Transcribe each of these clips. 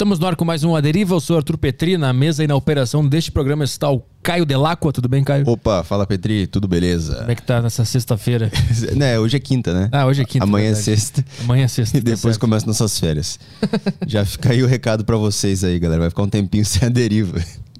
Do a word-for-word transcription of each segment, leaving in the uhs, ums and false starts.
Estamos no ar com mais um A Deriva. Eu sou Arthur Petri. Na mesa e na operação deste programa está o Caio Delacqua. Tudo bem, Caio? Opa, fala Petri, tudo beleza? Como é que tá nessa sexta-feira? né, hoje é quinta, né? Ah, hoje é quinta. Amanhã é verdade. sexta. Amanhã é sexta. E depois tá começam nossas férias. Já fica aí o recado pra vocês aí, galera. Vai ficar um tempinho sem A Deriva.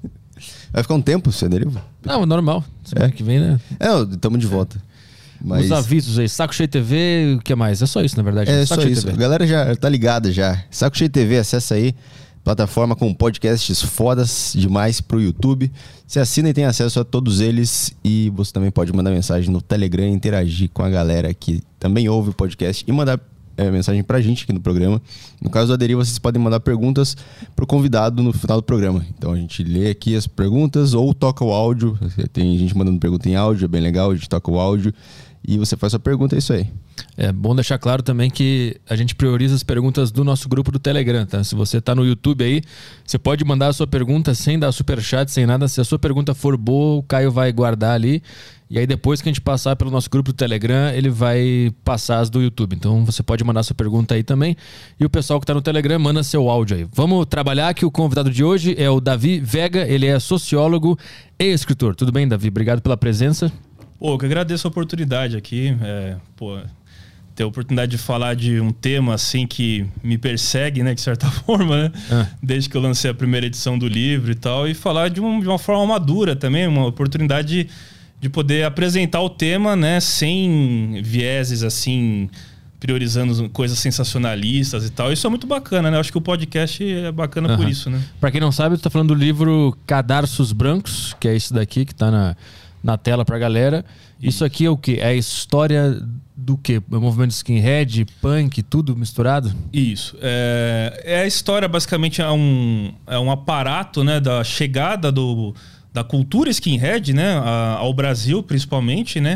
Vai ficar um tempo sem A Deriva? Não, normal. Semana É? que vem, né? É, estamos de volta. Mas... Os avisos aí. Saco Cheio T V, o que mais? É só isso, na verdade. É Saco só Cheio isso. T V. A galera já tá ligada já. Saco Cheio T V, acessa aí. Plataforma com podcasts fodas demais pro YouTube. Você assina e tem acesso a todos eles. E você também pode mandar mensagem no Telegram e interagir com a galera que também ouve o podcast e mandar é, mensagem pra gente aqui no programa. No caso do A Deriva, vocês podem mandar perguntas pro convidado no final do programa. Então a gente lê aqui as perguntas ou toca o áudio. Tem gente mandando pergunta em áudio, é bem legal. A gente toca o áudio e você faz sua pergunta, é isso aí. É bom deixar claro também que a gente prioriza as perguntas do nosso grupo do Telegram, tá? Se você tá no YouTube aí, você pode mandar a sua pergunta sem dar superchat, sem nada. Se a sua pergunta for boa, o Caio vai guardar ali. E aí depois que a gente passar pelo nosso grupo do Telegram, ele vai passar as do YouTube. Então você pode mandar sua pergunta aí também. E o pessoal que tá no Telegram, manda seu áudio aí. Vamos trabalhar que o convidado de hoje é o Davi Vega. Ele é sociólogo e escritor. Tudo bem, Davi? Obrigado pela presença. Pô, eu agradeço a oportunidade aqui. É, pô... ter a oportunidade de falar de um tema assim que me persegue, né, de certa forma, né, ah. desde que eu lancei a primeira edição do livro e tal, e falar de, um, de uma forma madura também, uma oportunidade de, de poder apresentar o tema, né, sem vieses assim, priorizando coisas sensacionalistas e tal. Isso é muito bacana, né? Eu acho que o podcast é bacana uhum. por isso, né? Pra quem não sabe, tu tá falando do livro Cadarços Brancos, que é esse daqui que tá na, na tela pra galera. Isso aqui é o quê? É a história do quê? O movimento skinhead, punk, tudo misturado? Isso. É, é a história, basicamente, é um, é um aparato, né, da chegada do, da cultura skinhead, né, a, ao Brasil, principalmente, né?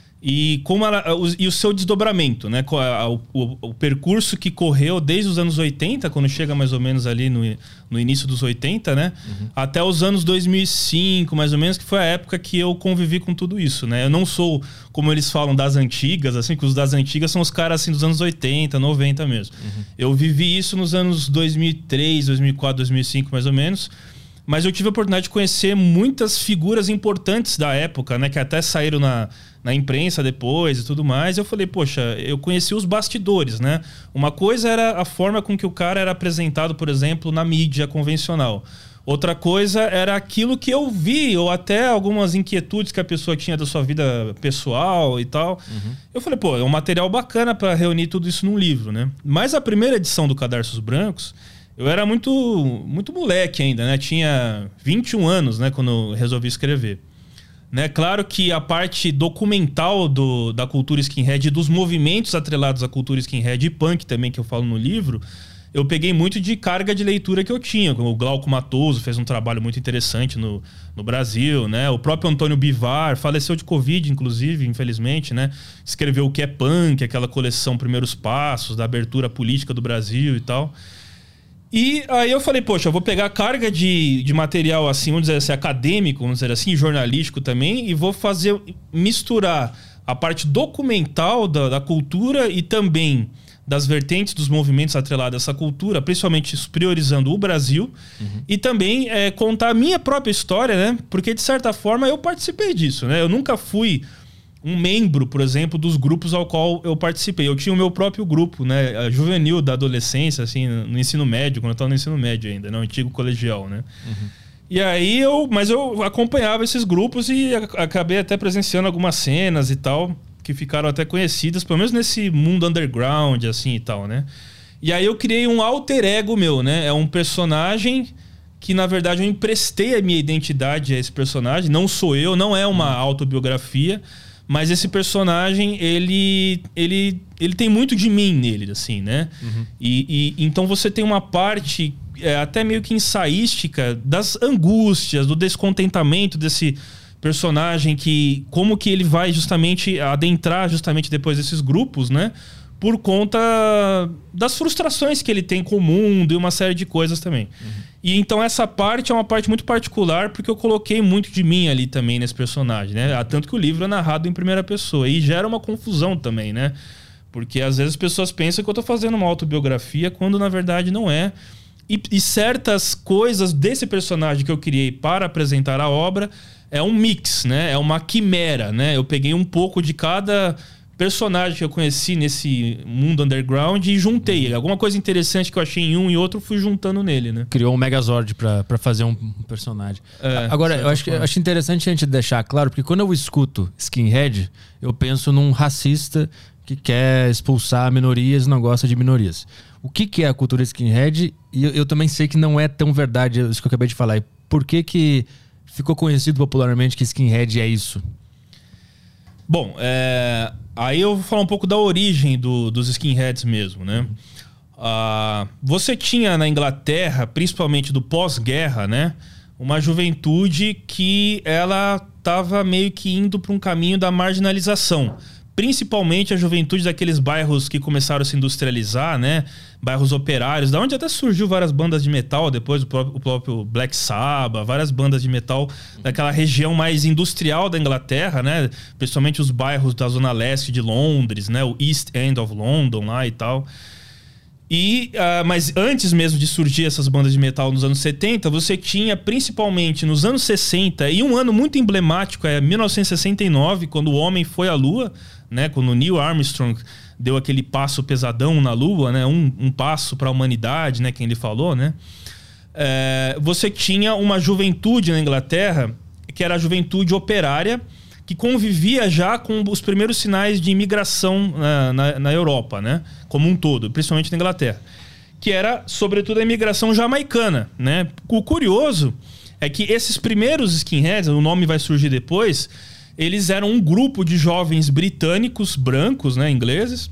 E, como ela, o, e o seu desdobramento, né? O, o, o percurso que correu desde os anos oitenta, quando chega mais ou menos ali no, no início dos oitenta, né? Uhum. Até os anos dois mil e cinco, mais ou menos, que foi a época que eu convivi com tudo isso, né? Eu não sou, como eles falam, das antigas, assim, que os das antigas são os caras assim dos anos oitenta, noventa mesmo. Uhum. Eu vivi isso nos anos dois mil e três, dois mil e quatro, dois mil e cinco, mais ou menos. Mas eu tive a oportunidade de conhecer muitas figuras importantes da época, né? Que até saíram na, na imprensa depois e tudo mais. Eu falei, poxa, eu conheci os bastidores, né? Uma coisa era a forma com que o cara era apresentado, por exemplo, na mídia convencional. Outra coisa era aquilo que eu vi, ou até algumas inquietudes que a pessoa tinha da sua vida pessoal e tal. Uhum. Eu falei, pô, é um material bacana para reunir tudo isso num livro, né? Mas a primeira edição do Cadarços Brancos... eu era muito, muito moleque ainda, né? Tinha vinte e um anos, né? Quando eu resolvi escrever. Né? Claro que a parte documental do, da cultura skinhead e dos movimentos atrelados à cultura skinhead e punk também, que eu falo no livro, eu peguei muito de carga de leitura que eu tinha. O Glauco Matoso fez um trabalho muito interessante no, no Brasil, né? O próprio Antônio Bivar faleceu de Covid, inclusive, infelizmente, né? Escreveu O que é Punk, aquela coleção Primeiros Passos, da abertura política do Brasil e tal. E aí eu falei, poxa, eu vou pegar a carga de, de material, assim, vamos dizer assim, acadêmico, vamos dizer assim, jornalístico também, e vou fazer, misturar a parte documental da, da cultura e também das vertentes dos movimentos atrelados a essa cultura, principalmente priorizando o Brasil, uhum. e também é, contar a minha própria história, né? Porque, de certa forma, eu participei disso, né? Eu nunca fui um membro, por exemplo, dos grupos ao qual eu participei. Eu tinha o meu próprio grupo, né, juvenil da adolescência, assim, no ensino médio, quando eu estava no ensino médio ainda, no antigo colegial, né? Uhum. E aí eu, mas eu acompanhava esses grupos e acabei até presenciando algumas cenas e tal, que ficaram até conhecidas, pelo menos nesse mundo underground, assim, e tal, né? E aí eu criei um alter ego meu, né? É um personagem que, na verdade, eu emprestei a minha identidade a esse personagem. Não sou eu, não é uma uhum. autobiografia, mas esse personagem, ele, ele, ele tem muito de mim nele, assim, né? Uhum. E, e então você tem uma parte é, até meio que ensaística das angústias, do descontentamento desse personagem, que como que ele vai justamente adentrar justamente depois desses grupos, né? Por conta das frustrações que ele tem com o mundo e uma série de coisas também. Uhum. E então essa parte é uma parte muito particular, porque eu coloquei muito de mim ali também nesse personagem, né? Tanto que o livro é narrado em primeira pessoa. E gera uma confusão também, né? Porque às vezes as pessoas pensam que eu tô fazendo uma autobiografia, quando na verdade não é. E, e certas coisas desse personagem que eu criei para apresentar a obra é um mix, né? É uma quimera, né? Eu peguei um pouco de cada personagem que eu conheci nesse mundo underground e juntei. Alguma coisa interessante que eu achei em um e outro, fui juntando nele, né? Criou um Megazord pra, pra fazer um personagem. É, Agora, eu acho, que, eu acho interessante a gente deixar claro, porque quando eu escuto skinhead, eu penso num racista que quer expulsar minorias e não gosta de minorias. O que, que é a cultura skinhead? E eu, eu também sei que não é tão verdade isso que eu acabei de falar. E por que que ficou conhecido popularmente que skinhead é isso? Bom, é... aí eu vou falar um pouco da origem do, dos skinheads mesmo, né? Uh, você tinha na Inglaterra, principalmente do pós-guerra, né? Uma juventude que ela estava meio que indo para um caminho da marginalização. Principalmente a juventude daqueles bairros que começaram a se industrializar, né? Bairros operários, da onde até surgiu várias bandas de metal, depois o próprio, o próprio Black Sabbath, várias bandas de metal daquela região mais industrial da Inglaterra, né? Principalmente os bairros da zona leste de Londres, né? O East End of London lá e tal. E, uh, mas antes mesmo de surgir essas bandas de metal nos anos setenta, você tinha principalmente nos anos sessenta, e um ano muito emblemático é mil novecentos e sessenta e nove, quando o homem foi à Lua, né? Quando o Neil Armstrong deu aquele passo pesadão na Lua, né? Um, um passo para a humanidade, né? Quem ele falou, né? É, você tinha uma juventude na Inglaterra que era a juventude operária, que convivia já com os primeiros sinais de imigração na, na, na Europa, né? Como um todo, principalmente na Inglaterra. Que era, sobretudo, a imigração jamaicana, né? O curioso é que esses primeiros skinheads, o nome vai surgir depois, eles eram um grupo de jovens britânicos, brancos, né? Ingleses,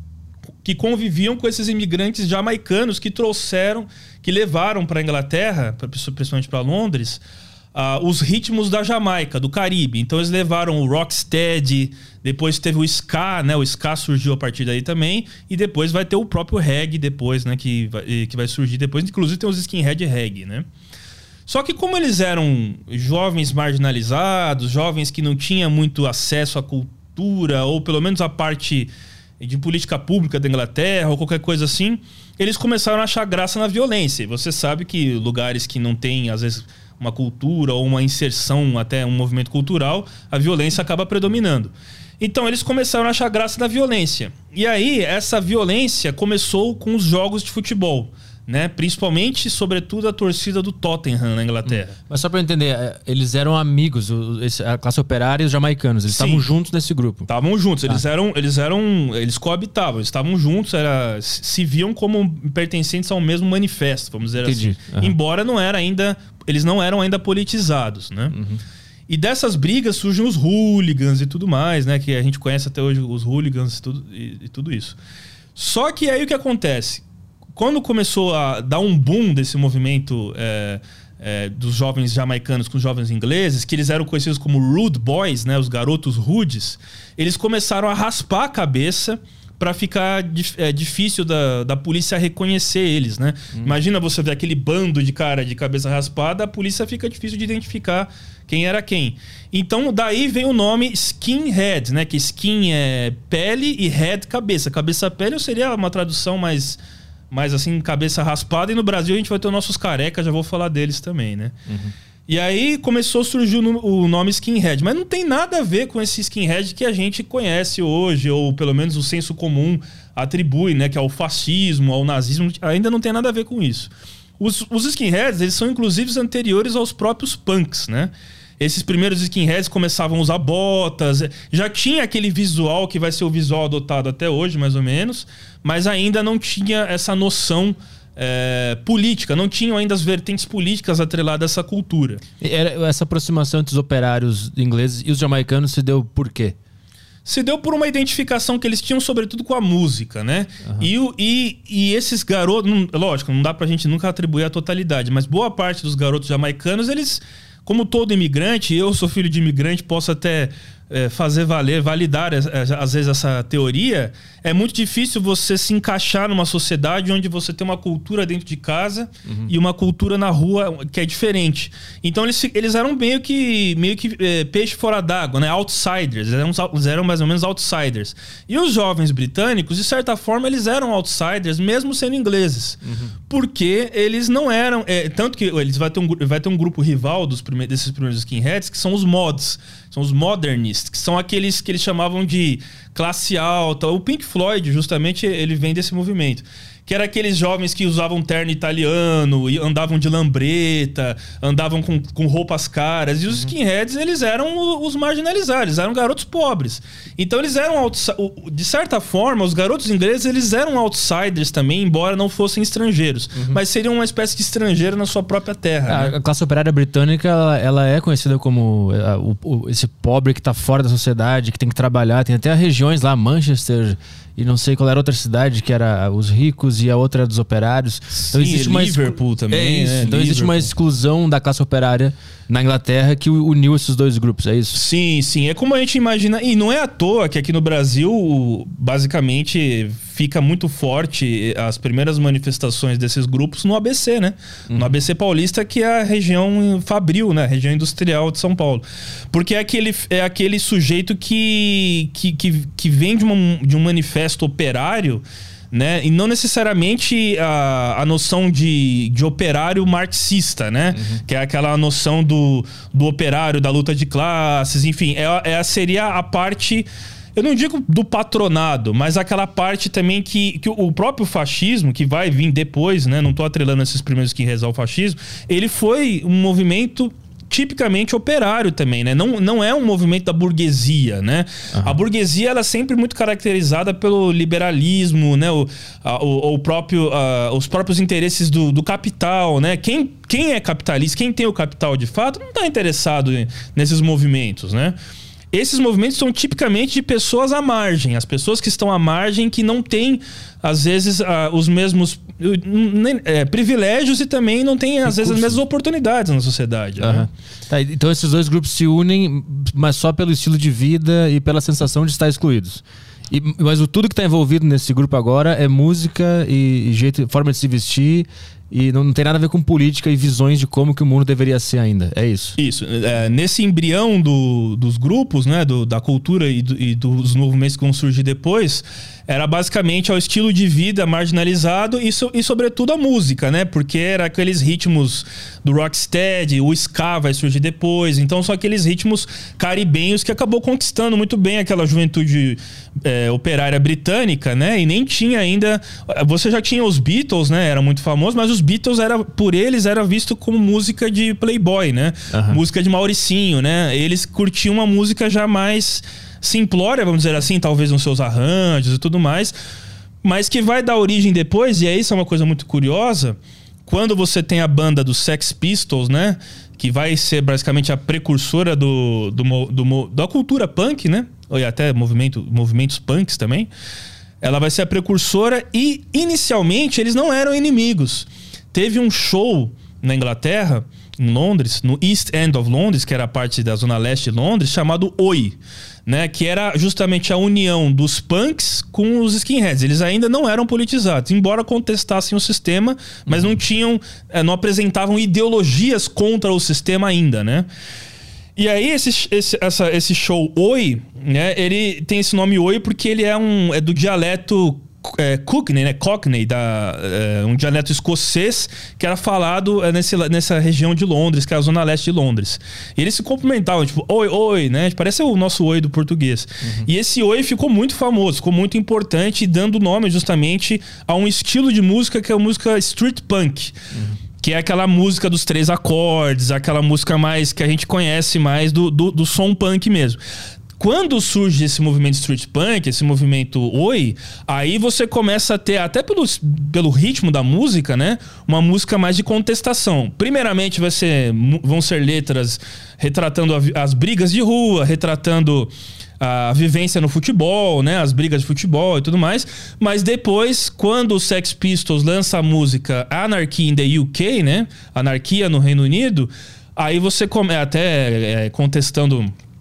que conviviam com esses imigrantes jamaicanos que trouxeram, que levaram para a Inglaterra, principalmente para Londres, Uh, os ritmos da Jamaica, do Caribe. Então eles levaram o rocksteady, depois teve o ska, né? O ska surgiu a partir daí também, e depois vai ter o próprio reggae depois, né? Que vai, que vai surgir depois. Inclusive tem os skinhead reggae, né? Só que como eles eram jovens marginalizados, jovens que não tinham muito acesso à cultura, ou pelo menos à parte de política pública da Inglaterra, ou qualquer coisa assim, eles começaram a achar graça na violência. E você sabe que lugares que não tem, às vezes, uma cultura ou uma inserção, até um movimento cultural, a violência acaba predominando. Então eles começaram a achar graça na violência. E aí essa violência começou com os jogos de futebol, né? Principalmente, sobretudo, a torcida do Tottenham na Inglaterra. Hum. Mas só para eu entender, eles eram amigos, a classe operária e os jamaicanos, eles estavam juntos nesse grupo? Estavam juntos, ah. eles eram, eles eram, eles coabitavam, eles estavam juntos, era, se viam como pertencentes ao mesmo manifesto, vamos dizer Entendi. assim. Uhum. Embora não era ainda, eles não eram ainda politizados, né? Uhum. E dessas brigas surgem os hooligans e tudo mais, né? Que a gente conhece até hoje, os hooligans e tudo, e, e tudo isso. Só que aí o que acontece? Quando começou a dar um boom desse movimento é, é, dos jovens jamaicanos com os jovens ingleses, que eles eram conhecidos como rude boys, né, os garotos rudes, eles começaram a raspar a cabeça para ficar é, difícil da, da polícia reconhecer eles, né? Hum. Imagina você ver aquele bando de cara de cabeça raspada, a polícia fica difícil de identificar quem era quem. Então daí vem o nome skinhead, né? Que skin é pele e head cabeça. Cabeça-pele seria uma tradução mais... Mas assim, cabeça raspada. E no Brasil a gente vai ter os nossos carecas, já vou falar deles também, né? Uhum. E aí começou a surgir o nome skinhead. Mas não tem nada a ver com esse skinhead que a gente conhece hoje, ou pelo menos o senso comum atribui, né? Que é o fascismo, ao nazismo. Ainda não tem nada a ver com isso. Os, os skinheads, eles são inclusive anteriores aos próprios punks, né? Esses primeiros skinheads começavam a usar botas, já tinha aquele visual que vai ser o visual adotado até hoje, mais ou menos, mas ainda não tinha essa noção é, política, não tinham ainda as vertentes políticas atreladas a essa cultura. Era, essa aproximação entre os operários ingleses e os jamaicanos se deu por quê? Se deu por uma identificação que eles tinham, sobretudo, com a música, né? Uhum. E, o, e, e esses garotos, não, lógico, não dá pra gente nunca atribuir a totalidade, mas boa parte dos garotos jamaicanos, eles... Como todo imigrante, eu sou filho de imigrante, posso até é, fazer valer, validar é, é, às vezes essa teoria, é muito difícil você se encaixar numa sociedade onde você tem uma cultura dentro de casa uhum. e uma cultura na rua que é diferente. Então eles, eles eram meio que, meio que é, peixe fora d'água, né? Outsiders, eles eram, eles eram mais ou menos outsiders. E os jovens britânicos, de certa forma, eles eram outsiders, mesmo sendo ingleses. Uhum. Porque eles não eram... É, tanto que eles vai ter um, vai ter um grupo rival dos prime, desses primeiros skinheads, que são os mods. São os modernists, que são aqueles que eles chamavam de classe alta. O Pink Floyd, justamente, ele vem desse movimento. Que era aqueles jovens que usavam terno italiano, e andavam de lambreta, andavam com, com roupas caras. E os uhum. skinheads, eles eram os marginalizados, eles eram garotos pobres. Então eles eram, de certa forma, os garotos ingleses, eles eram outsiders também, embora não fossem estrangeiros. Uhum. Mas seriam uma espécie de estrangeiro na sua própria terra. A, né? a classe operária britânica, ela, ela é conhecida como a, o, o, esse pobre que está fora da sociedade, que tem que trabalhar. Tem até regiões lá, Manchester... E não sei qual era a outra cidade, que era os ricos e a outra era dos operários. Então Sim, existe uma Liverpool exclu... também. É isso. É, então existe uma exclusão da classe operária na Inglaterra que uniu esses dois grupos, é isso? Sim, sim. É como a gente imagina. E não é à toa que aqui no Brasil, basicamente, fica muito forte as primeiras manifestações desses grupos no A B C, né? Uhum. No A B C Paulista, que é a região fabril, né? A região industrial de São Paulo. Porque é aquele, é aquele sujeito que, que, que, que vem de, uma, de um manifesto operário, né? E não necessariamente a, a noção de, de operário marxista, né? Uhum. Que é aquela noção do, do operário, da luta de classes, enfim, é, é, seria a parte, eu não digo do patronado, mas aquela parte também que, que o próprio fascismo, que vai vir depois, né? Não tô atrelando esses primeiros que rezar o fascismo, ele foi um movimento tipicamente operário também, né? Não, não é um movimento da burguesia, né? Uhum. A burguesia, ela é sempre muito caracterizada pelo liberalismo, né? O, a, o, o próprio, a, os próprios interesses do, do capital, né? Quem, quem é capitalista, quem tem o capital de fato, não está interessado nesses movimentos, né? Esses movimentos são tipicamente de pessoas à margem. As pessoas que estão à margem, que não têm, às vezes, uh, os mesmos uh, é, privilégios e também não têm, às vezes, as mesmas oportunidades na sociedade. Uhum. Né? Tá, então esses dois grupos se unem, mas só pelo estilo de vida e pela sensação de estar excluídos. E, mas o tudo que está envolvido nesse grupo agora é música e, e jeito, forma de se vestir. E não, não tem nada a ver com política e visões de como que o mundo deveria ser ainda. É isso? Isso. É, nesse embrião do, dos grupos, né, do, da cultura e, do, e dos movimentos que vão surgir depois, era basicamente ao estilo de vida marginalizado e, so, e sobretudo a música, né? Porque era aqueles ritmos do rocksteady, o ska vai surgir depois. Então são aqueles ritmos caribenhos que acabou conquistando muito bem aquela juventude é, operária britânica, né? E nem tinha ainda... Você já tinha os Beatles, né? Era muito famoso, mas os Beatles, era, por eles, era visto como música de playboy, né? Uhum. Música de Mauricinho, né? Eles curtiam uma música já mais simplória, vamos dizer assim, talvez nos seus arranjos e tudo mais, mas que vai dar origem depois, e aí isso é uma coisa muito curiosa, quando você tem a banda dos Sex Pistols, né? Que vai ser basicamente a precursora do, do, do, da cultura punk, né? Ou até movimento, movimentos punks também. Ela vai ser a precursora e, inicialmente, eles não eram inimigos. Teve um show na Inglaterra, em Londres, no East End of Londres, que era a parte da zona leste de Londres, chamado Oi, né? Que era justamente a união dos punks com os skinheads. Eles ainda não eram politizados, embora contestassem o sistema, mas não tinham, não apresentavam ideologias contra o sistema ainda, né? E aí esse, esse, essa, esse show Oi, né, ele tem esse nome Oi porque ele é, um, é do dialeto é, Cockney, né, Cockney, da, é, um dialeto escocês que era falado é, nesse, nessa região de Londres, que é a zona leste de Londres. E eles se cumprimentavam, tipo, oi, oi, né? Parece o nosso oi do português. Uhum. E esse oi ficou muito famoso, ficou muito importante, dando nome justamente a um estilo de música que é a música street punk. Uhum. Que é aquela música dos três acordes, aquela música mais que a gente conhece mais do, do, do som punk mesmo. Quando surge esse movimento street punk, esse movimento Oi, aí você começa a ter, até pelo, pelo ritmo da música, né? Uma música mais de contestação. Primeiramente vai ser, vão ser letras retratando as brigas de rua, retratando a vivência no futebol, né? As brigas de futebol e tudo mais. Mas depois, quando o Sex Pistols lança a música Anarchy in the U K, né? Anarquia no Reino Unido, aí você começa até é, contestando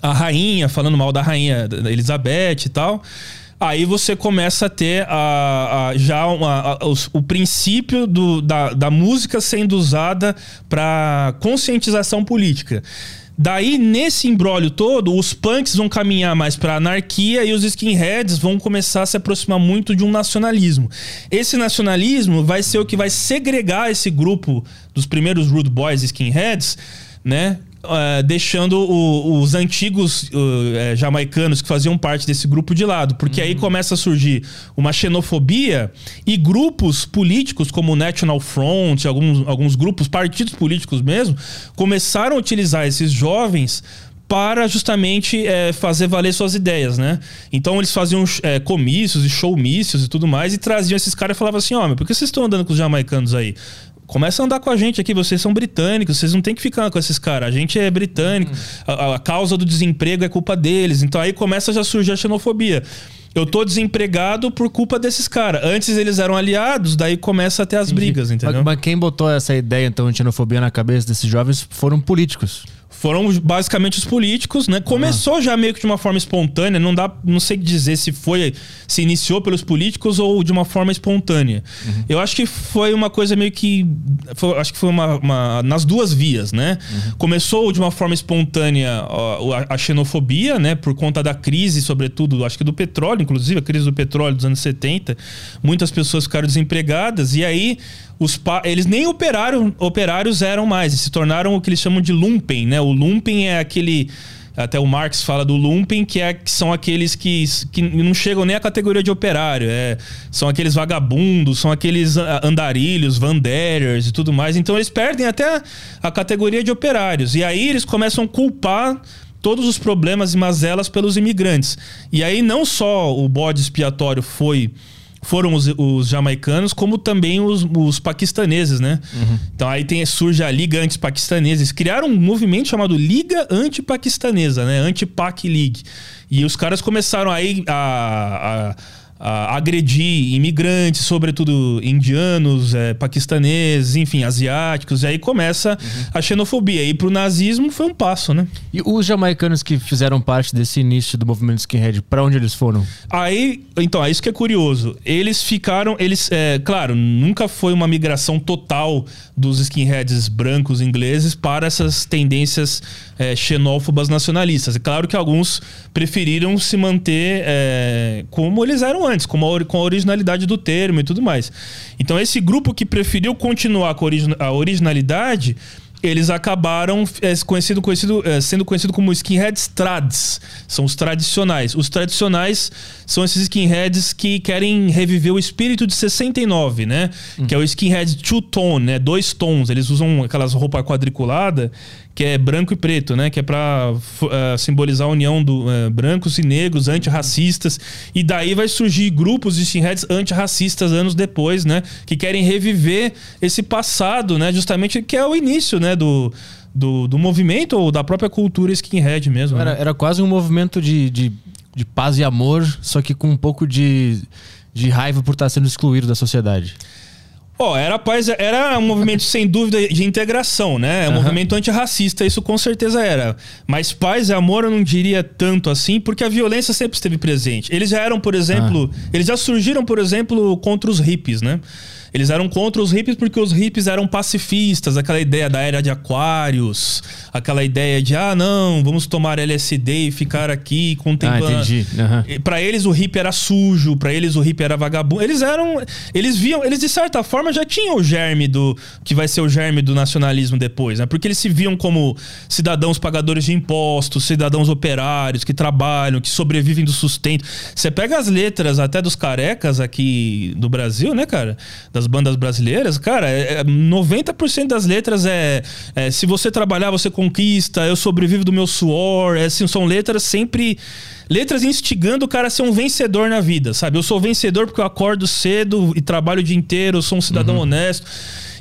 a rainha, falando mal da rainha da Elizabeth e tal. Aí você começa a ter a, a, já uma, a, o, o princípio do, da, da música sendo usada para conscientização política. Daí, nesse imbróglio todo, os punks vão caminhar mais pra anarquia e os skinheads vão começar a se aproximar muito de um nacionalismo. Esse nacionalismo vai ser o que vai segregar esse grupo dos primeiros Rude Boys skinheads, né? Uh, deixando o, os antigos uh, é, jamaicanos que faziam parte desse grupo de lado. Porque uhum. aí começa a surgir uma xenofobia e grupos políticos como o National Front, alguns, alguns grupos, partidos políticos mesmo, começaram a utilizar esses jovens para justamente é, fazer valer suas ideias, né? Então eles faziam é, comícios e showmícios e tudo mais e traziam esses caras e falavam assim, ó, oh, por que vocês estão andando com os jamaicanos aí? Começa a andar com a gente aqui, vocês são britânicos, vocês não tem que ficar com esses caras, a gente é britânico, uhum. a, a causa do desemprego é culpa deles. Então aí começa a já surgir a xenofobia. Eu tô desempregado por culpa desses caras. Antes eles eram aliados, daí começa a ter as Entendi. brigas, entendeu? Mas, mas quem botou essa ideia, então, de xenofobia na cabeça desses jovens foram políticos. Foram basicamente os políticos, né? Começou ah. já meio que de uma forma espontânea, não dá, não sei dizer se foi, se iniciou pelos políticos ou de uma forma espontânea. Uhum. Eu acho que foi uma coisa meio que, foi, acho que foi uma, uma nas duas vias, né? Uhum. Começou de uma forma espontânea a, a xenofobia, né? Por conta da crise, sobretudo, acho que do petróleo, inclusive a crise do petróleo dos anos setenta, muitas pessoas ficaram desempregadas e aí os pa- eles nem operário, operários eram mais, eles se tornaram o que eles chamam de lumpen, né? O lumpen é aquele, até o Marx fala do lumpen, que, é, que são aqueles que, que não chegam nem à categoria de operário, é, são aqueles vagabundos, são aqueles andarilhos, vanderiers e tudo mais, então eles perdem até a, a categoria de operários, e aí eles começam a culpar todos os problemas e mazelas pelos imigrantes, e aí não só o bode expiatório foi... foram os, os jamaicanos, como também os, os paquistaneses, né? Uhum. Então aí tem, surge a Liga Antipaquistanesa. Eles criaram um movimento chamado Liga Antipaquistanesa, né? Anti-Pac League. E os caras começaram aí a... a a agredir imigrantes, sobretudo indianos, é, paquistaneses, enfim, asiáticos. E aí começa uhum. a xenofobia. E pro nazismo foi um passo, né? E os jamaicanos que fizeram parte desse início do movimento skinhead, pra onde eles foram? Aí, então, é isso que é curioso. Eles ficaram, eles, é, claro, nunca foi uma migração total dos skinheads brancos ingleses para essas tendências é, xenófobas nacionalistas. É claro que alguns preferiram se manter é, como eles eram antes, com a, com a originalidade do termo e tudo mais. Então esse grupo que preferiu continuar com a, origi- a originalidade, eles acabaram é, conhecido, conhecido, é, sendo conhecidos como skinheads trads. São os tradicionais. Os tradicionais são esses skinheads que querem reviver o espírito de sessenta e nove, né? Hum. Que é o skinhead two-tone, né? Dois tons. Eles usam aquelas roupas quadriculadas, que é branco e preto, né? Que é pra uh, simbolizar a união do uh, brancos e negros, antirracistas. E daí vai surgir grupos de skinheads antirracistas anos depois, né? Que querem reviver esse passado, né? Justamente que é o início, né? Do, do, do movimento ou da própria cultura skinhead mesmo. Era, né? era quase um movimento de, de, de paz e amor, só que com um pouco de, de raiva por estar sendo excluído da sociedade. Ó, oh, era, paz, era um movimento sem dúvida de integração, né? É um uhum. movimento antirracista, isso com certeza era. Mas paz e amor eu não diria tanto assim, porque a violência sempre esteve presente. Eles já eram, por exemplo... Ah. Eles já surgiram, por exemplo, contra os hippies, né? Eles eram contra os hippies porque os hippies eram pacifistas, aquela ideia da era de Aquários, aquela ideia de, ah, não, vamos tomar L S D e ficar aqui contemplando. Ah, entendi. Uhum. Pra eles o hippie era sujo, pra eles o hippie era vagabundo. Eles eram, eles viam, eles de certa forma já tinham o germe do, que vai ser o germe do nacionalismo depois, né? Porque eles se viam como cidadãos pagadores de impostos, cidadãos operários que trabalham, que sobrevivem do sustento. Você pega as letras até dos carecas aqui do Brasil, né, cara? Das bandas brasileiras, cara, é, noventa por cento das letras é, é se você trabalhar, você conquista, eu sobrevivo do meu suor, é, assim, são letras sempre... Letras instigando o cara a ser um vencedor na vida, sabe? Eu sou vencedor porque eu acordo cedo e trabalho o dia inteiro, eu sou um cidadão uhum. honesto.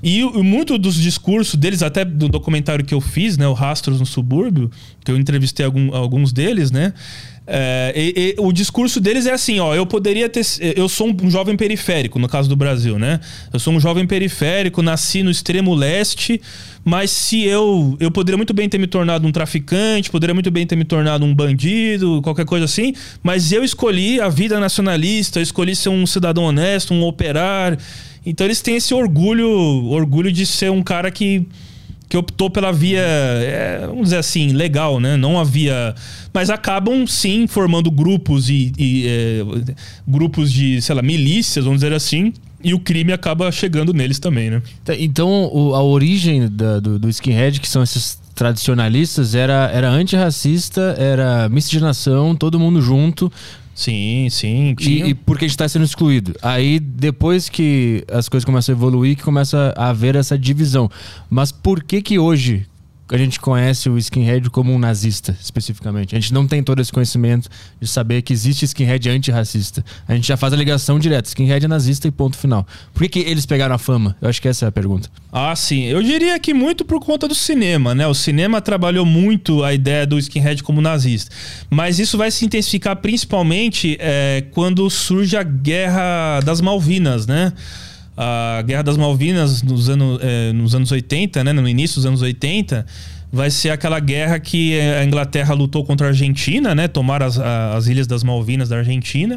E, e muito dos discursos deles, até do documentário que eu fiz, né, o Rastros no Subúrbio, que eu entrevistei algum, alguns deles, né? É, e, e, o discurso deles é assim, ó, eu poderia ter... Eu sou um jovem periférico, no caso do Brasil, né? Eu sou um jovem periférico, nasci no extremo leste, mas se eu... Eu poderia muito bem ter me tornado um traficante, poderia muito bem ter me tornado um bandido, qualquer coisa assim, mas eu escolhi a vida nacionalista, eu escolhi ser um cidadão honesto, um operário. Então eles têm esse orgulho, orgulho de ser um cara que... que optou pela via, é, vamos dizer assim, legal, né? Não havia... Mas acabam, sim, formando grupos e, e é, grupos de, sei lá, milícias, vamos dizer assim, e o crime acaba chegando neles também, né? Então, o, a origem da, do, do skinhead, que são esses tradicionalistas, era, era antirracista, era miscigenação, todo mundo junto... Sim, sim. E, e porque a gente está sendo excluído. Aí, depois que as coisas começam a evoluir, que começa a haver essa divisão. Mas por que que hoje a gente conhece o skinhead como um nazista, especificamente? A gente não tem todo esse conhecimento de saber que existe skinhead antirracista. A gente já faz a ligação direta. Skinhead é nazista e ponto final. Por que que eles pegaram a fama? Eu acho que essa é a pergunta. Ah, sim. Eu diria que muito por conta do cinema, né? O cinema trabalhou muito a ideia do skinhead como nazista. Mas isso vai se intensificar principalmente é, quando surge a Guerra das Malvinas, né? A Guerra das Malvinas nos anos, é, nos anos oitenta, né? No início dos anos oitenta, vai ser aquela guerra que a Inglaterra lutou contra a Argentina, né? Tomaram as, as Ilhas das Malvinas da Argentina.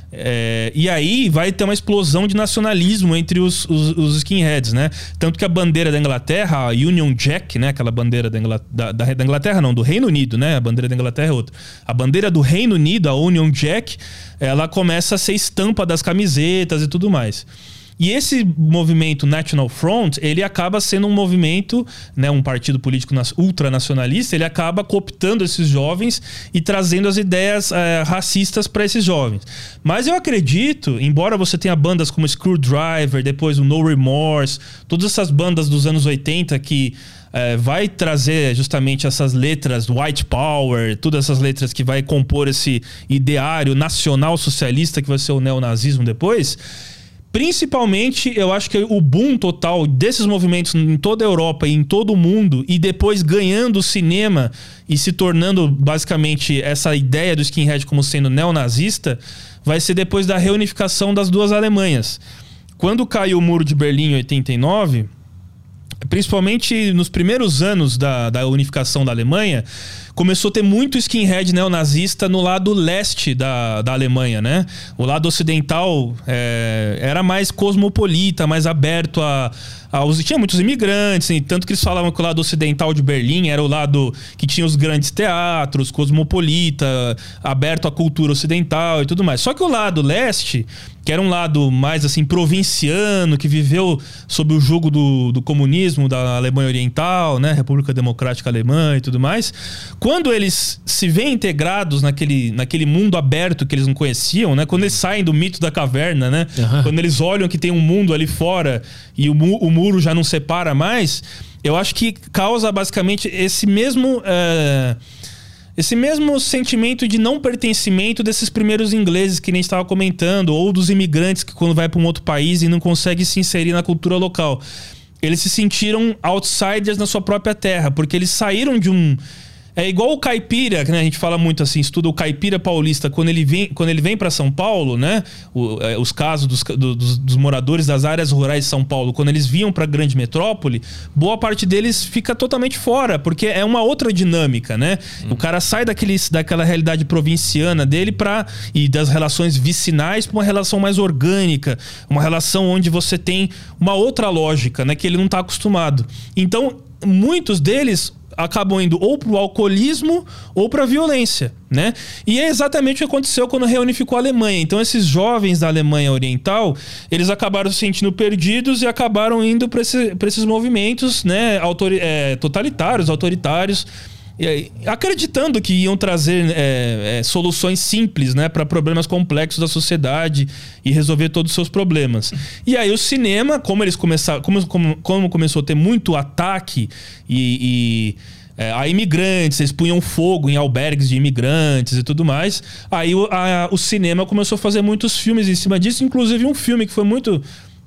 É, e aí vai ter uma explosão de nacionalismo entre os, os, os skinheads, né? Tanto que a bandeira da Inglaterra, a Union Jack, né? Aquela bandeira da Inglaterra, da, da Inglaterra não, do Reino Unido, né? A bandeira da Inglaterra é outra. A bandeira do Reino Unido, a Union Jack, ela começa a ser estampa das camisetas e tudo mais. E esse movimento National Front, ele acaba sendo um movimento, né, um partido político ultranacionalista, ele acaba cooptando esses jovens e trazendo as ideias é, racistas para esses jovens. Mas eu acredito, embora você tenha bandas como Screwdriver, depois o No Remorse, todas essas bandas dos anos oitenta que é, vai trazer justamente essas letras White Power, todas essas letras que vai compor esse ideário nacional socialista que vai ser o neonazismo depois... Principalmente, eu acho que o boom total desses movimentos em toda a Europa e em todo o mundo, e depois ganhando o cinema e se tornando basicamente essa ideia do skinhead como sendo neonazista, vai ser depois da reunificação das duas Alemanhas. Quando caiu o Muro de Berlim em oitenta e nove, principalmente nos primeiros anos da, da unificação da Alemanha, começou a ter muito skinhead neonazista no lado leste da, da Alemanha, né? O lado ocidental é, era mais cosmopolita, mais aberto a... a tinha muitos imigrantes, e tanto que eles falavam que o lado ocidental de Berlim era o lado que tinha os grandes teatros, cosmopolita, aberto à cultura ocidental e tudo mais. Só que o lado leste, que era um lado mais assim provinciano, que viveu sob o jugo do, do comunismo da Alemanha Oriental, né? República Democrática Alemã e tudo mais... Quando eles se veem integrados naquele, naquele mundo aberto que eles não conheciam, né? Quando eles saem do mito da caverna, né? Uhum. Quando eles olham que tem um mundo ali fora e o, mu- o muro já não separa mais, eu acho que causa basicamente esse mesmo... É... Esse mesmo sentimento de não pertencimento desses primeiros ingleses que nem estava comentando, ou dos imigrantes que quando vai para um outro país e não consegue se inserir na cultura local. Eles se sentiram outsiders na sua própria terra, porque eles saíram de um... É igual o caipira, que né, a gente fala muito assim, estuda o caipira paulista, quando ele vem, quando ele vem para São Paulo, né? O, é, os casos dos, do, dos, dos moradores das áreas rurais de São Paulo, quando eles vinham para a grande metrópole, boa parte deles fica totalmente fora, porque é uma outra dinâmica, né? Hum. O cara sai daquele, daquela realidade provinciana dele pra, e das relações vicinais para uma relação mais orgânica, uma relação onde você tem uma outra lógica, né? Que ele não está acostumado. Então, muitos deles acabam indo ou pro alcoolismo ou pra violência, né? E é exatamente o que aconteceu quando reunificou a Alemanha. Então esses jovens da Alemanha Oriental, eles acabaram se sentindo perdidos e acabaram indo para esse, esses movimentos, né, autori- é, totalitários, autoritários, e, acreditando que iam trazer é, é, soluções simples, né, para problemas complexos da sociedade e resolver todos os seus problemas. E aí o cinema, como eles começaram, como, como, como começou a ter muito ataque e, e é, a imigrantes, eles punham fogo em albergues de imigrantes e tudo mais, aí o, a, o cinema começou a fazer muitos filmes em cima disso, inclusive um filme que foi muito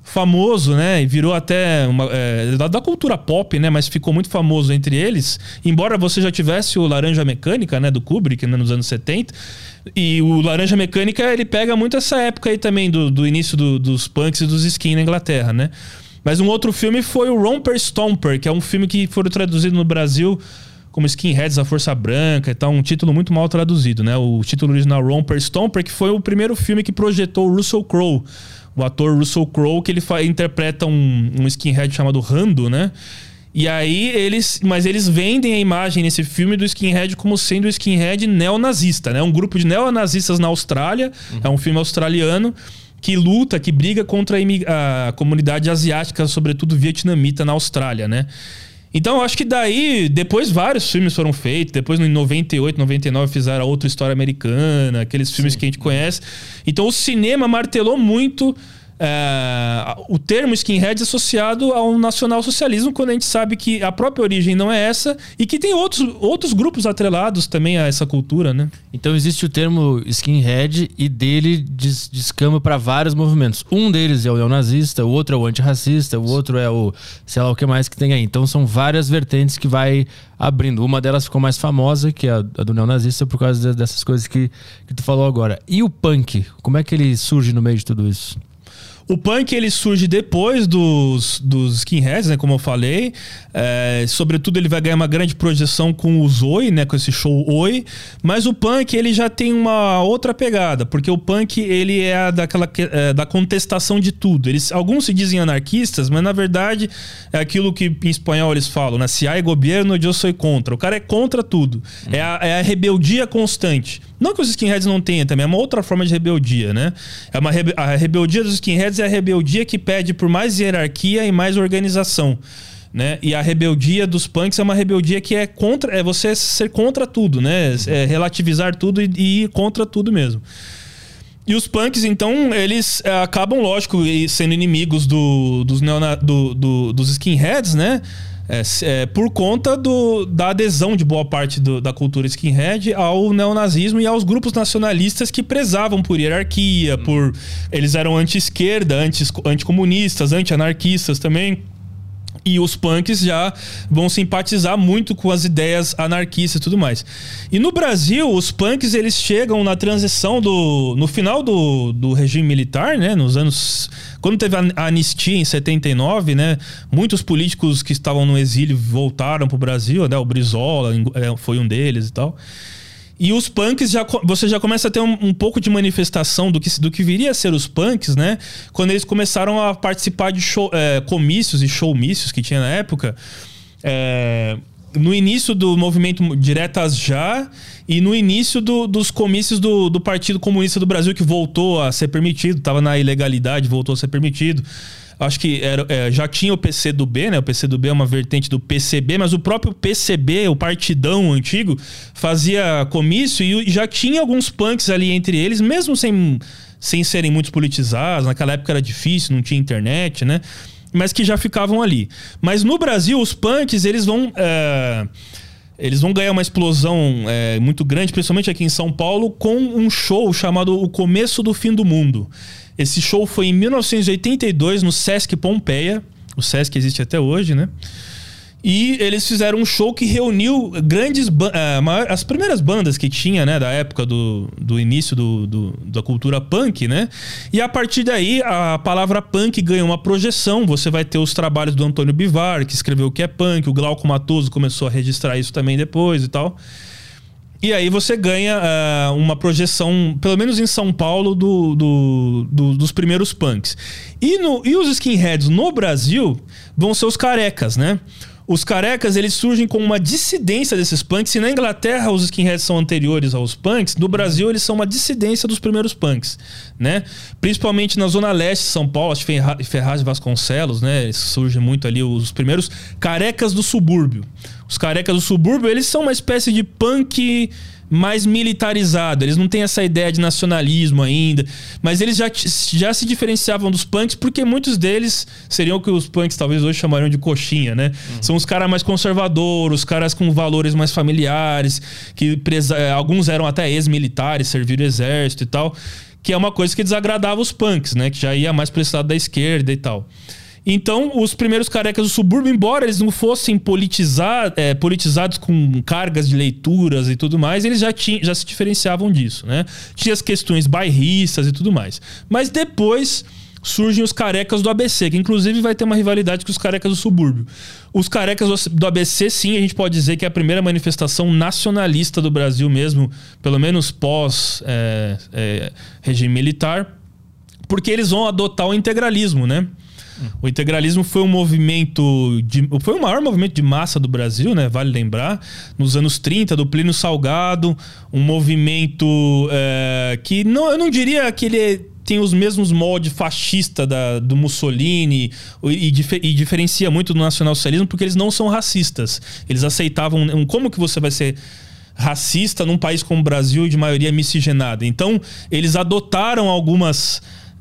famoso, né? E virou até uma, é, da, da cultura pop, né? Mas ficou muito famoso entre eles. Embora você já tivesse o Laranja Mecânica, né? Do Kubrick, né, nos anos setenta. E o Laranja Mecânica, ele pega muito essa época aí também do, do início do, dos punks e dos skin na Inglaterra, né? Mas um outro filme foi o Romper Stomper, que é um filme que foi traduzido no Brasil como Skinheads, a Força Branca e tal, um título muito mal traduzido, né? O título original Romper Stomper, que foi o primeiro filme que projetou o Russell Crowe, o ator Russell Crowe, que ele interpreta um, um skinhead chamado Rando, né? E aí eles... Mas eles vendem a imagem nesse filme do skinhead como sendo o skinhead neonazista, né? Um grupo de neonazistas na Austrália, uhum. É um filme australiano, que luta, que briga contra a, a comunidade asiática, sobretudo vietnamita na Austrália, né? Então eu acho que daí, depois vários filmes foram feitos, depois em noventa e oito, noventa e nove fizeram outra História Americana, aqueles filmes Sim. que a gente conhece. Então o cinema martelou muito é, o termo skinhead associado ao nacionalsocialismo, quando a gente sabe que a própria origem não é essa e que tem outros, outros grupos atrelados também a essa cultura, né? Então existe o termo skinhead e dele des, descamba para vários movimentos. Um deles é o neonazista, o outro é o antirracista, o outro é o sei lá o que mais que tem aí. Então são várias vertentes que vai abrindo. Uma delas ficou mais famosa, que é a, a do neonazista, por causa dessas coisas que, que tu falou agora. E o punk? Como é que ele surge no meio de tudo isso? O punk, ele surge depois dos, dos skinheads, né, como eu falei. É, sobretudo, ele vai ganhar uma grande projeção com o Zoe, né, com esse show Oi. Mas o punk, ele já tem uma outra pegada, porque o punk, ele é daquela, é, da contestação de tudo. Eles, alguns se dizem anarquistas, mas na verdade é aquilo que em espanhol eles falam, né? Se há governo, eu sou contra. O cara é contra tudo. Uhum. É, a, é a rebeldia constante. Não que os skinheads não tenham também, é uma outra forma de rebeldia, né? É uma rebe- a rebeldia dos skinheads é a rebeldia que pede por mais hierarquia e mais organização, né? E a rebeldia dos punks é uma rebeldia que é contra, é você ser contra tudo, né? É relativizar tudo e, e ir contra tudo mesmo. E os punks, então, eles é, acabam, lógico, sendo inimigos do, dos, neona, do, do, dos skinheads, né? É, é, por conta do, da adesão de boa parte do, da cultura skinhead ao neonazismo e aos grupos nacionalistas que prezavam por hierarquia, por eles eram anti-esquerda, anti, anticomunistas, anti-anarquistas também. E os punks já vão simpatizar muito com as ideias anarquistas e tudo mais. E no Brasil, os punks, eles chegam na transição do... No final do, do regime militar, né? Nos anos... Quando teve a anistia em setenta e nove, né? Muitos políticos que estavam no exílio voltaram pro Brasil, né? O Brizola foi um deles e tal. E os punks, já, você já começa a ter um, um pouco de manifestação do que, do que viria a ser os punks, né? Quando eles começaram a participar de show, é, comícios e showmícios que tinha na época. É, no início do movimento Diretas Já e no início do, dos comícios do, do Partido Comunista do Brasil, que voltou a ser permitido, estava na ilegalidade, voltou a ser permitido. Acho que era, é, já tinha o P C do B, né? O P C do B é uma vertente do P C B, mas o próprio P C B, o partidão antigo, fazia comício e já tinha alguns punks ali entre eles, mesmo sem, sem serem muito politizados. Naquela época era difícil, não tinha internet, né? Mas que já ficavam ali. Mas no Brasil, os punks, eles vão... É, eles vão ganhar uma explosão é, muito grande, principalmente aqui em São Paulo, com um show chamado O Começo do Fim do Mundo. Esse show foi em mil novecentos e oitenta e dois no Sesc Pompeia. O Sesc existe até hoje, né? E eles fizeram um show que reuniu grandes... Uh, as primeiras bandas que tinha, né? Da época do, do início do, do, da cultura punk, né? E a partir daí, a palavra punk ganhou uma projeção. Você vai ter os trabalhos do Antônio Bivar, que escreveu o que é punk. O Glauco Matoso começou a registrar isso também depois e tal. E aí você ganha uh, uma projeção, pelo menos em São Paulo, do, do, do, dos primeiros punks. E, no, e os skinheads no Brasil vão ser os carecas, né? Os carecas, eles surgem como uma dissidência desses punks. Se na Inglaterra os skinheads são anteriores aos punks, no Brasil eles são uma dissidência dos primeiros punks, né? Principalmente na zona leste de São Paulo, Ferraz de Vasconcelos, né? Surgem muito ali os primeiros carecas do subúrbio. Os carecas do subúrbio, eles são uma espécie de punk mais militarizado. Eles não têm essa ideia de nacionalismo ainda, mas eles já, já se diferenciavam dos punks porque muitos deles seriam o que os punks talvez hoje chamariam de coxinha, né? Uhum. São os caras mais conservadores, os caras com valores mais familiares, que presa, alguns eram até ex-militares, serviram exército e tal, que é uma coisa que desagradava os punks, né? Que já ia mais para esse lado da esquerda e tal. Então, os primeiros carecas do subúrbio, embora eles não fossem politizar, é, politizados com cargas de leituras e tudo mais, eles já, tinham, já se diferenciavam disso, né? Tinha as questões bairristas e tudo mais. Mas depois surgem os carecas do A B C, que inclusive vai ter uma rivalidade com os carecas do subúrbio. Os carecas do A B C, sim, a gente pode dizer que é a primeira manifestação nacionalista do Brasil mesmo, pelo menos pós é, é, regime militar, porque eles vão adotar o integralismo, né? O integralismo foi um movimento de, foi o maior movimento de massa do Brasil, né? Vale lembrar, nos anos trinta, do Plínio Salgado, um movimento é, que não, eu não diria que ele tem os mesmos moldes fascista da, do Mussolini e, e, e diferencia muito do nacionalsocialismo, porque eles não são racistas. Eles aceitavam um, como que você vai ser racista num país como o Brasil de maioria miscigenada. Então eles adotaram algumas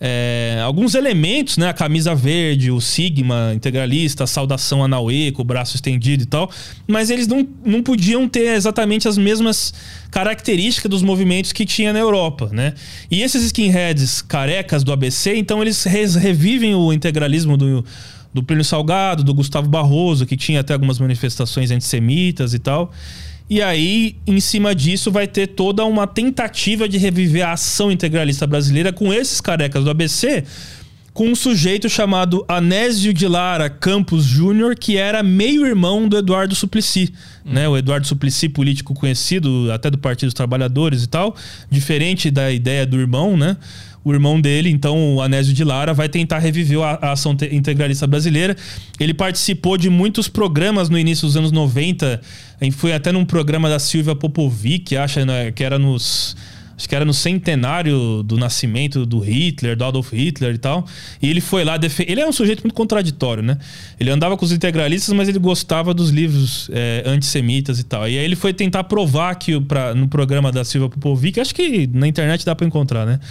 É, alguns elementos, né? A camisa verde, o sigma integralista, a saudação a Nauê, com o braço estendido e tal. Mas eles não, não podiam ter exatamente as mesmas características dos movimentos que tinha na Europa, né? E esses skinheads carecas do A B C, então eles res, revivem o integralismo do, do Plínio Salgado, do Gustavo Barroso, que tinha até algumas manifestações antissemitas e tal. E aí, em cima disso, vai ter toda uma tentativa de reviver a ação integralista brasileira com esses carecas do A B C, com um sujeito chamado Anésio de Lara Campos Júnior, que era meio-irmão do Eduardo Suplicy. Hum. Né? O Eduardo Suplicy, político conhecido até do Partido dos Trabalhadores e tal, diferente da ideia do irmão, né? O irmão dele, então, o Anésio de Lara, vai tentar reviver a, a ação integralista brasileira. Ele participou de muitos programas no início dos anos noventa. A gente foi até num programa da Silvia Popovic, acha, né, que era nos... Acho que era no centenário do nascimento do Hitler, do Adolf Hitler e tal. E ele foi lá... Def... Ele é um sujeito muito contraditório, né? Ele andava com os integralistas, mas ele gostava dos livros é, antissemitas e tal. E aí ele foi tentar provar que pra, no programa da Silvia Popovic, acho que na internet dá pra encontrar, né?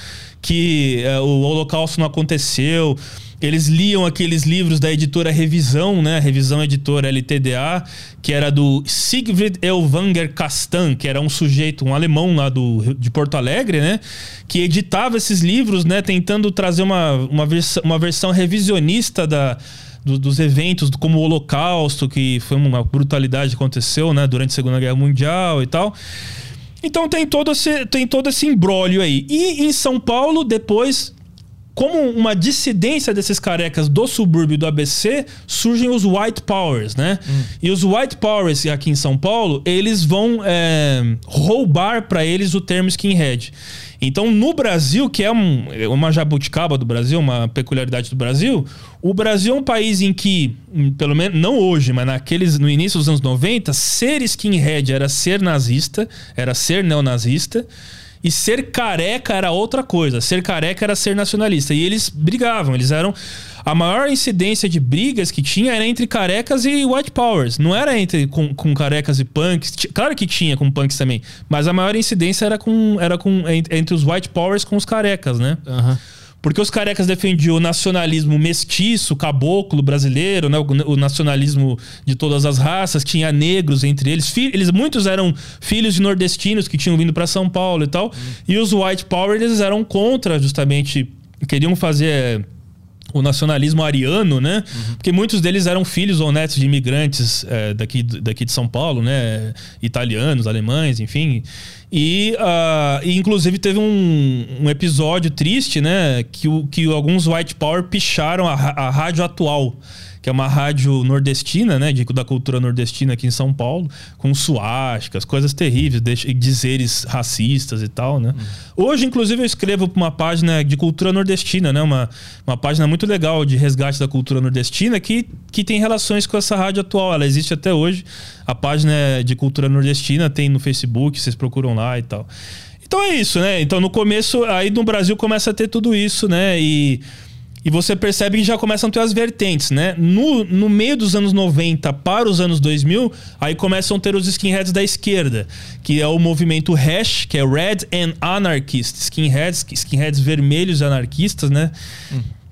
Que é, o Holocausto não aconteceu. Eles liam aqueles livros da editora Revisão, né? Revisão Editora L T D A, que era do Siegfried Ellwanger Castan, que era um sujeito, um alemão lá do, de Porto Alegre, né? Que editava esses livros, né? Tentando trazer uma, uma, vers uma versão revisionista da... Do, dos eventos como o Holocausto, que foi uma brutalidade que aconteceu, né, durante a Segunda Guerra Mundial e tal. Então tem todo esse, tem todo esse imbróglio aí. E em São Paulo, depois, como uma dissidência desses carecas do subúrbio do A B C, surgem os White Powers, né? Hum. E os White Powers aqui em São Paulo, eles vão é, roubar para eles o termo skinhead. Então, no Brasil, que é um, uma jabuticaba do Brasil, uma peculiaridade do Brasil, o Brasil é um país em que, pelo menos não hoje, mas naqueles, no início dos anos noventa, ser skinhead era ser nazista, era ser neonazista, e ser careca era outra coisa. Ser careca era ser nacionalista. E eles brigavam, eles eram... A maior incidência de brigas que tinha era entre carecas e white powers. Não era entre com, com carecas e punks. Claro que tinha com punks também. Mas a maior incidência era, com, era com, entre os white powers com os carecas, né? Uhum. Porque os carecas defendiam o nacionalismo mestiço, caboclo brasileiro, né? O, o nacionalismo de todas as raças. Tinha negros entre eles. Fi, eles muitos eram filhos de nordestinos que tinham vindo para São Paulo e tal. Uhum. E os white powers, eles eram contra, justamente... Queriam fazer... o nacionalismo ariano, né? Uhum. Porque muitos deles eram filhos ou netos de imigrantes é, daqui, daqui de São Paulo, né? Italianos, alemães, enfim. E, uh, e inclusive teve um, um episódio triste, né? Que, o, que alguns white power picharam a, a Rádio Atual, que é uma rádio nordestina, né, de, da cultura nordestina aqui em São Paulo, com suásticas, coisas terríveis, de, dizeres racistas e tal, né. Uhum. Hoje, inclusive, eu escrevo para uma página de cultura nordestina, né, uma, uma página muito legal de resgate da cultura nordestina que, que tem relações com essa rádio atual. Ela existe até hoje. A página de cultura nordestina tem no Facebook, vocês procuram lá e tal. Então é isso, né. Então no começo, aí no Brasil começa a ter tudo isso, né, e... E você percebe que já começam a ter as vertentes, né? No, no meio dos anos noventa para os anos dois mil, aí começam a ter os skinheads da esquerda, que é o movimento Hash, que é Red and Anarchist, skinheads, skinheads vermelhos e anarquistas, né? Hum.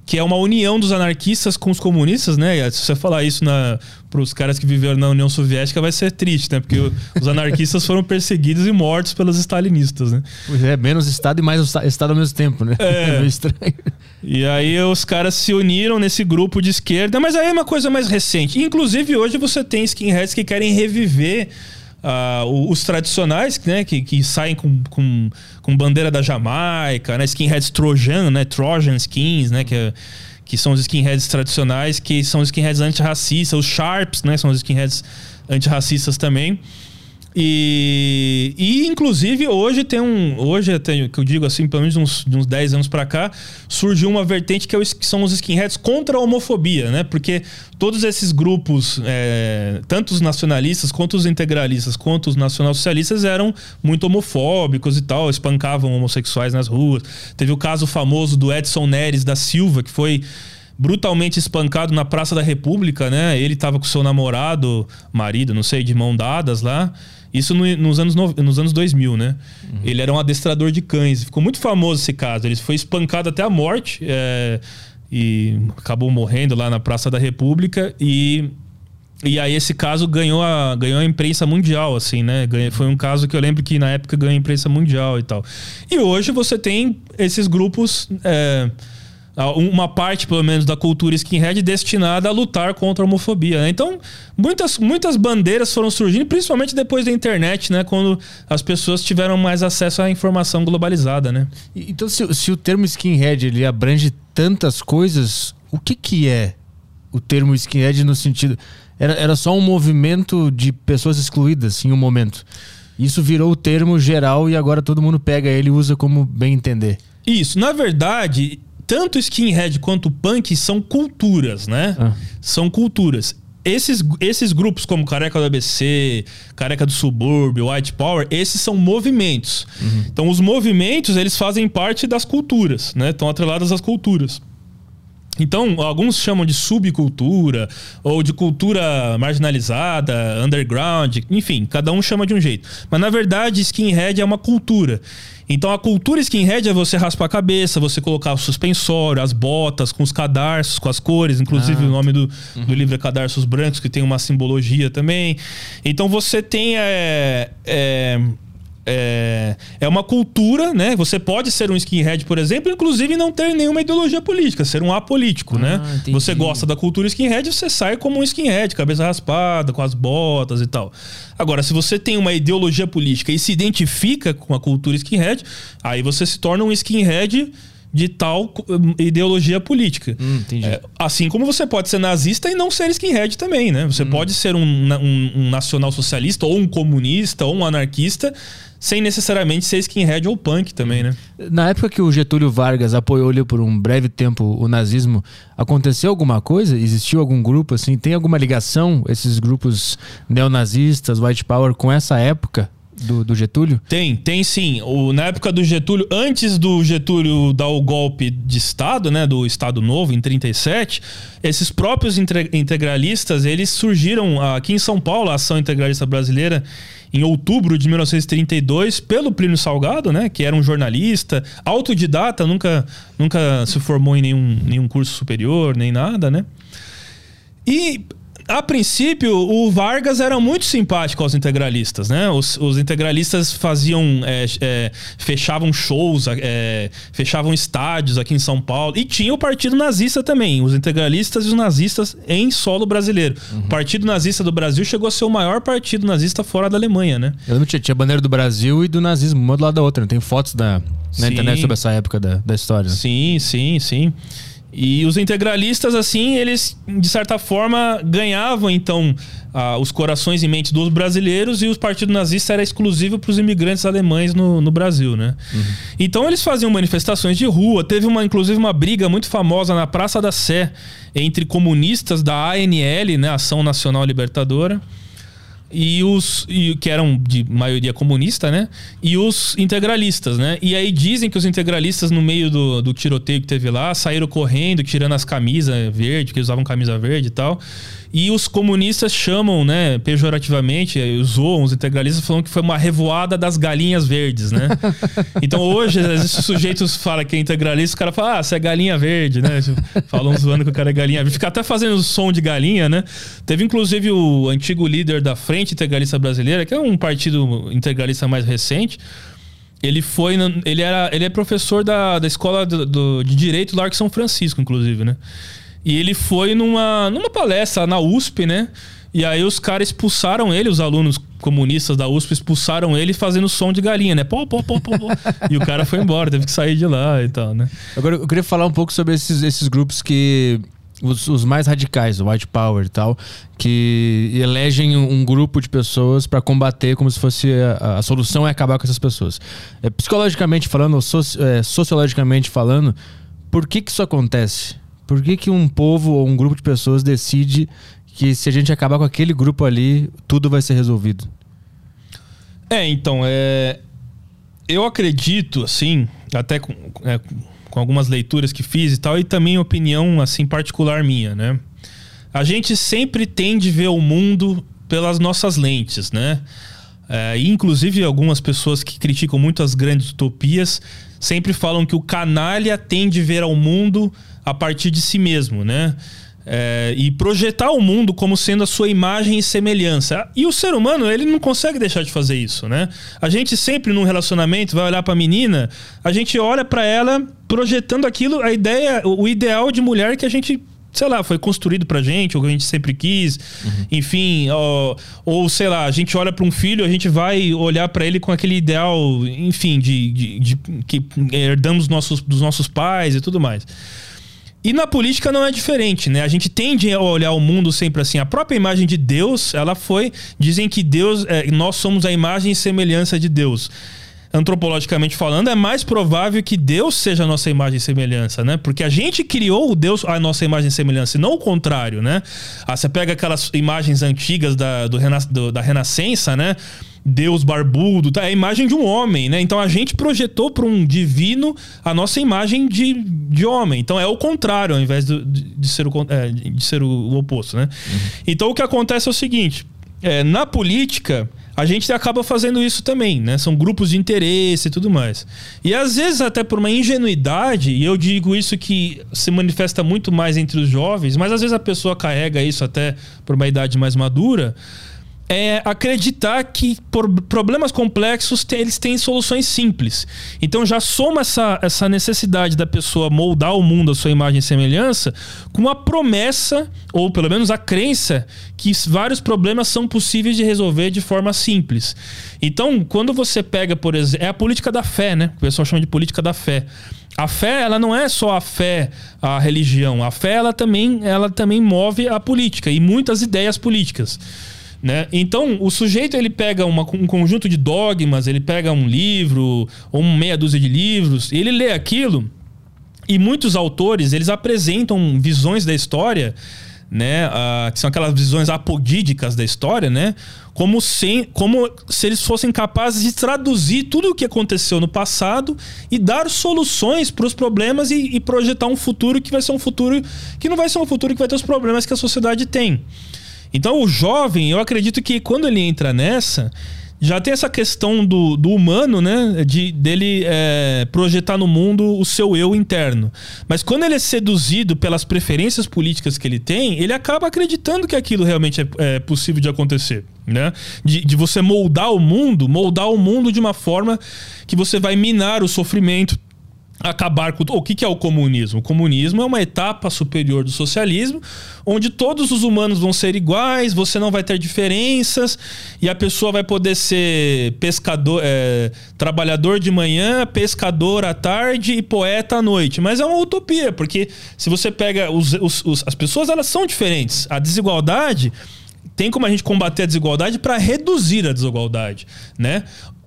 que é uma união dos anarquistas com os comunistas, né? Se você falar isso para os caras que viveram na União Soviética, vai ser triste, né? Porque o, os anarquistas foram perseguidos e mortos pelos stalinistas, né? É, menos Estado e mais Estado ao mesmo tempo, né? É, é meio estranho. E aí os caras se uniram nesse grupo de esquerda, mas aí é uma coisa mais recente. Inclusive, hoje você tem skinheads que querem reviver Uh, os tradicionais, né, que, que saem com, com, com bandeira da Jamaica, né, skinheads Trojan, né, Trojan skins, né, que, é, que são os skinheads tradicionais, que são os skinheads antirracistas, os Sharps, né, são os skinheads antirracistas também. E, e inclusive hoje tem um, hoje até que eu digo assim, pelo menos uns, uns dez anos pra cá, surgiu uma vertente que, é o, que são os skinheads contra a homofobia, né? Porque todos esses grupos, é, tanto os nacionalistas quanto os integralistas, quanto os nacionalsocialistas, eram muito homofóbicos e tal, espancavam homossexuais nas ruas. Teve o caso famoso do Edson Neres da Silva, que foi brutalmente espancado na Praça da República, né? Ele estava com seu namorado, marido, não sei, de mão dadas lá. Isso no, nos, anos no, nos anos dois mil, né? Uhum. Ele era um adestrador de cães. Ficou muito famoso esse caso. Ele foi espancado até a morte é, e acabou morrendo lá na Praça da República. E, e aí esse caso ganhou a, ganhou a imprensa mundial, assim, né? Ganhou, foi um caso que eu lembro que na época ganhou a imprensa mundial e tal. E hoje você tem esses grupos... É, uma parte, pelo menos, da cultura skinhead destinada a lutar contra a homofobia, né? Então, muitas, muitas bandeiras foram surgindo, principalmente depois da internet, né? Quando as pessoas tiveram mais acesso à informação globalizada, né? Então, se, se o termo skinhead ele abrange tantas coisas, o que que é o termo skinhead no sentido... Era, era só um movimento de pessoas excluídas em um momento. Isso virou o termo geral e agora todo mundo pega ele e usa como bem entender. Isso. Na verdade... Tanto o skinhead quanto o punk são culturas, né? Ah. São culturas. Esses, esses grupos como Careca do A B C, Careca do Subúrbio, White Power, esses são movimentos. Uhum. Então os movimentos, eles fazem parte das culturas, né? Estão atreladas às culturas. Então, alguns chamam de subcultura ou de cultura marginalizada, underground, enfim, cada um chama de um jeito. Mas, na verdade, skinhead é uma cultura. Então, a cultura skinhead é você raspar a cabeça, você colocar o suspensório, as botas, com os cadarços, com as cores. Inclusive, ah, o nome do, uhum. do livro é Cadarços Brancos, que tem uma simbologia também. Então, você tem... É, é, É, é uma cultura, né? Você pode ser um skinhead, por exemplo, inclusive não ter nenhuma ideologia política, ser um apolítico, ah, né? Entendi. Você gosta da cultura skinhead, você sai como um skinhead, cabeça raspada, com as botas e tal. Agora, se você tem uma ideologia política e se identifica com a cultura skinhead, aí você se torna um skinhead de tal ideologia política. Hum, entendi. É, assim como você pode ser nazista e não ser skinhead também, né? Você hum. pode ser um, um, um nacional-socialista ou um comunista ou um anarquista sem necessariamente ser skinhead ou punk também, né? Na época que o Getúlio Vargas apoiou ali por um breve tempo o nazismo, aconteceu alguma coisa? Existiu algum grupo assim? Tem alguma ligação, esses grupos neonazistas, white power, com essa época do, do Getúlio? Tem, tem sim. O, na época do Getúlio, antes do Getúlio dar o golpe de Estado, né, do Estado Novo, em trinta e sete, esses próprios integralistas, eles surgiram aqui em São Paulo, a Ação Integralista Brasileira, em outubro de mil novecentos e trinta e dois, pelo Plínio Salgado, né, que era um jornalista, autodidata, nunca, nunca se formou em nenhum, nenhum curso superior, nem nada, né? E, a princípio, o Vargas era muito simpático aos integralistas, né? Os, os integralistas faziam, é, é, fechavam shows, é, fechavam estádios aqui em São Paulo. E tinha o Partido Nazista também, os integralistas e os nazistas em solo brasileiro. Uhum. O Partido Nazista do Brasil chegou a ser o maior partido nazista fora da Alemanha, né? Eu lembro que tinha a bandeira do Brasil e do nazismo, uma do lado da outra. Tem fotos da, na sim. internet sobre essa época da, da história. Né? Sim, sim, sim. E os integralistas, assim, eles, de certa forma, ganhavam, então, ah, os corações e mentes dos brasileiros, e o Partido Nazista era exclusivo para os imigrantes alemães no, no Brasil, né? Uhum. Então, eles faziam manifestações de rua. Teve, uma, inclusive, uma briga muito famosa na Praça da Sé entre comunistas da A N L, né, Ação Nacional Libertadora, e os e, que eram de maioria comunista, né? E os integralistas, né? E aí dizem que os integralistas, no meio do, do tiroteio que teve lá, saíram correndo, tirando as camisas verdes, que usavam camisa verde e tal. E os comunistas chamam, né, pejorativamente, zoam os integralistas, falando que foi uma revoada das galinhas verdes, né? Então hoje, às vezes, os sujeitos falam que é integralista, o cara fala, ah, você é galinha verde, né? Falam zoando que o cara é galinha verde. Fica até fazendo som de galinha, né? Teve, inclusive, o antigo líder da Frente Integralista Brasileira, que é um partido integralista mais recente. Ele foi... Ele, era, ele é professor da, da escola do, do, de Direito do Largo São Francisco, inclusive, né? E ele foi numa, numa palestra na U S P, né? E aí os caras expulsaram ele, os alunos comunistas da U S P expulsaram ele fazendo som de galinha, né? Pô, pô, pô, pô, pô. E o cara foi embora, teve que sair de lá e tal, né? Agora, eu queria falar um pouco sobre esses, esses grupos que... Os, os mais radicais, o White Power e tal, que elegem um grupo de pessoas para combater como se fosse a, a solução é acabar com essas pessoas. É, psicologicamente falando, ou soci, é, sociologicamente falando, por que que isso acontece? Por que que um povo ou um grupo de pessoas decide que se a gente acabar com aquele grupo ali, tudo vai ser resolvido? É, então, é... eu acredito, assim, até com, é, com algumas leituras que fiz e tal, e também opinião, assim, particular minha, né? A gente sempre tende a ver o mundo pelas nossas lentes, né? É, e inclusive algumas pessoas que criticam muito as grandes utopias sempre falam que o canalha tende a ver ao mundo a partir de si mesmo, né? É, e projetar o mundo como sendo a sua imagem e semelhança. E o ser humano, ele não consegue deixar de fazer isso, né? A gente sempre, num relacionamento, vai olhar pra menina, a gente olha pra ela projetando aquilo, a ideia, o ideal de mulher que a gente, sei lá, foi construído pra gente, ou que a gente sempre quis, uhum. Enfim, ou, ou sei lá, a gente olha pra um filho, a gente vai olhar pra ele com aquele ideal, enfim, de, de, de que herdamos nossos, dos nossos pais e tudo mais. E na política não é diferente, né? A gente tende a olhar o mundo sempre assim. A própria imagem de Deus, ela foi... Dizem que Deus, é, nós somos a imagem e semelhança de Deus. Antropologicamente falando, é mais provável que Deus seja a nossa imagem e semelhança, né? Porque a gente criou o Deus a nossa imagem e semelhança, e não o contrário, né? Ah, você pega aquelas imagens antigas da, do, do, da Renascença, né? Deus barbudo, tá? É a imagem de um homem, né? Então a gente projetou para um divino a nossa imagem de, de homem. Então é o contrário, ao invés de, de, de, ser, o, é, de ser o, o oposto, né? Uhum. Então o que acontece é o seguinte, é, na política... A gente acaba fazendo isso também, né? São grupos de interesse e tudo mais. E às vezes até por uma ingenuidade, e eu digo isso que se manifesta muito mais entre os jovens, mas às vezes a pessoa carrega isso até por uma idade mais madura, é acreditar que por problemas complexos eles têm soluções simples. Então já soma essa, essa necessidade da pessoa moldar o mundo à sua imagem e semelhança com a promessa, ou pelo menos a crença, que vários problemas são possíveis de resolver de forma simples. Então, quando você pega, por exemplo... É a política da fé, né? O pessoal chama de política da fé. A fé, ela não é só a fé, a religião. A fé, ela também, ela também move a política e muitas ideias políticas. Né? Então, o sujeito ele pega uma, um conjunto de dogmas, ele pega um livro ou uma meia dúzia de livros, e ele lê aquilo, e muitos autores eles apresentam visões da história, né? Uh, que são aquelas visões apodídicas da história, né? Como, sem, como se eles fossem capazes de traduzir tudo o que aconteceu no passado e dar soluções para os problemas e, e projetar um futuro que vai ser um futuro que não vai ser um futuro que vai ter os problemas que a sociedade tem. Então o jovem, eu acredito que quando ele entra nessa, já tem essa questão do, do humano, né? De, dele é, projetar no mundo o seu eu interno. Mas quando ele é seduzido pelas preferências políticas que ele tem, ele acaba acreditando que aquilo realmente é, é possível de acontecer. Né? De, de você moldar o mundo, moldar o mundo de uma forma que você vai minar o sofrimento, acabar com... O que que é o comunismo? O comunismo é uma etapa superior do socialismo, onde todos os humanos vão ser iguais, você não vai ter diferenças, e a pessoa vai poder ser pescador, é, trabalhador de manhã, pescador à tarde e poeta à noite. Mas é uma utopia, porque se você pega... Os, os, os, as pessoas, elas são diferentes. A desigualdade... Tem como a gente combater a desigualdade para reduzir a desigualdade, né?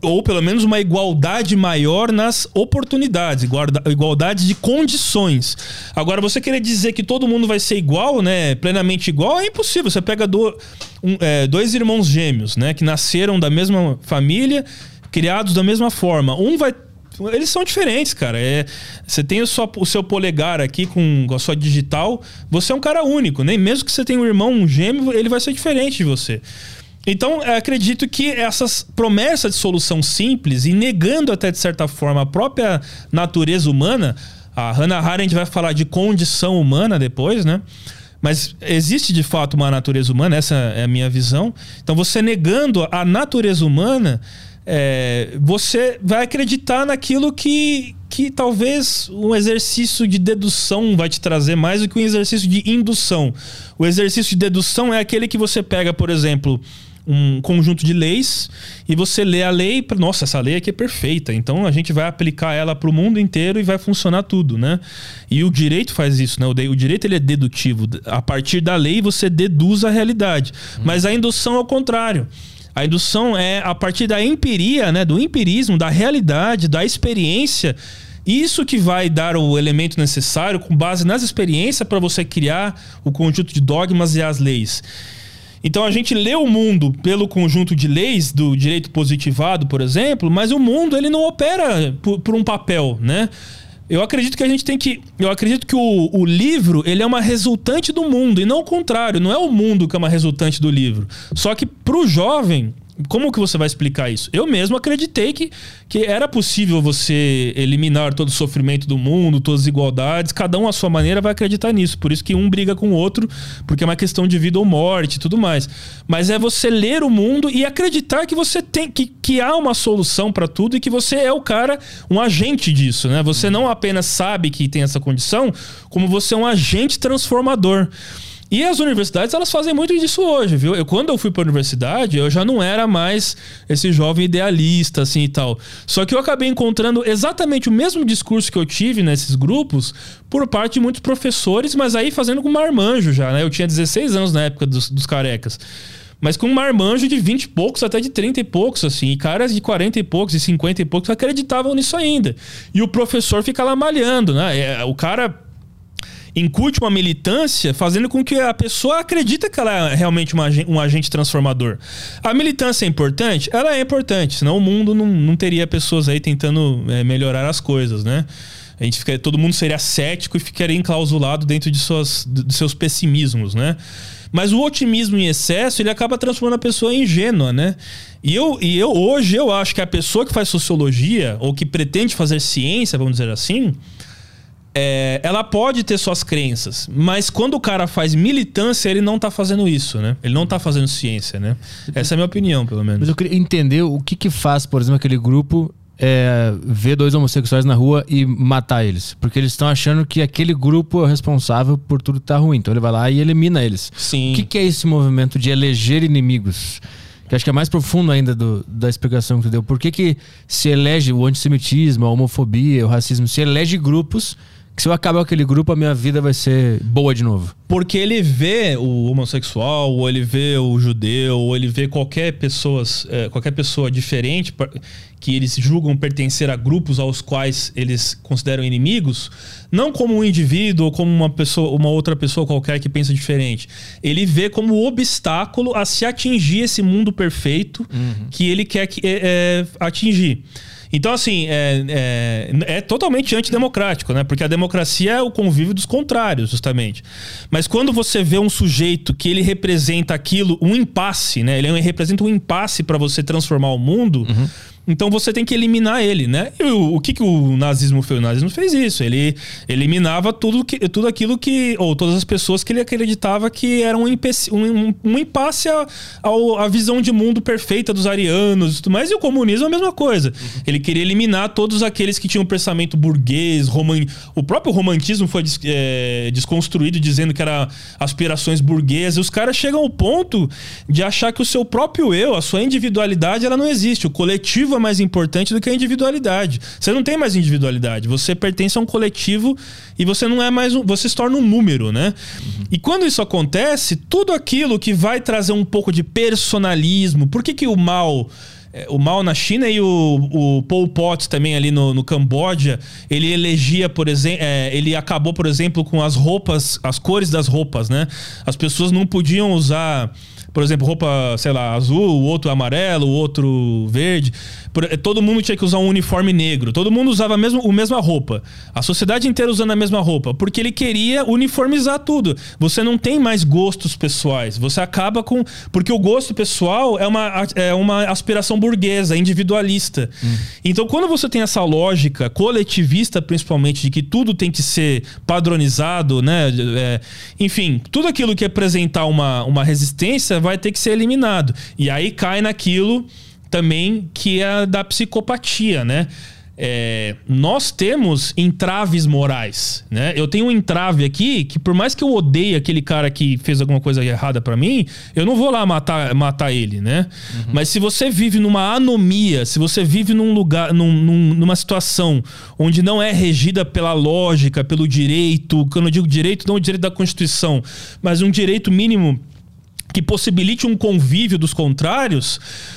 ou pelo menos uma igualdade maior nas oportunidades, igualdade de condições. Agora, você querer dizer que todo mundo vai ser igual, né, plenamente igual, é impossível. Você pega do, um, é, dois irmãos gêmeos, né, que nasceram da mesma família, criados da mesma forma. Um vai... Eles são diferentes, cara. É, você tem o, sua, o seu polegar aqui com a sua digital, você é um cara único, né? Mesmo que você tenha um irmão, um gêmeo, ele vai ser diferente de você. Então, acredito que essas promessas de solução simples e negando até de certa forma a própria natureza humana, a Hannah Arendt vai falar de condição humana depois, né? Mas existe de fato uma natureza humana, essa é a minha visão. Então, você negando a natureza humana, é, você vai acreditar naquilo que, que talvez um exercício de dedução vai te trazer mais do que um exercício de indução. O exercício de dedução é aquele que você pega, por exemplo, um conjunto de leis e você lê a lei e, nossa, essa lei aqui é perfeita, então a gente vai aplicar ela para o mundo inteiro e vai funcionar tudo, né? E o direito faz isso, né? O direito ele é dedutivo. A partir da lei você deduz a realidade. Hum. Mas a indução é o contrário. A indução é a partir da empiria, né? Do empirismo, da realidade, da experiência. Isso que vai dar o elemento necessário com base nas experiências para você criar o conjunto de dogmas e as leis. Então a gente lê o mundo pelo conjunto de leis do direito positivado, por exemplo, mas o mundo ele não opera por, por um papel, né? Eu acredito que a gente tem que... Eu acredito que o, o livro ele é uma resultante do mundo e não o contrário. Não é o mundo que é uma resultante do livro. Só que pro jovem... Como que você vai explicar isso? Eu mesmo acreditei que, que era possível você eliminar todo o sofrimento do mundo, todas as desigualdades. Cada um à sua maneira vai acreditar nisso. Por isso que um briga com o outro, porque é uma questão de vida ou morte e tudo mais. Mas é você ler o mundo e acreditar que você tem que, que há uma solução para tudo e que você é o cara, um agente disso, né? Você não apenas sabe que tem essa condição, como você é um agente transformador. E as universidades, elas fazem muito disso hoje, viu? Eu, quando eu fui para a universidade, eu já não era mais esse jovem idealista, assim, e tal. Só que eu acabei encontrando exatamente o mesmo discurso que eu tive nesses grupos por parte de muitos professores, mas aí fazendo com marmanjo já, né? Eu tinha dezesseis anos na época dos, dos carecas. Mas com um marmanjo de vinte e poucos até de trinta e poucos, assim. E caras de quarenta e poucos e cinquenta e poucos acreditavam nisso ainda. E o professor fica lá malhando, né? É, o cara... incute uma militância fazendo com que a pessoa acredite que ela é realmente uma, um agente transformador. A militância é importante? Ela é importante, senão o mundo não, não teria pessoas aí tentando é, melhorar as coisas, né? A gente fica, todo mundo seria cético e ficaria enclausulado dentro de, suas, de seus pessimismos, né? Mas o otimismo em excesso, ele acaba transformando a pessoa em ingênua, né? E eu, e eu hoje eu acho que a pessoa que faz sociologia ou que pretende fazer ciência, vamos dizer assim... É, ela pode ter suas crenças, mas quando o cara faz militância, ele não tá fazendo isso, né? Ele não tá fazendo ciência, né? Essa é a minha opinião, pelo menos. Mas eu queria entender o que que faz, por exemplo, aquele grupo é, ver dois homossexuais na rua e matar eles. Porque eles estão achando que aquele grupo é o responsável por tudo que tá ruim. Então ele vai lá e elimina eles. Sim. O que que é esse movimento de eleger inimigos? Que acho que é mais profundo ainda do, da explicação que tu deu. Por que que se elege o antissemitismo, a homofobia, o racismo, se elege grupos... que se eu acabar aquele grupo, a minha vida vai ser boa de novo? Porque ele vê o homossexual, ou ele vê o judeu, ou ele vê qualquer pessoa, é, qualquer pessoa diferente que eles julgam pertencer a grupos aos quais eles consideram inimigos, não como um indivíduo ou como uma pessoa, uma outra pessoa qualquer que pensa diferente. Ele vê como obstáculo a se atingir esse mundo perfeito uhum. que ele quer que, é, é, atingir. Então, assim, é, é, é totalmente antidemocrático, né? Porque a democracia é o convívio dos contrários, justamente. Mas quando você vê um sujeito que ele representa aquilo, um impasse, né? Ele representa um impasse para você transformar o mundo... Uhum. Então você tem que eliminar ele, né? E o, o que, que o nazismo fez? O nazismo fez isso. Ele eliminava tudo, que, tudo aquilo que... Ou todas as pessoas que ele acreditava que eram um, um, um impasse à, à visão de mundo perfeita dos arianos e tudo mais. E o comunismo é a mesma coisa. Uhum. Ele queria eliminar todos aqueles que tinham um pensamento burguês, roman... O próprio romantismo foi des, é, desconstruído dizendo que era aspirações burguesas. E os caras chegam ao ponto de achar que o seu próprio eu, a sua individualidade, ela não existe. O coletivo é mais importante do que a individualidade. Você não tem mais individualidade. Você pertence a um coletivo e você não é mais um, você se torna um número, né? Uhum. E quando isso acontece, tudo aquilo que vai trazer um pouco de personalismo, por que que o mal o Mao na China e o, o Pol Pot também ali no, no Camboja, ele elegia, por exemplo, é, ele acabou, por exemplo, com as roupas, as cores das roupas, né? As pessoas não podiam usar, por exemplo, roupa, sei lá, azul, o outro amarelo, o outro verde. Todo mundo tinha que usar um uniforme negro. Todo mundo usava a mesma, a mesma roupa. A sociedade inteira usando a mesma roupa. Porque ele queria uniformizar tudo. Você não tem mais gostos pessoais. Você acaba com... Porque o gosto pessoal é uma, é uma aspiração burguesa, individualista. Hum. Então, quando você tem essa lógica coletivista, principalmente, de que tudo tem que ser padronizado, né? É, enfim, tudo aquilo que apresentar uma, uma resistência vai ter que ser eliminado. E aí cai naquilo também que é da psicopatia, né? É, nós temos entraves morais, né? Eu tenho um entrave aqui que, por mais que eu odeie aquele cara que fez alguma coisa errada pra mim, eu não vou lá matar, matar ele, né? Uhum. Mas se você vive numa anomia, se você vive num lugar, num, num, numa situação onde não é regida pela lógica, pelo direito, quando eu digo direito, não o direito da Constituição, mas um direito mínimo que possibilite um convívio dos contrários,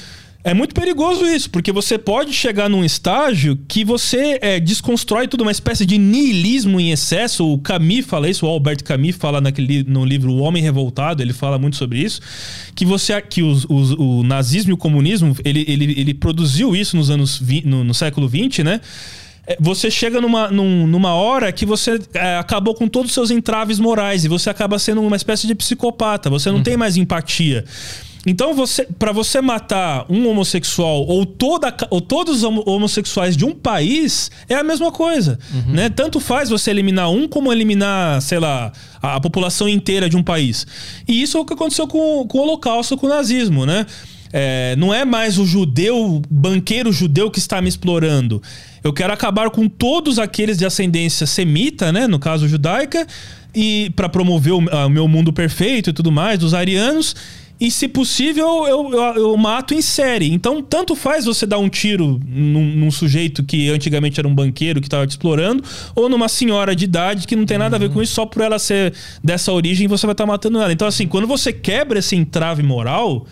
é muito perigoso isso, porque você pode chegar num estágio que você é, desconstrói tudo, uma espécie de niilismo em excesso. O Camus fala isso, o Albert Camus fala naquele, no livro O Homem Revoltado, ele fala muito sobre isso, que, você, que os, os, o nazismo e o comunismo, ele, ele, ele produziu isso nos anos vinte, no, no século vinte, né? Você chega numa, num, numa hora que você é, acabou com todos os seus entraves morais e você acaba sendo uma espécie de psicopata, você não hum. tem mais empatia. Então, você, para você matar um homossexual ou, toda, ou todos os homossexuais de um país, é a mesma coisa. Uhum. Né? Tanto faz você eliminar um como eliminar, sei lá, a, a população inteira de um país. E isso é o que aconteceu com, com o Holocausto, com o nazismo, né? É, não é mais o judeu, banqueiro judeu que está me explorando. Eu quero acabar com todos aqueles de ascendência semita, né? No caso judaica, e para promover o, o meu mundo perfeito e tudo mais, dos arianos. E, se possível, eu, eu, eu mato em série. Então, tanto faz você dar um tiro num, num sujeito que antigamente era um banqueiro que estava te explorando, ou numa senhora de idade que não tem nada a ver com isso, só por ela ser dessa origem você vai estar tá matando ela. Então, assim, quando você quebra esse entrave moral,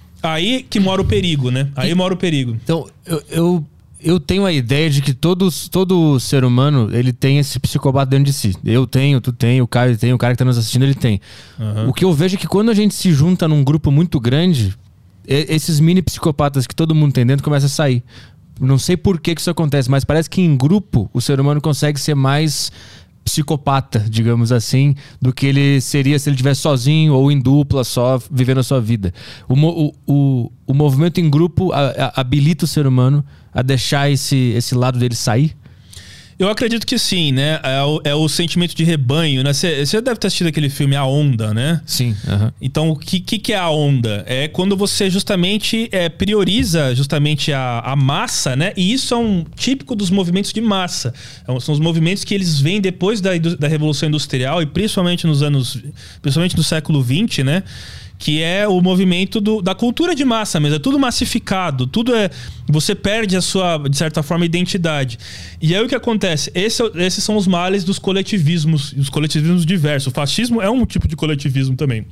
aí que mora o perigo, né? Aí mora o perigo. Então, eu... eu... Eu tenho a ideia de que todos, todo ser humano, ele tem esse psicopata dentro de si. Eu tenho, tu tem, o Caio tem, o cara que tá nos assistindo, ele tem. Uhum. O que eu vejo é que quando a gente se junta num grupo muito grande, esses mini psicopatas que todo mundo tem dentro começam a sair. Não sei por que que isso acontece, mas parece que em grupo o ser humano consegue ser mais psicopata, digamos assim, do que ele seria se ele estivesse sozinho ou em dupla, só vivendo a sua vida. O, o, o, o movimento em grupo a, a, habilita o ser humano a deixar esse, esse lado dele sair? Eu acredito que sim, né? É o, é o sentimento de rebanho, né? Você deve ter assistido aquele filme A Onda, né? Sim. Uh-huh. Então, o que, que, que é a onda? É quando você justamente é, prioriza justamente a, a massa, né? E isso é um típico dos movimentos de massa. É, são os movimentos que eles vêm depois da, da Revolução Industrial e principalmente nos anos... Principalmente no século vinte, né? Que é o movimento do, da cultura de massa mesmo. É tudo massificado, tudo é... Você perde a sua, de certa forma, identidade. E aí o que acontece? Esse, esses são os males dos coletivismos, os coletivismos diversos. O fascismo é um tipo de coletivismo também.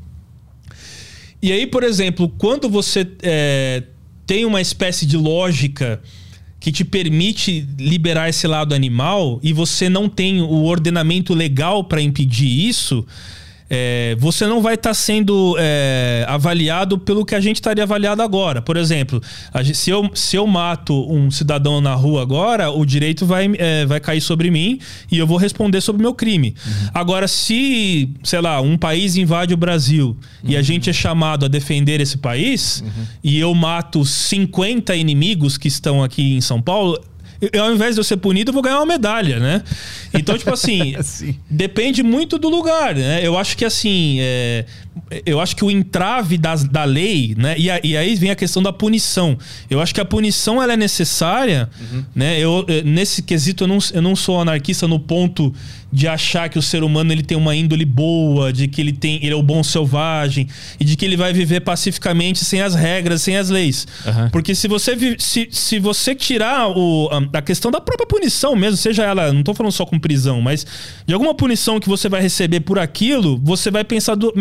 E aí, por exemplo, quando você é, tem uma espécie de lógica que te permite liberar esse lado animal e você não tem o ordenamento legal para impedir isso... É, você não vai estar tá sendo é, avaliado pelo que a gente estaria avaliado agora. Por exemplo, a gente, se, eu, se eu mato um cidadão na rua agora, o direito vai, é, vai cair sobre mim e eu vou responder sobre o meu crime. Uhum. Agora, se, sei lá, um país invade o Brasil uhum. e a gente é chamado a defender esse país uhum. e eu mato cinquenta inimigos que estão aqui em São Paulo... Eu, ao invés de eu ser punido, eu vou ganhar uma medalha, né? Então, tipo assim, depende muito do lugar, né? Eu acho que, assim, é, eu acho que o entrave das, da lei, né? E, a, e aí vem a questão da punição. Eu acho que a punição, ela é necessária, uhum. né? Eu, nesse quesito, eu não, eu não sou anarquista no ponto de achar que o ser humano ele tem uma índole boa, de que ele, tem, ele é o bom selvagem e de que ele vai viver pacificamente sem as regras, sem as leis. Uhum. Porque se você, se, se você tirar o, a, a questão da própria punição mesmo, seja ela, não estou falando só com prisão, mas de alguma punição que você vai receber por aquilo, você vai pensar, do, mesmo que você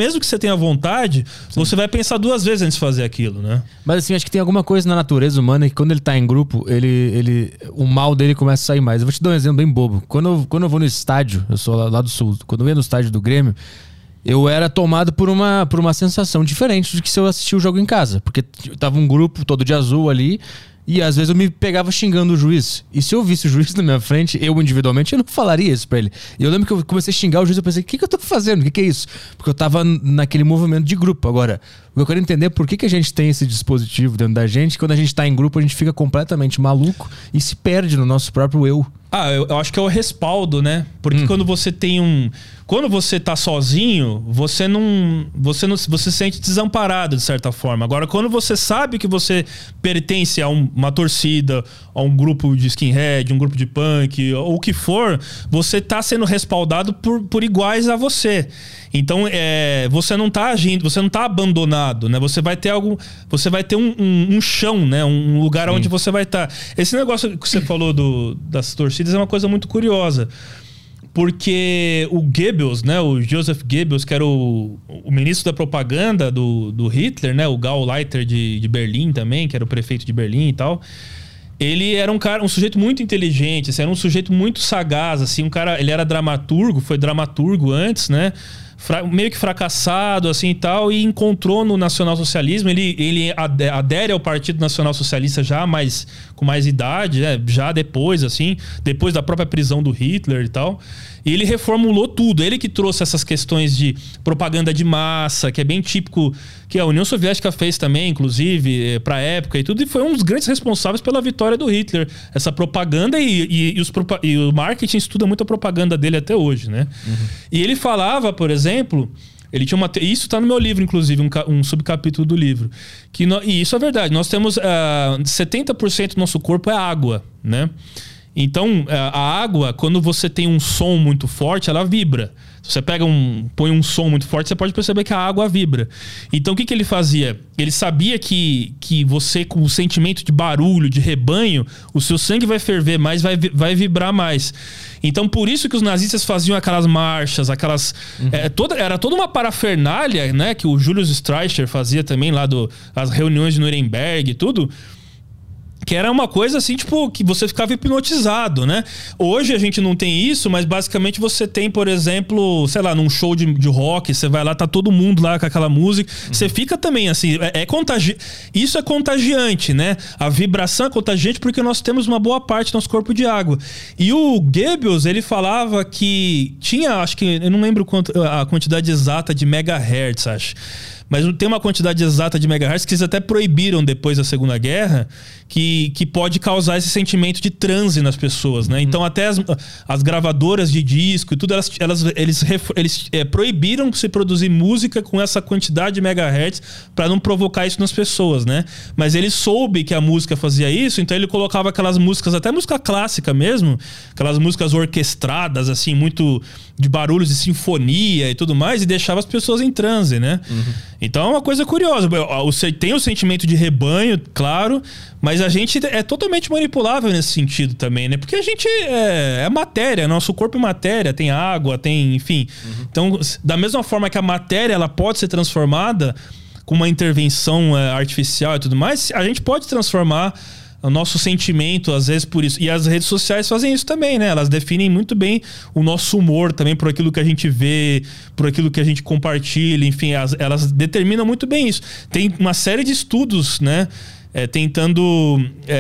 tenha vontade, Sim. você vai pensar duas vezes antes de fazer aquilo, né? Mas assim, acho que tem alguma coisa na natureza humana que quando ele tá em grupo, ele, ele, o mal dele começa a sair mais. Eu vou te dar um exemplo bem bobo. Quando eu, quando eu vou no estádio, eu sou lá, lá do sul, quando eu ia no estádio do Grêmio, eu era tomado por uma, por uma sensação diferente do que se eu assistia o jogo em casa. Porque tava um grupo todo de azul ali, e às vezes eu me pegava xingando o juiz. E se eu visse o juiz na minha frente, eu individualmente, eu não falaria isso pra ele. E eu lembro que eu comecei a xingar o juiz, eu pensei, o que, que eu tô fazendo? O que, que é isso? Porque eu tava naquele movimento de grupo. Agora, o que eu quero entender é por que, que a gente tem esse dispositivo dentro da gente, quando a gente tá em grupo, a gente fica completamente maluco e se perde no nosso próprio eu. Ah, eu, eu acho que é o respaldo, né? Porque hum. quando você tem um... Quando você tá sozinho, você não, você não... Você se sente desamparado, de certa forma. Agora, quando você sabe que você pertence a um, uma torcida, a um grupo de skinhead, um grupo de punk, ou o que for, você tá sendo respaldado por, por iguais a você. Então, é, você não tá agindo, você não tá abandonado, né? Você vai ter algum, você vai ter um, um, um chão, né? Um lugar Sim. onde você vai estar. Tá. Esse negócio que você falou do, das torcidas é uma coisa muito curiosa. Porque o Goebbels, né? O Joseph Goebbels, que era o, o ministro da propaganda do, do Hitler, né? O Gauleiter de, de Berlim também, que era o prefeito de Berlim e tal. Ele era um cara, um sujeito muito inteligente, assim, era um sujeito muito sagaz, assim, um cara, ele era dramaturgo, foi dramaturgo antes, né? Fra- meio que fracassado, assim e tal, e encontrou no nacionalsocialismo, ele, ele adere ao Partido Nacional Socialista já mais, com mais idade, né? Já depois, assim, depois da própria prisão do Hitler e tal. E ele reformulou tudo. Ele que trouxe essas questões de propaganda de massa, que é bem típico, que a União Soviética fez também, inclusive, para a época e tudo. E foi um dos grandes responsáveis pela vitória do Hitler. Essa propaganda e, e, e, os, e o marketing estuda muito a propaganda dele até hoje, né? Uhum. E ele falava, por exemplo... Ele tinha uma te... Isso está no meu livro, inclusive, um, ca... um subcapítulo do livro. Que no... E isso é verdade. Nós temos... Uh, setenta por cento do nosso corpo é água, né? Então, a água, quando você tem um som muito forte, ela vibra. Se você pega um, põe um som muito forte, você pode perceber que a água vibra. Então, o que, que ele fazia? Ele sabia que, que você, com o sentimento de barulho, de rebanho, o seu sangue vai ferver mais, vai, vai vibrar mais. Então, por isso que os nazistas faziam aquelas marchas, aquelas... Uhum. É, toda, era toda uma parafernália, né? Que o Julius Streicher fazia também lá, do, as reuniões de Nuremberg e tudo... Que era uma coisa assim, tipo, que você ficava hipnotizado, né? Hoje a gente não tem isso, mas basicamente você tem, por exemplo, sei lá, num show de, de rock, você vai lá, tá todo mundo lá com aquela música, uhum. Você fica também assim, é, é contagi... isso é contagiante, né? A vibração é contagiante porque nós temos uma boa parte do nosso corpo de água. E o Goebbels, ele falava que tinha, acho que, eu não lembro quanto, a quantidade exata de megahertz, acho. Mas tem uma quantidade exata de megahertz que eles até proibiram depois da Segunda Guerra, que, que pode causar esse sentimento de transe nas pessoas, né? Uhum. Então até as, as gravadoras de disco e tudo, elas, elas, eles, eles é, proibiram se produzir música com essa quantidade de megahertz para não provocar isso nas pessoas, né? Mas ele soube que a música fazia isso, então ele colocava aquelas músicas, até música clássica mesmo, aquelas músicas orquestradas, assim, muito de barulhos de sinfonia e tudo mais, e deixava as pessoas em transe, né? Uhum. Então é uma coisa curiosa. Tem o sentimento de rebanho, claro, mas a gente é totalmente manipulável nesse sentido também, né? Porque a gente é, é matéria, nosso corpo é matéria, tem água, tem, enfim. Uhum. Então, da mesma forma que a matéria ela pode ser transformada com uma intervenção é, artificial e tudo mais, a gente pode transformar o nosso sentimento, às vezes, por isso. E as redes sociais fazem isso também, né? Elas definem muito bem o nosso humor também, por aquilo que a gente vê, por aquilo que a gente compartilha, enfim, as, elas determinam muito bem isso. Tem uma série de estudos, né? É, tentando...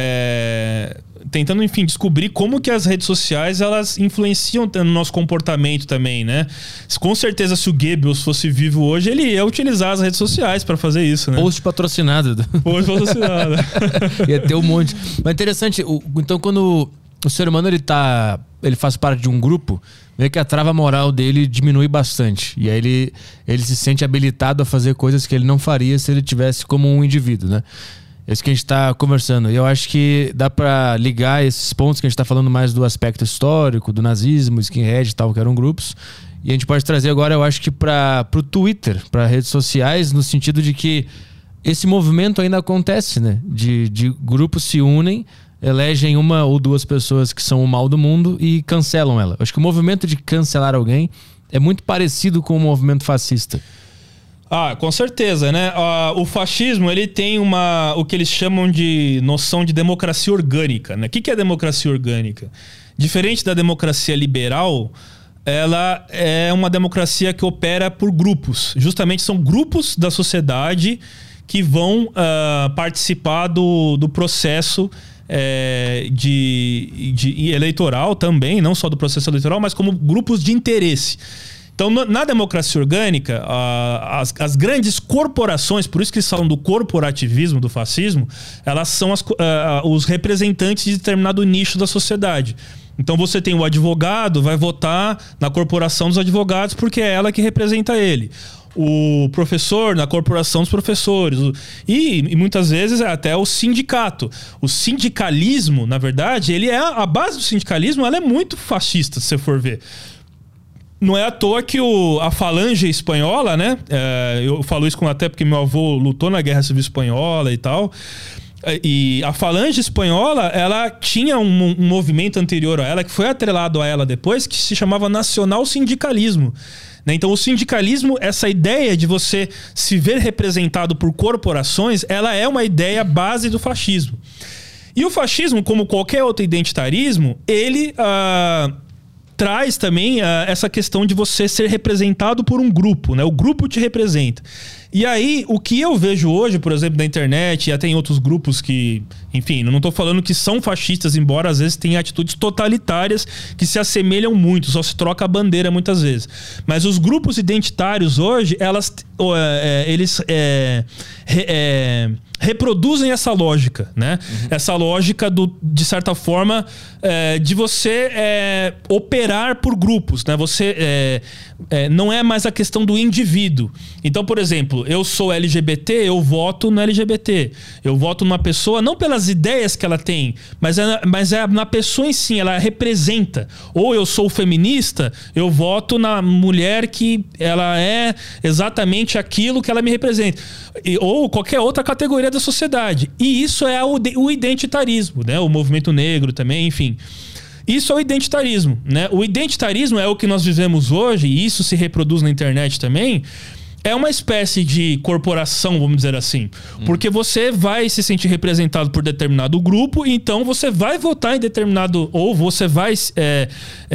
É, tentando, enfim, descobrir como que as redes sociais, elas influenciam no nosso comportamento também, né? Com certeza, se o Goebbels fosse vivo hoje, ele ia utilizar as redes sociais para fazer isso, né? Post patrocinado. Post patrocinado. Ia ter um monte. Mas interessante, o, então quando o ser humano, ele tá... ele faz parte de um grupo, vê que a trava moral dele diminui bastante. E aí ele, ele se sente habilitado a fazer coisas que ele não faria se ele tivesse como um indivíduo, né? É isso que a gente está conversando. E eu acho que dá para ligar esses pontos que a gente está falando mais do aspecto histórico, do nazismo, skinhead e tal, que eram grupos. E a gente pode trazer agora, eu acho que para o Twitter, para redes sociais, no sentido de que esse movimento ainda acontece, né? De, de grupos se unem, elegem uma ou duas pessoas que são o mal do mundo e cancelam ela. Eu acho que o movimento de cancelar alguém é muito parecido com o movimento fascista. Ah, com certeza, né? Uh, o fascismo, ele tem uma, o que eles chamam de noção de democracia orgânica, né? O que, que é democracia orgânica? Diferente da democracia liberal, ela é uma democracia que opera por grupos. Justamente são grupos da sociedade que vão uh, participar do, do processo é, de, de eleitoral também, não só do processo eleitoral, mas como grupos de interesse. Então, na democracia orgânica, as, as grandes corporações, por isso que eles falam do corporativismo, do fascismo, elas são as, os representantes de determinado nicho da sociedade. Então, você tem o advogado, vai votar na corporação dos advogados porque é ela que representa ele. O professor na corporação dos professores. E, e muitas vezes até o sindicato. O sindicalismo, na verdade, ele é a base do sindicalismo, ela é muito fascista, se você for ver. Não é à toa que o, a falange espanhola, né? É, eu falo isso com, até porque meu avô lutou na Guerra Civil Espanhola e tal. E a falange espanhola, ela tinha um, um movimento anterior a ela, que foi atrelado a ela depois, que se chamava nacional-sindicalismo. Né? Então, o sindicalismo, essa ideia de você se ver representado por corporações, ela é uma ideia base do fascismo. E o fascismo, como qualquer outro identitarismo, ele... Ah, traz também uh, essa questão de você ser representado por um grupo, né? O grupo te representa. E aí, o que eu vejo hoje, por exemplo, na internet, e até em outros grupos que, enfim, não estou falando que são fascistas, embora às vezes tenham atitudes totalitárias que se assemelham muito, só se troca a bandeira muitas vezes. Mas os grupos identitários hoje, elas, é, eles é, é, reproduzem essa lógica, né? Uhum. Essa lógica, do, de certa forma, é, de você é, operar por grupos, né? Você é, é, não é mais a questão do indivíduo. Então, por exemplo, eu sou L G B T, eu voto no L G B T. Eu voto numa pessoa, não pelas ideias que ela tem, mas é, mas é na pessoa em si, ela representa. Ou eu sou feminista, eu voto na mulher que ela é exatamente aquilo que ela me representa. E, ou qualquer outra categoria da sociedade. E isso é o, o identitarismo, né? O movimento negro também, enfim. Isso é o identitarismo, né? O identitarismo é o que nós vivemos hoje, e isso se reproduz na internet também. É uma espécie de corporação, vamos dizer assim. Hum. Porque você vai se sentir representado por determinado grupo, então você vai votar em determinado... Ou você vai é,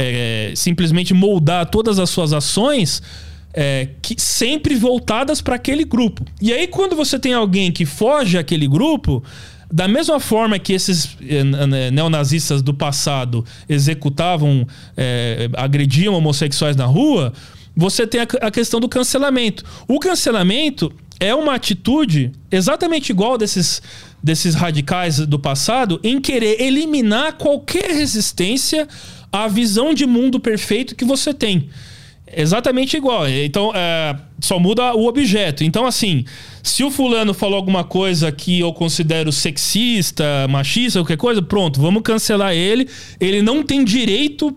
é, simplesmente moldar todas as suas ações é, que, sempre voltadas para aquele grupo. E aí, quando você tem alguém que foge àquele grupo... Da mesma forma que esses eh, neonazistas do passado executavam, eh, agrediam homossexuais na rua, você tem a, a questão do cancelamento. O cancelamento é uma atitude exatamente igual desses, desses radicais do passado em querer eliminar qualquer resistência à visão de mundo perfeito que você tem. Exatamente igual. Então, é, só muda o objeto. Então, assim, se o fulano falou alguma coisa que eu considero sexista, machista, qualquer coisa, pronto, vamos cancelar ele. Ele não tem direito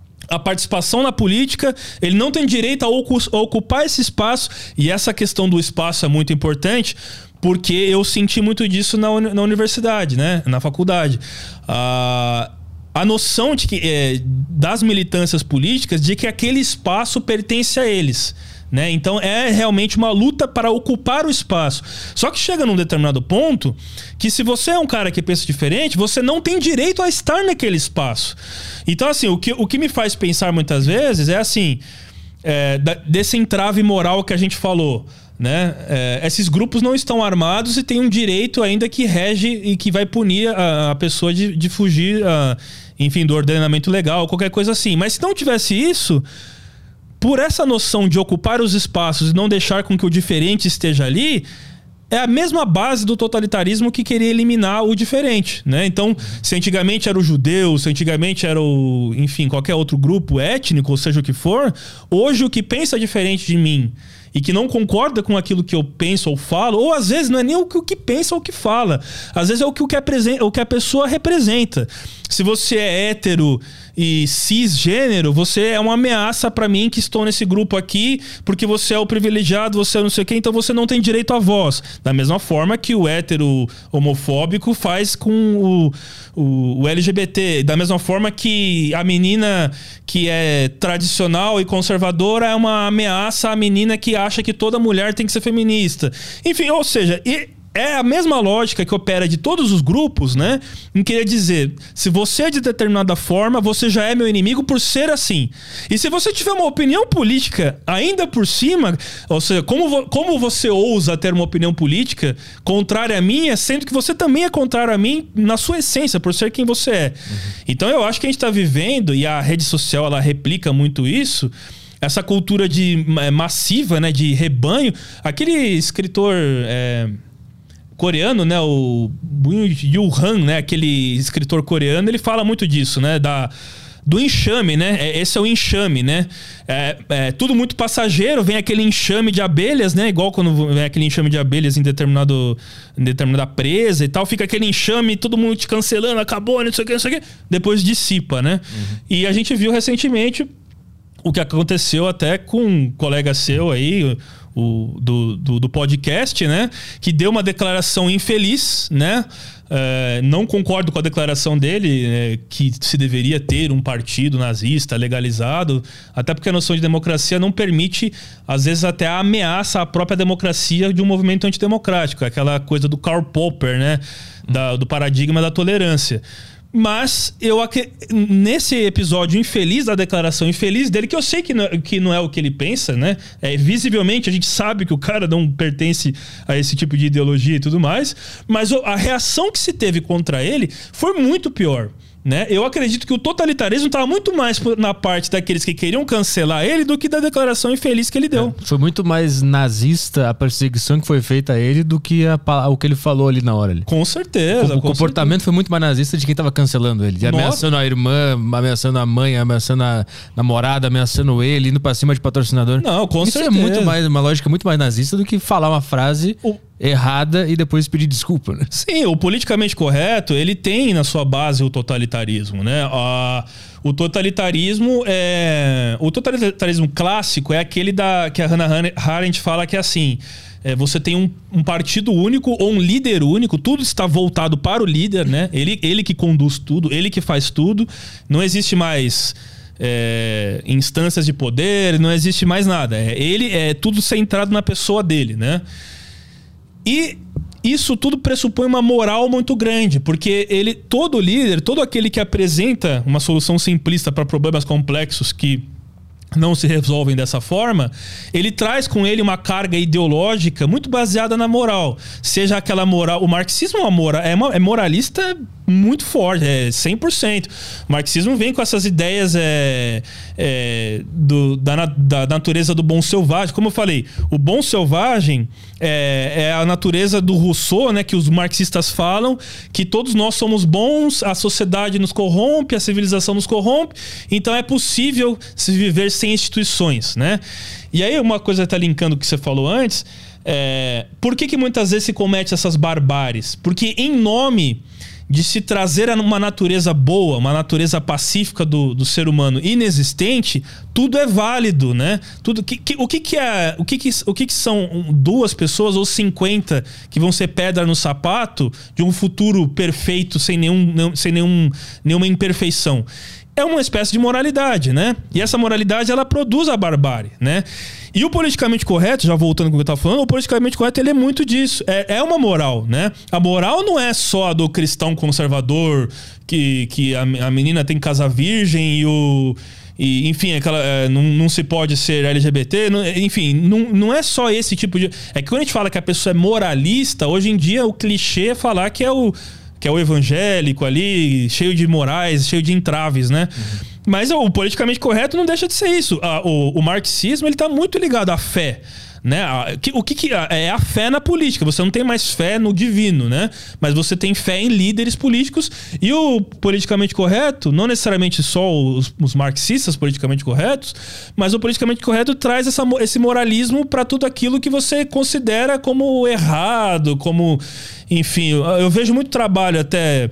à participação na política, ele não tem direito a ocupar esse espaço. E essa questão do espaço é muito importante, porque eu senti muito disso na, uni- na universidade, né? Na faculdade. Ah... A noção de que, é, das militâncias políticas de que aquele espaço pertence a eles, né? Então é realmente uma luta para ocupar o espaço. Só que chega num determinado ponto que, se você é um cara que pensa diferente, você não tem direito a estar naquele espaço. Então, assim, o que, o que me faz pensar muitas vezes é assim, é, desse entrave moral que a gente falou, né? É, esses grupos não estão armados e tem um direito ainda que rege e que vai punir a, a pessoa de, de fugir, a, enfim, do ordenamento legal, qualquer coisa assim. Mas se não tivesse isso, por essa noção de ocupar os espaços e não deixar com que o diferente esteja ali, é a mesma base do totalitarismo que queria eliminar o diferente, né? Então, se antigamente era o judeu, se antigamente era o, enfim, qualquer outro grupo étnico, ou seja o que for, hoje o que pensa diferente de mim e que não concorda com aquilo que eu penso ou falo, ou às vezes não é nem o que, o que pensa ou o que fala, às vezes é o que, o que, a, o que a pessoa representa. Se você é hétero e cisgênero, você é uma ameaça pra mim que estou nesse grupo aqui, porque você é o privilegiado, você é não sei o quê, então você não tem direito à voz. Da mesma forma que o hétero homofóbico faz com o, o, o L G B T. Da mesma forma que a menina que é tradicional e conservadora é uma ameaça à menina que acha acha que toda mulher tem que ser feminista. Enfim, ou seja... E, é a mesma lógica que opera de todos os grupos, né? Em querer dizer, se você é de determinada forma, você já é meu inimigo por ser assim. E se você tiver uma opinião política ainda por cima, ou seja, como, como você ousa ter uma opinião política contrária à minha, sendo que você também é contrário a mim na sua essência, por ser quem você é. Uhum. Então eu acho que a gente está vivendo, e a rede social ela replica muito isso, essa cultura de, é, massiva, né? De rebanho. Aquele escritor... É, coreano, né, o Byung-Chul Han, né, aquele escritor coreano, ele fala muito disso, né, da, do enxame, né, esse é o enxame, né, é, é tudo muito passageiro, vem aquele enxame de abelhas, né, igual quando vem aquele enxame de abelhas em, determinado, em determinada presa e tal, fica aquele enxame, todo mundo te cancelando, acabou, não sei o que, não sei o que, depois dissipa, né, uhum. E a gente viu recentemente o que aconteceu até com um colega seu aí, o, do, do, do podcast, né? Que deu uma declaração infeliz, né? Uh, não concordo com a declaração dele, é, que se deveria ter um partido nazista legalizado, até porque a noção de democracia não permite, às vezes até ameaça a própria democracia de um movimento antidemocrático, aquela coisa do Karl Popper, né? Da, do paradigma da tolerância. Mas eu nesse episódio infeliz da declaração infeliz dele, que eu sei que não, que não é o que ele pensa, né? É, visivelmente a gente sabe que o cara não pertence a esse tipo de ideologia e tudo mais, mas a reação que se teve contra ele foi muito pior. Né? Eu acredito que o totalitarismo estava muito mais na parte daqueles que queriam cancelar ele do que da declaração infeliz que ele deu. É, foi muito mais nazista a perseguição que foi feita a ele do que a, o que ele falou ali na hora. Ali. Com certeza. O, o com comportamento certeza. Foi muito mais nazista de quem estava cancelando ele. De ameaçando a irmã, ameaçando a mãe, ameaçando a namorada, ameaçando ele, indo pra cima de patrocinador. Não, com Isso certeza. é muito mais, uma lógica muito mais nazista do que falar uma frase... O... errada e depois pedir desculpa, né? Sim, o politicamente correto, ele tem na sua base o totalitarismo, né? A, o totalitarismo é... O totalitarismo clássico é aquele da, que a Hannah Arendt fala que é assim... É, você tem um, um partido único ou um líder único, tudo está voltado para o líder, né? Ele, ele que conduz tudo, ele que faz tudo. Não existe mais... É, instâncias de poder, não existe mais nada. É, ele é tudo centrado na pessoa dele, né? E isso tudo pressupõe uma moral muito grande, porque ele, todo líder, todo aquele que apresenta uma solução simplista para problemas complexos que não se resolvem dessa forma, ele traz com ele uma carga ideológica muito baseada na moral. Seja aquela moral... O marxismo é, uma moral, é, uma, é moralista muito forte, é cem por cento. O marxismo vem com essas ideias é, é, do, da, da natureza do bom selvagem. Como eu falei, o bom selvagem é, é a natureza do Rousseau, né, que os marxistas falam, que todos nós somos bons, a sociedade nos corrompe, a civilização nos corrompe, então é possível se viver sem instituições, né? E aí uma coisa que tá linkando o que você falou antes, é, por que que muitas vezes se comete essas barbáries? Porque em nome de se trazer uma natureza boa, uma natureza pacífica do, do ser humano inexistente, tudo é válido, né? Tudo, que, que, o que, que é, o que, que, o que, que são duas pessoas ou cinquenta que vão ser pedra no sapato de um futuro perfeito sem, nenhum, sem nenhum, nenhuma imperfeição? É uma espécie de moralidade, né? E essa moralidade, ela produz a barbárie, né? E o politicamente correto, já voltando com o que eu estava falando, o politicamente correto, ele é muito disso. É, é uma moral, né? A moral não é só a do cristão conservador, que, que a, a menina tem que casar virgem e o... E, enfim, aquela, é, não, não se pode ser L G B T, não, enfim, não, não é só esse tipo de... É que quando a gente fala que a pessoa é moralista, hoje em dia o clichê é falar que é o... que é o evangélico ali, cheio de morais, cheio de entraves, né? Uhum. Mas o politicamente correto não deixa de ser isso. O, o marxismo, ele tá muito ligado à fé, né? O que, que é a fé na política? Você não tem mais fé no divino, né? Mas você tem fé em líderes políticos. E o politicamente correto, não necessariamente só os, os marxistas politicamente corretos, mas o politicamente correto traz essa, esse moralismo para tudo aquilo que você considera como errado, como... Enfim, eu vejo muito trabalho até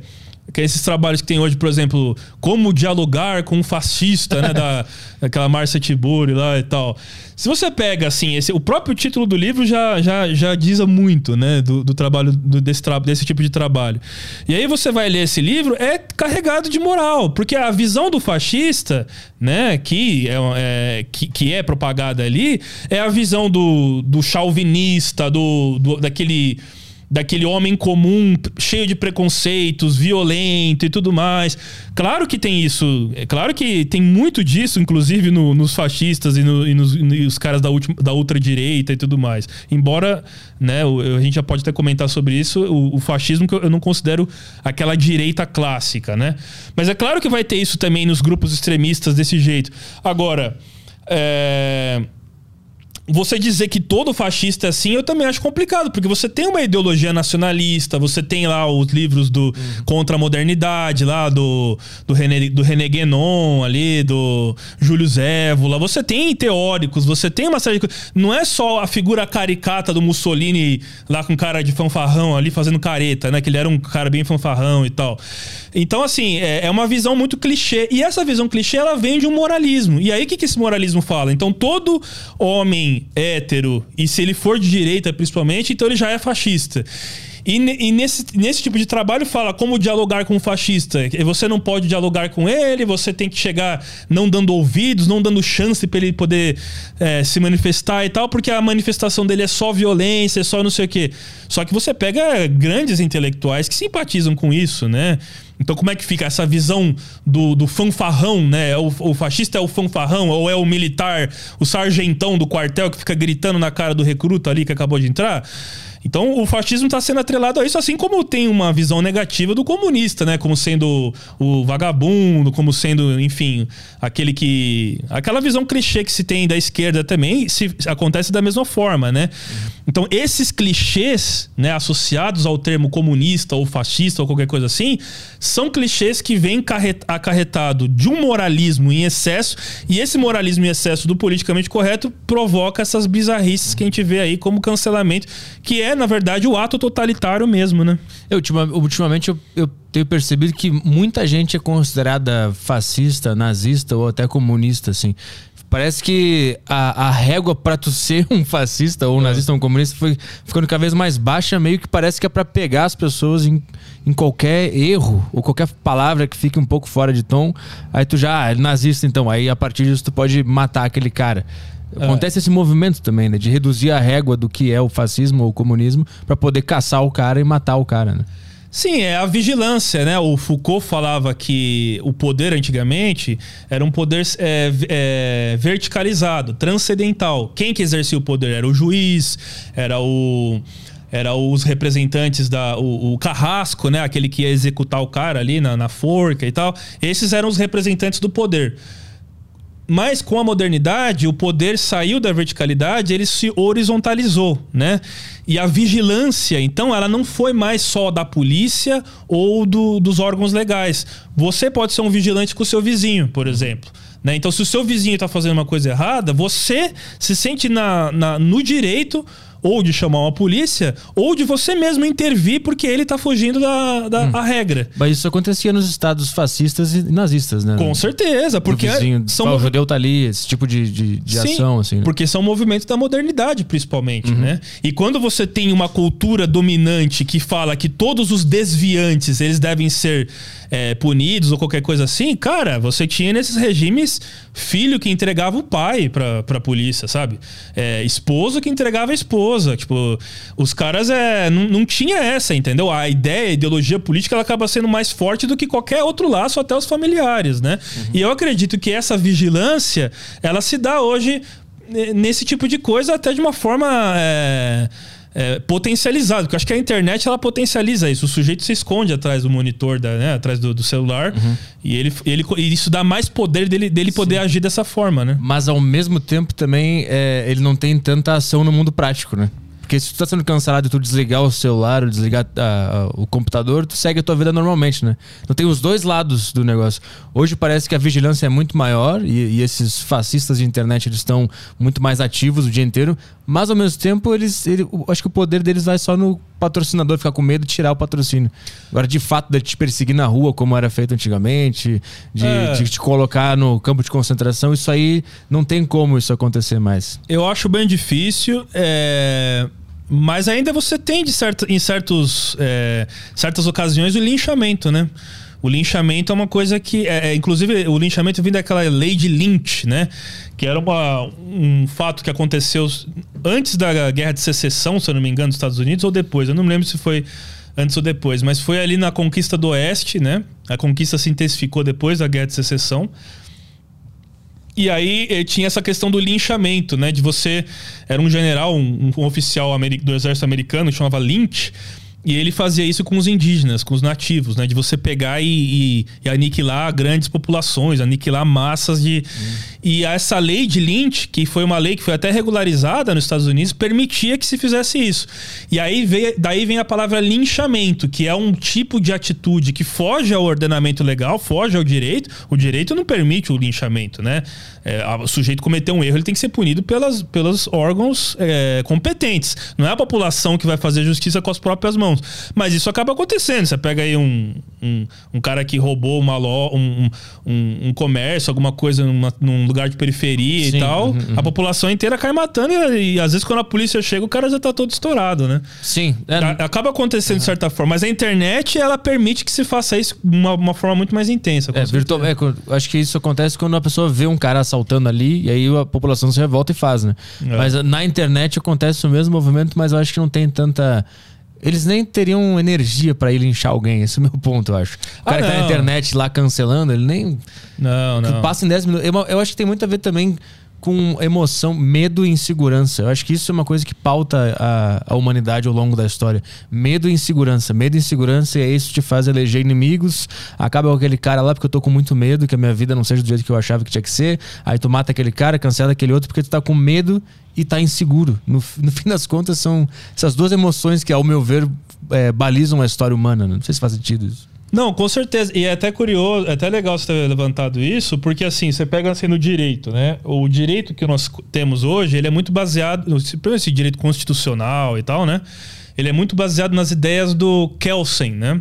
Que é esses trabalhos que tem hoje, por exemplo, Como Dialogar com um Fascista, né? Da, daquela Márcia Tiburi lá e tal. Se você pega, assim, esse, o próprio título do livro já, já, já diz muito, né? Do, do trabalho, do, desse, tra, desse tipo de trabalho. E aí você vai ler esse livro, é carregado de moral. Porque a visão do fascista, né? Que é, é, que, que é propagada ali, é a visão do, do chauvinista, do, do, daquele... daquele homem comum, cheio de preconceitos, violento e tudo mais. Claro que tem isso, é claro que tem muito disso, inclusive no, nos fascistas e, no, e nos, nos caras da, ultima, da ultradireita e tudo mais. Embora, né, a gente já pode até comentar sobre isso, o, o fascismo que eu não considero aquela direita clássica, né? Mas é claro que vai ter isso também nos grupos extremistas desse jeito. Agora, é... você dizer que todo fascista é assim, eu também acho complicado, porque você tem uma ideologia nacionalista, você tem lá os livros do uhum. contra a modernidade, lá do, do, René, do René Guénon, ali, do Júlio Zévola, você tem teóricos, você tem uma série de coisas. Não é só a figura caricata do Mussolini lá com cara de fanfarrão ali fazendo careta, né? Que ele era um cara bem fanfarrão e tal. Então, assim, é, é uma visão muito clichê. E essa visão clichê, ela vem de um moralismo. E aí, o que, que esse moralismo fala? Então, todo homem hétero, e se ele for de direita principalmente, então ele já é fascista. E, e nesse, nesse tipo de trabalho fala como dialogar com um fascista. Você não pode dialogar com ele, você tem que chegar não dando ouvidos, não dando chance para ele poder é, se manifestar e tal, porque a manifestação dele é só violência, é só não sei o quê. Só que você pega grandes intelectuais que simpatizam com isso, né? Então como é que fica essa visão do, do fanfarrão, né? O, o fascista é o fanfarrão, ou é o militar, o sargentão do quartel que fica gritando na cara do recruta ali que acabou de entrar? Então o fascismo está sendo atrelado a isso, assim como tem uma visão negativa do comunista, né? Como sendo o vagabundo, como sendo, enfim, aquele que... aquela visão clichê que se tem da esquerda também se, acontece da mesma forma, né? Uhum. Então esses clichês, né, associados ao termo comunista ou fascista ou qualquer coisa assim, são clichês que vêm acarretado de um moralismo em excesso, e esse moralismo em excesso do politicamente correto provoca essas bizarrices que a gente vê aí como cancelamento, que é, na verdade, o ato totalitário mesmo, né? Eu, ultimamente eu, eu tenho percebido que muita gente é considerada fascista, nazista ou até comunista, assim. Parece que a, a régua pra tu ser um fascista ou um nazista ou um comunista foi ficando cada vez mais baixa, meio que parece que é pra pegar as pessoas em, em qualquer erro ou qualquer palavra que fique um pouco fora de tom. Aí tu já, ah, é nazista então, aí a partir disso tu pode matar aquele cara. Acontece é. esse movimento também, né? De reduzir a régua do que é o fascismo ou o comunismo pra poder caçar o cara e matar o cara, né? Sim, é a vigilância, né? O Foucault falava que o poder antigamente era um poder é, é, verticalizado, transcendental. Quem que exercia o poder? Era o juiz, era o... era os representantes da... O, o carrasco, né? Aquele que ia executar o cara ali na, na forca e tal. Esses eram os representantes do poder. Mas com a modernidade, o poder saiu da verticalidade, ele se horizontalizou, né? E a vigilância, então, ela não foi mais só da polícia ou do, dos órgãos legais. Você pode ser um vigilante com o seu vizinho, por exemplo. Né? Então, se o seu vizinho está fazendo uma coisa errada, você se sente na, na, no direito ou de chamar uma polícia, ou de você mesmo intervir porque ele tá fugindo da, da hum. a regra. Mas isso acontecia nos estados fascistas e nazistas, né? Com certeza, porque... Vizinho, são o judeu tá ali, esse tipo de, de, de Sim, ação, assim. Né? Porque são movimentos da modernidade, principalmente, uhum. né? E quando você tem uma cultura dominante que fala que todos os desviantes, eles devem ser é, punidos ou qualquer coisa assim, cara, você tinha nesses regimes filho que entregava o pai pra, pra polícia, sabe? É, esposo que entregava a esposa. Tipo, os caras é, não, não tinha essa, entendeu? A ideia, a ideologia política, ela acaba sendo mais forte do que qualquer outro laço, até os familiares, né? Uhum. E eu acredito que essa vigilância, ela se dá hoje nesse tipo de coisa até de uma forma... É... É, potencializado, porque eu acho que a internet ela potencializa isso. O sujeito se esconde atrás do monitor, da, né, atrás do, do celular, uhum. e, ele, ele, e isso dá mais poder dele, dele poder agir dessa forma, né? Mas ao mesmo tempo também é, ele não tem tanta ação no mundo prático, né? Porque se tu tá sendo cancelado e tu desligar o celular ou desligar a, a, o computador, tu segue a tua vida normalmente, né? Então tem os dois lados do negócio. Hoje parece que a vigilância é muito maior e, e esses fascistas de internet eles estão muito mais ativos o dia inteiro, mas ao mesmo tempo eles, ele, acho que o poder deles vai só no patrocinador ficar com medo de tirar o patrocínio. Agora, de fato, de te perseguir na rua como era feito antigamente, de, é. de te colocar no campo de concentração, isso aí não tem como isso acontecer mais. Eu acho bem difícil, é... mas ainda você tem de certo, em certos, é... certas ocasiões o linchamento, né? O linchamento é uma coisa que... É, é, inclusive, o linchamento vem daquela lei de Lynch, né? Que era uma, um fato que aconteceu antes da Guerra de Secessão, se eu não me engano, dos Estados Unidos, ou depois. Eu não me lembro se foi antes ou depois. Mas foi ali na conquista do Oeste, né? A conquista se intensificou depois da Guerra de Secessão. E aí tinha essa questão do linchamento, né? De você... Era um general, um, um oficial do exército americano, que chamava Lynch... E ele fazia isso com os indígenas, com os nativos, né? De você pegar e, e, e aniquilar grandes populações, aniquilar massas de... Hum. E essa lei de Lynch, que foi uma lei que foi até regularizada nos Estados Unidos, permitia que se fizesse isso. E aí veio, daí vem a palavra linchamento, que é um tipo de atitude que foge ao ordenamento legal, foge ao direito. O direito não permite o linchamento, né? É, o sujeito cometeu um erro, ele tem que ser punido pelas, pelos órgãos é, competentes. Não é a população que vai fazer justiça com as próprias mãos. Mas isso acaba acontecendo. Você pega aí um, um, um cara que roubou uma lo, um, um, um comércio, alguma coisa numa, num lugar de periferia. Sim, e tal. Uhum, uhum. A população inteira cai matando e, e às vezes quando a polícia chega o cara já tá todo estourado, né? Sim. É... Acaba acontecendo uhum. de certa forma. Mas a internet, ela permite que se faça isso de uma, uma forma muito mais intensa. É, virtual, é, acho que isso acontece quando a pessoa vê um cara assaltando ali e aí a população se revolta e faz, né? É. Mas na internet acontece o mesmo movimento, mas eu acho que não tem tanta... Eles nem teriam energia pra ir linchar alguém. Esse é o meu ponto, eu acho. O cara ah, que tá na internet lá cancelando, ele nem... Não, não. Passa em dez minutos. Eu, eu acho que tem muito a ver também com emoção, medo e insegurança. Eu acho que isso é uma coisa que pauta a, a humanidade ao longo da história. Medo e insegurança. Medo e insegurança, e é isso que te faz eleger inimigos. Acaba com aquele cara lá porque eu tô com muito medo que a minha vida não seja do jeito que eu achava que tinha que ser. Aí tu mata aquele cara, cancela aquele outro porque tu tá com medo e tá inseguro. No, no fim das contas, são essas duas emoções que, ao meu ver, é, balizam a história humana. Não sei se faz sentido isso. Não, com certeza. E é até curioso, é até legal você ter levantado isso, porque assim, você pega assim no direito, né? O direito que nós temos hoje, ele é muito baseado, esse direito constitucional e tal, né? Ele é muito baseado nas ideias do Kelsen, né?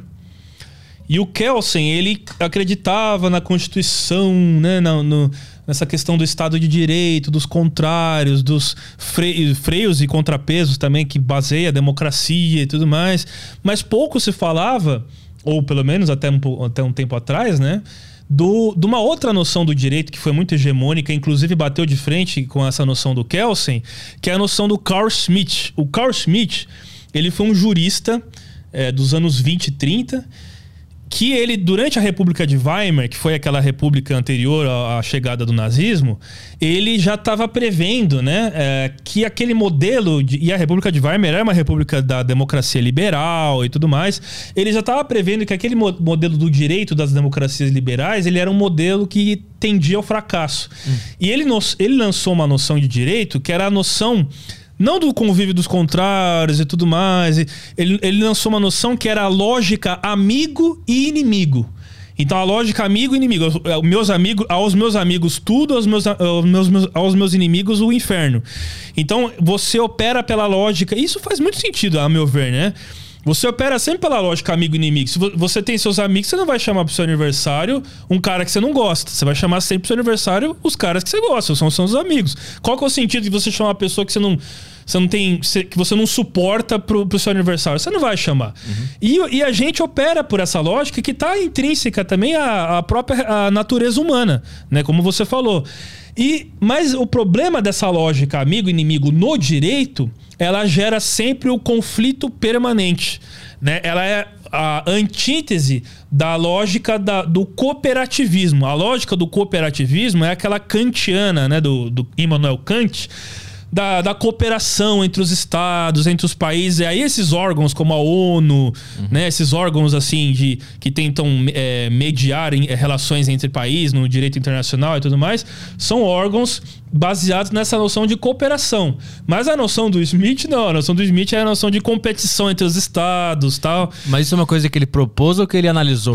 E o Kelsen, ele acreditava na Constituição, né? No, no, nessa questão do Estado de Direito, dos contrários, dos fre- freios e contrapesos também, que baseia a democracia e tudo mais. Mas pouco se falava... ou pelo menos até um, até um tempo atrás, né? Do, de uma outra noção do direito que foi muito hegemônica, inclusive bateu de frente com essa noção do Kelsen, que é a noção do Carl Schmitt. O Carl Schmitt, ele foi um jurista é, dos anos vinte e trinta, que ele, durante a República de Weimar, que foi aquela república anterior à chegada do nazismo, ele já estava prevendo, né, é, que aquele modelo, de, e a República de Weimar era uma república da democracia liberal e tudo mais, ele já estava prevendo que aquele mo- modelo do direito das democracias liberais, ele era um modelo que tendia ao fracasso. Hum. E ele, nos, ele lançou uma noção de direito que era a noção... não do convívio dos contrários e tudo mais. Ele, ele lançou uma noção que era a lógica amigo e inimigo. Então a lógica amigo e inimigo. Meus amigos, aos meus amigos tudo, aos meus, aos, meus, aos meus inimigos o inferno. Então você opera pela lógica. Isso faz muito sentido, a meu ver, né? Você opera sempre pela lógica amigo e inimigo. Se você tem seus amigos, você não vai chamar pro seu aniversário um cara que você não gosta. Você vai chamar sempre pro seu aniversário os caras que você gosta. São, são os amigos. Qual que é o sentido de você chamar uma pessoa que você não... Você não tem, que você não suporta pro, pro seu aniversário? Você não vai chamar. Uhum. E, e a gente opera por essa lógica que tá intrínseca também à, à própria à natureza humana, né? Como você falou. E, mas o problema dessa lógica amigo-inimigo no direito, ela gera sempre o conflito permanente, né? Ela é a antítese da lógica da, do cooperativismo. A lógica do cooperativismo é aquela kantiana, né? Do, do Immanuel Kant, Da, da cooperação entre os estados, entre os países. E aí esses órgãos como a ONU, uhum. né, esses órgãos assim de, que tentam é, mediar em, é, relações entre países no direito internacional e tudo mais, são órgãos baseados nessa noção de cooperação. Mas a noção do Schmitt, não. A noção do Schmitt é a noção de competição entre os estados, tal. Mas isso é uma coisa que ele propôs ou que ele analisou?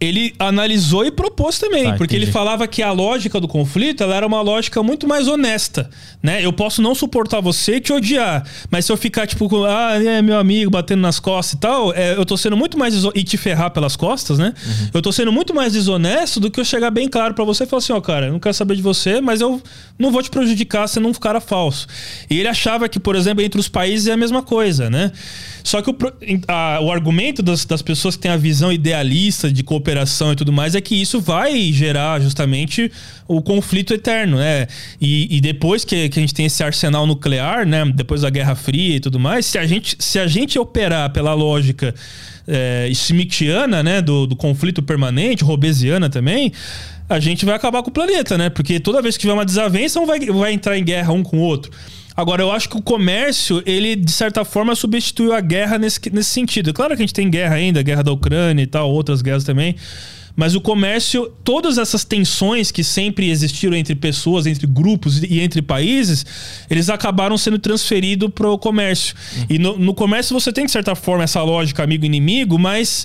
ele analisou e propôs também, Ah, porque entendi. ele falava que a lógica do conflito ela era uma lógica muito mais honesta, né? Eu posso não suportar você e te odiar, mas se eu ficar tipo, com, ah, é meu amigo batendo nas costas e tal, é, eu tô sendo muito mais deso- e te ferrar pelas costas, né? Uhum. Eu tô sendo muito mais desonesto do que eu chegar bem claro pra você e falar assim, ó, oh, cara, eu não quero saber de você, mas eu não vou te prejudicar sendo um cara falso. E ele achava que, por exemplo, entre os países é a mesma coisa, né? Só que o, a, o argumento das, das pessoas que têm a visão idealista de cooperação e tudo mais é que isso vai gerar justamente o conflito eterno, né? E, e depois que, que a gente tem esse arsenal nuclear, né? Depois da Guerra Fria e tudo mais, se a gente, se a gente operar pela lógica é, schmittiana, né? Do, do conflito permanente, hobbesiana também, a gente vai acabar com o planeta, né? Porque toda vez que tiver uma desavença, um vai, vai entrar em guerra um com o outro. Agora, eu acho que o comércio, ele, de certa forma, substituiu a guerra nesse, nesse sentido. Claro que a gente tem guerra ainda, guerra da Ucrânia e tal, outras guerras também. Mas o comércio, todas essas tensões que sempre existiram entre pessoas, entre grupos e entre países, eles acabaram sendo transferidos para o comércio. Uhum. E no, no comércio você tem, de certa forma, essa lógica amigo-inimigo, mas...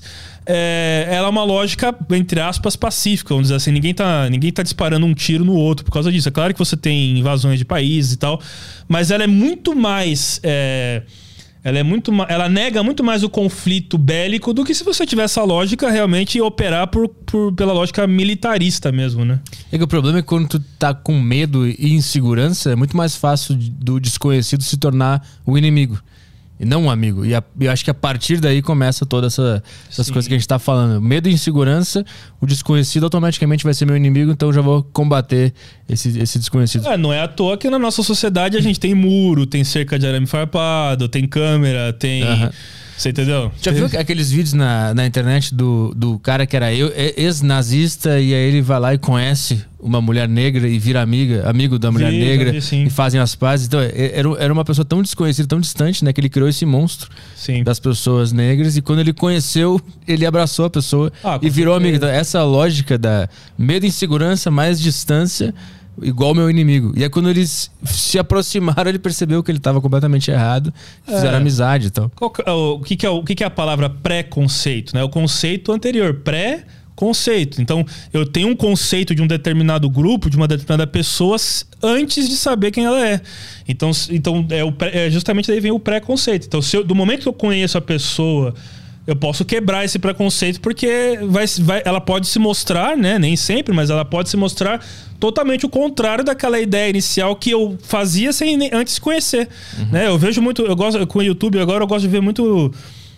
É, ela é uma lógica, entre aspas, pacífica, vamos dizer assim. Ninguém tá, ninguém tá disparando um tiro no outro por causa disso. É claro que você tem invasões de países e tal, mas ela é muito mais... É, ela, é muito ma- ela nega muito mais o conflito bélico do que se você tiver essa lógica realmente operar por, por, pela lógica militarista mesmo, né? É que o problema é que quando tu tá com medo e insegurança, é muito mais fácil do desconhecido se tornar o inimigo. E não um amigo. E a, eu acho que a partir daí começa todas essa, essas Sim. coisas que a gente tá falando. Medo e insegurança, o desconhecido automaticamente vai ser meu inimigo, então eu já vou combater esse, esse desconhecido. É, não é à toa que na nossa sociedade a gente tem muro, tem cerca de arame farpado, tem câmera, tem... Uhum. Você entendeu? Já viu aqueles vídeos na, na internet do, do cara que era eu, ex-nazista, e aí ele vai lá e conhece uma mulher negra e vira amiga, amigo da mulher Vi, negra, vi, sim. e fazem as pazes. Então, era, era uma pessoa tão desconhecida, tão distante, né? Que ele criou esse monstro Sim. das pessoas negras, e quando ele conheceu, ele abraçou a pessoa Ah, e virou certeza. amigo. Então, essa lógica da medo e insegurança mais distância, igual meu inimigo. E aí quando eles se aproximaram, ele percebeu que ele estava completamente errado, fizeram É. amizade e tal. Qual que é o, o, que, que, é o, o que, que é a palavra pré-conceito? Né? O conceito anterior, pré-conceito. Então, eu tenho um conceito de um determinado grupo, de uma determinada pessoa, antes de saber quem ela é. Então, então é, o pré, é justamente daí vem o pré-conceito. Então, se eu, do momento que eu conheço a pessoa, eu posso quebrar esse preconceito, porque vai, vai, ela pode se mostrar, né? Nem sempre, mas ela pode se mostrar totalmente o contrário daquela ideia inicial que eu fazia sem nem, antes de conhecer. Uhum. Né? Eu vejo muito, eu gosto com o YouTube agora, eu gosto de ver muito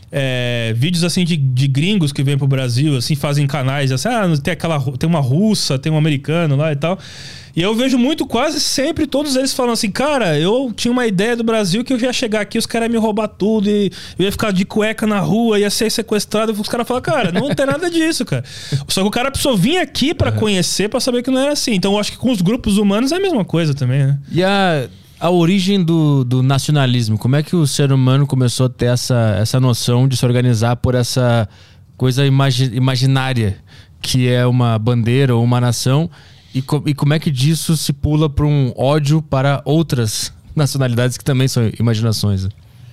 é, vídeos assim de, de gringos que vêm pro Brasil, assim, fazem canais assim, ah, tem aquela, tem uma russa, tem um americano lá e tal. E eu vejo muito, quase sempre, todos eles falam assim, cara, eu tinha uma ideia do Brasil que eu ia chegar aqui, os caras iam me roubar tudo, e eu ia ficar de cueca na rua, ia ser sequestrado. Os caras falam, cara, não tem nada disso, cara. Só que o cara precisou vir aqui pra conhecer, pra saber que não era assim. Então eu acho que com os grupos humanos é a mesma coisa também, né? E a, a origem do, do nacionalismo, como é que o ser humano começou a ter essa, essa noção de se organizar por essa coisa imagi, imaginária, que é uma bandeira ou uma nação? E, co e como é que disso se pula para um ódio para outras nacionalidades que também são imaginações?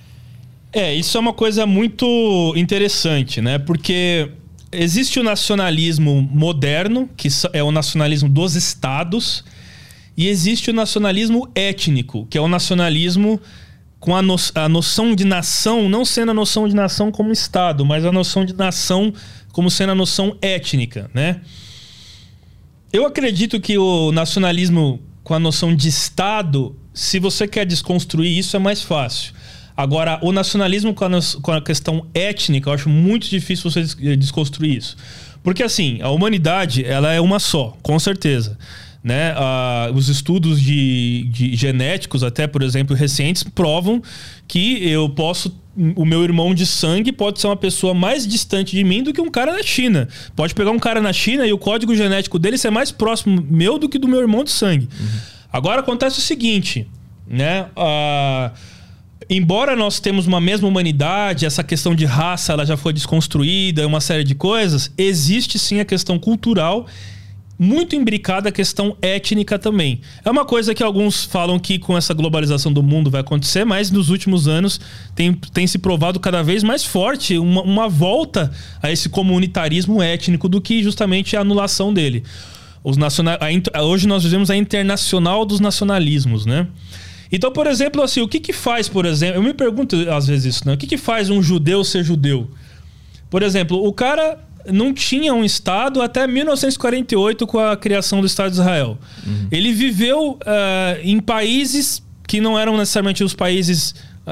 É, isso é uma coisa muito interessante, né? Porque existe o nacionalismo moderno, que é o nacionalismo dos estados, e existe o nacionalismo étnico, que é o nacionalismo com a, no a noção de nação, não sendo a noção de nação como estado, mas a noção de nação como sendo a noção étnica, né? Eu acredito que o nacionalismo com a noção de Estado, se você quer desconstruir isso, é mais fácil. Agora, o nacionalismo com a, no... com a questão étnica, eu acho muito difícil você desconstruir isso. Porque, assim, a humanidade, ela é uma só, com certeza. Né? Ah, os estudos de, de genéticos, até, por exemplo, recentes, provam que eu posso... O meu irmão de sangue pode ser uma pessoa mais distante de mim do que um cara na China. Pode pegar um cara na China e o código genético dele ser mais próximo meu do que do meu irmão de sangue. Uhum. Agora acontece o seguinte, né? Ah, embora nós temos uma mesma humanidade, essa questão de raça ela já foi desconstruída, uma série de coisas, existe sim a questão cultural muito imbricada a questão étnica também. É uma coisa que alguns falam que com essa globalização do mundo vai acontecer, mas nos últimos anos tem, tem se provado cada vez mais forte uma, uma volta a esse comunitarismo étnico do que justamente a anulação dele. Os nacional, a, hoje nós vivemos a internacional dos nacionalismos, né? Então, por exemplo, assim, o que que faz, por exemplo... Eu me pergunto às vezes isso, né? O que que faz um judeu ser judeu? Por exemplo, o cara... não tinha um Estado até mil novecentos e quarenta e oito com a criação do Estado de Israel. Uhum. Ele viveu uh, em países que não eram necessariamente os países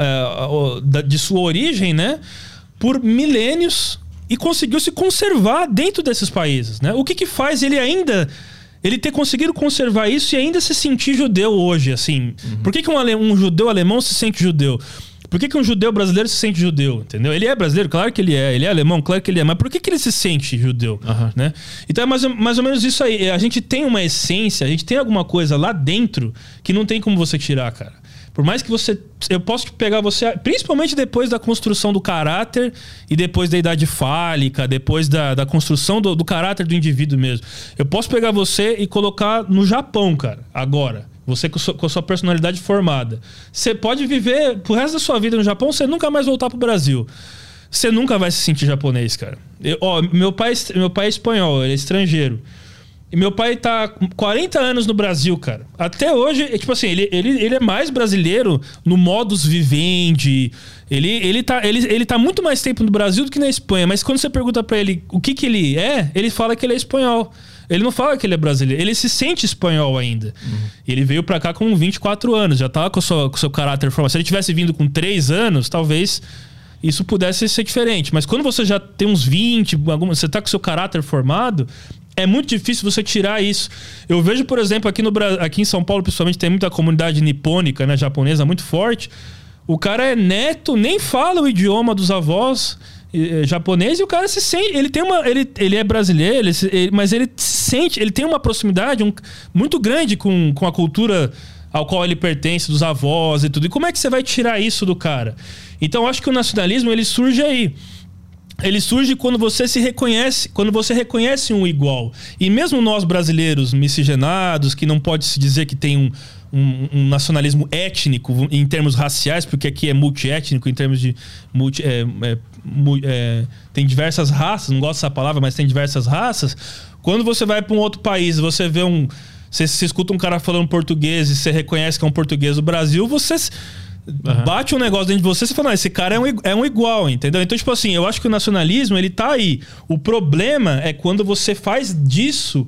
uh, de sua origem, né? Por milênios e conseguiu se conservar dentro desses países, né? O que que faz ele ainda... ele ter conseguido conservar isso e ainda se sentir judeu hoje, assim? Uhum. Por que que um, ale... um judeu alemão se sente judeu? Por que que um judeu brasileiro se sente judeu, entendeu? Ele é brasileiro? Claro que ele é. Ele é alemão? Claro que ele é. Mas por que que ele se sente judeu, uhum. né? Então é mais, mais ou menos isso aí. A gente tem uma essência, a gente tem alguma coisa lá dentro que não tem como você tirar, cara. Por mais que você... Eu posso pegar você... Principalmente depois da construção do caráter e depois da idade fálica, depois da, da construção do, do caráter do indivíduo mesmo. Eu posso pegar você e colocar no Japão, cara, agora. Você com, sua, com a sua personalidade formada. Você pode viver pro resto da sua vida no Japão, você nunca mais voltar pro Brasil. Você nunca vai se sentir japonês, cara. Eu, ó, meu pai, meu pai é espanhol, ele é estrangeiro. E meu pai tá quarenta anos no Brasil, cara. Até hoje, é, tipo assim, ele, ele, ele é mais brasileiro no modus vivendi. Ele, ele, tá, ele, ele tá muito mais tempo no Brasil do que na Espanha. Mas quando você pergunta pra ele o que que ele é, ele fala que ele é espanhol. Ele não fala que ele é brasileiro. Ele se sente espanhol ainda. Uhum. Ele veio pra cá com vinte e quatro anos. Já tava com o seu, com o seu caráter formado. Se ele tivesse vindo com três anos, talvez isso pudesse ser diferente. Mas quando você já tem uns vinte, alguma, você tá com o seu caráter formado... é muito difícil você tirar isso. Eu vejo, por exemplo, aqui, no, aqui em São Paulo, principalmente, tem muita comunidade nipônica, né, japonesa, muito forte. O cara é neto, nem fala o idioma dos avós eh, japonês, e o cara se sente... Ele tem uma... Ele, ele é brasileiro, ele, ele, mas ele se sente... Ele tem uma proximidade um, muito grande com, com a cultura ao qual ele pertence, dos avós e tudo. E como é que você vai tirar isso do cara? Então, eu acho que o nacionalismo, ele surge aí. Ele surge quando você se reconhece, quando você reconhece um igual. E mesmo nós brasileiros miscigenados, que não pode se dizer que tem um, um, um nacionalismo étnico em termos raciais, porque aqui é multiétnico em termos de... Multi, é, é, é, tem diversas raças, não gosto dessa palavra, mas tem diversas raças. Quando você vai para um outro país, você vê um... Você, você escuta um cara falando português e você reconhece que é um português do Brasil, você... Uhum. Bate um negócio dentro de você, você fala, não, esse cara é um, é um igual, entendeu? Então, tipo assim, eu acho que o nacionalismo, ele tá aí. O problema é quando você faz disso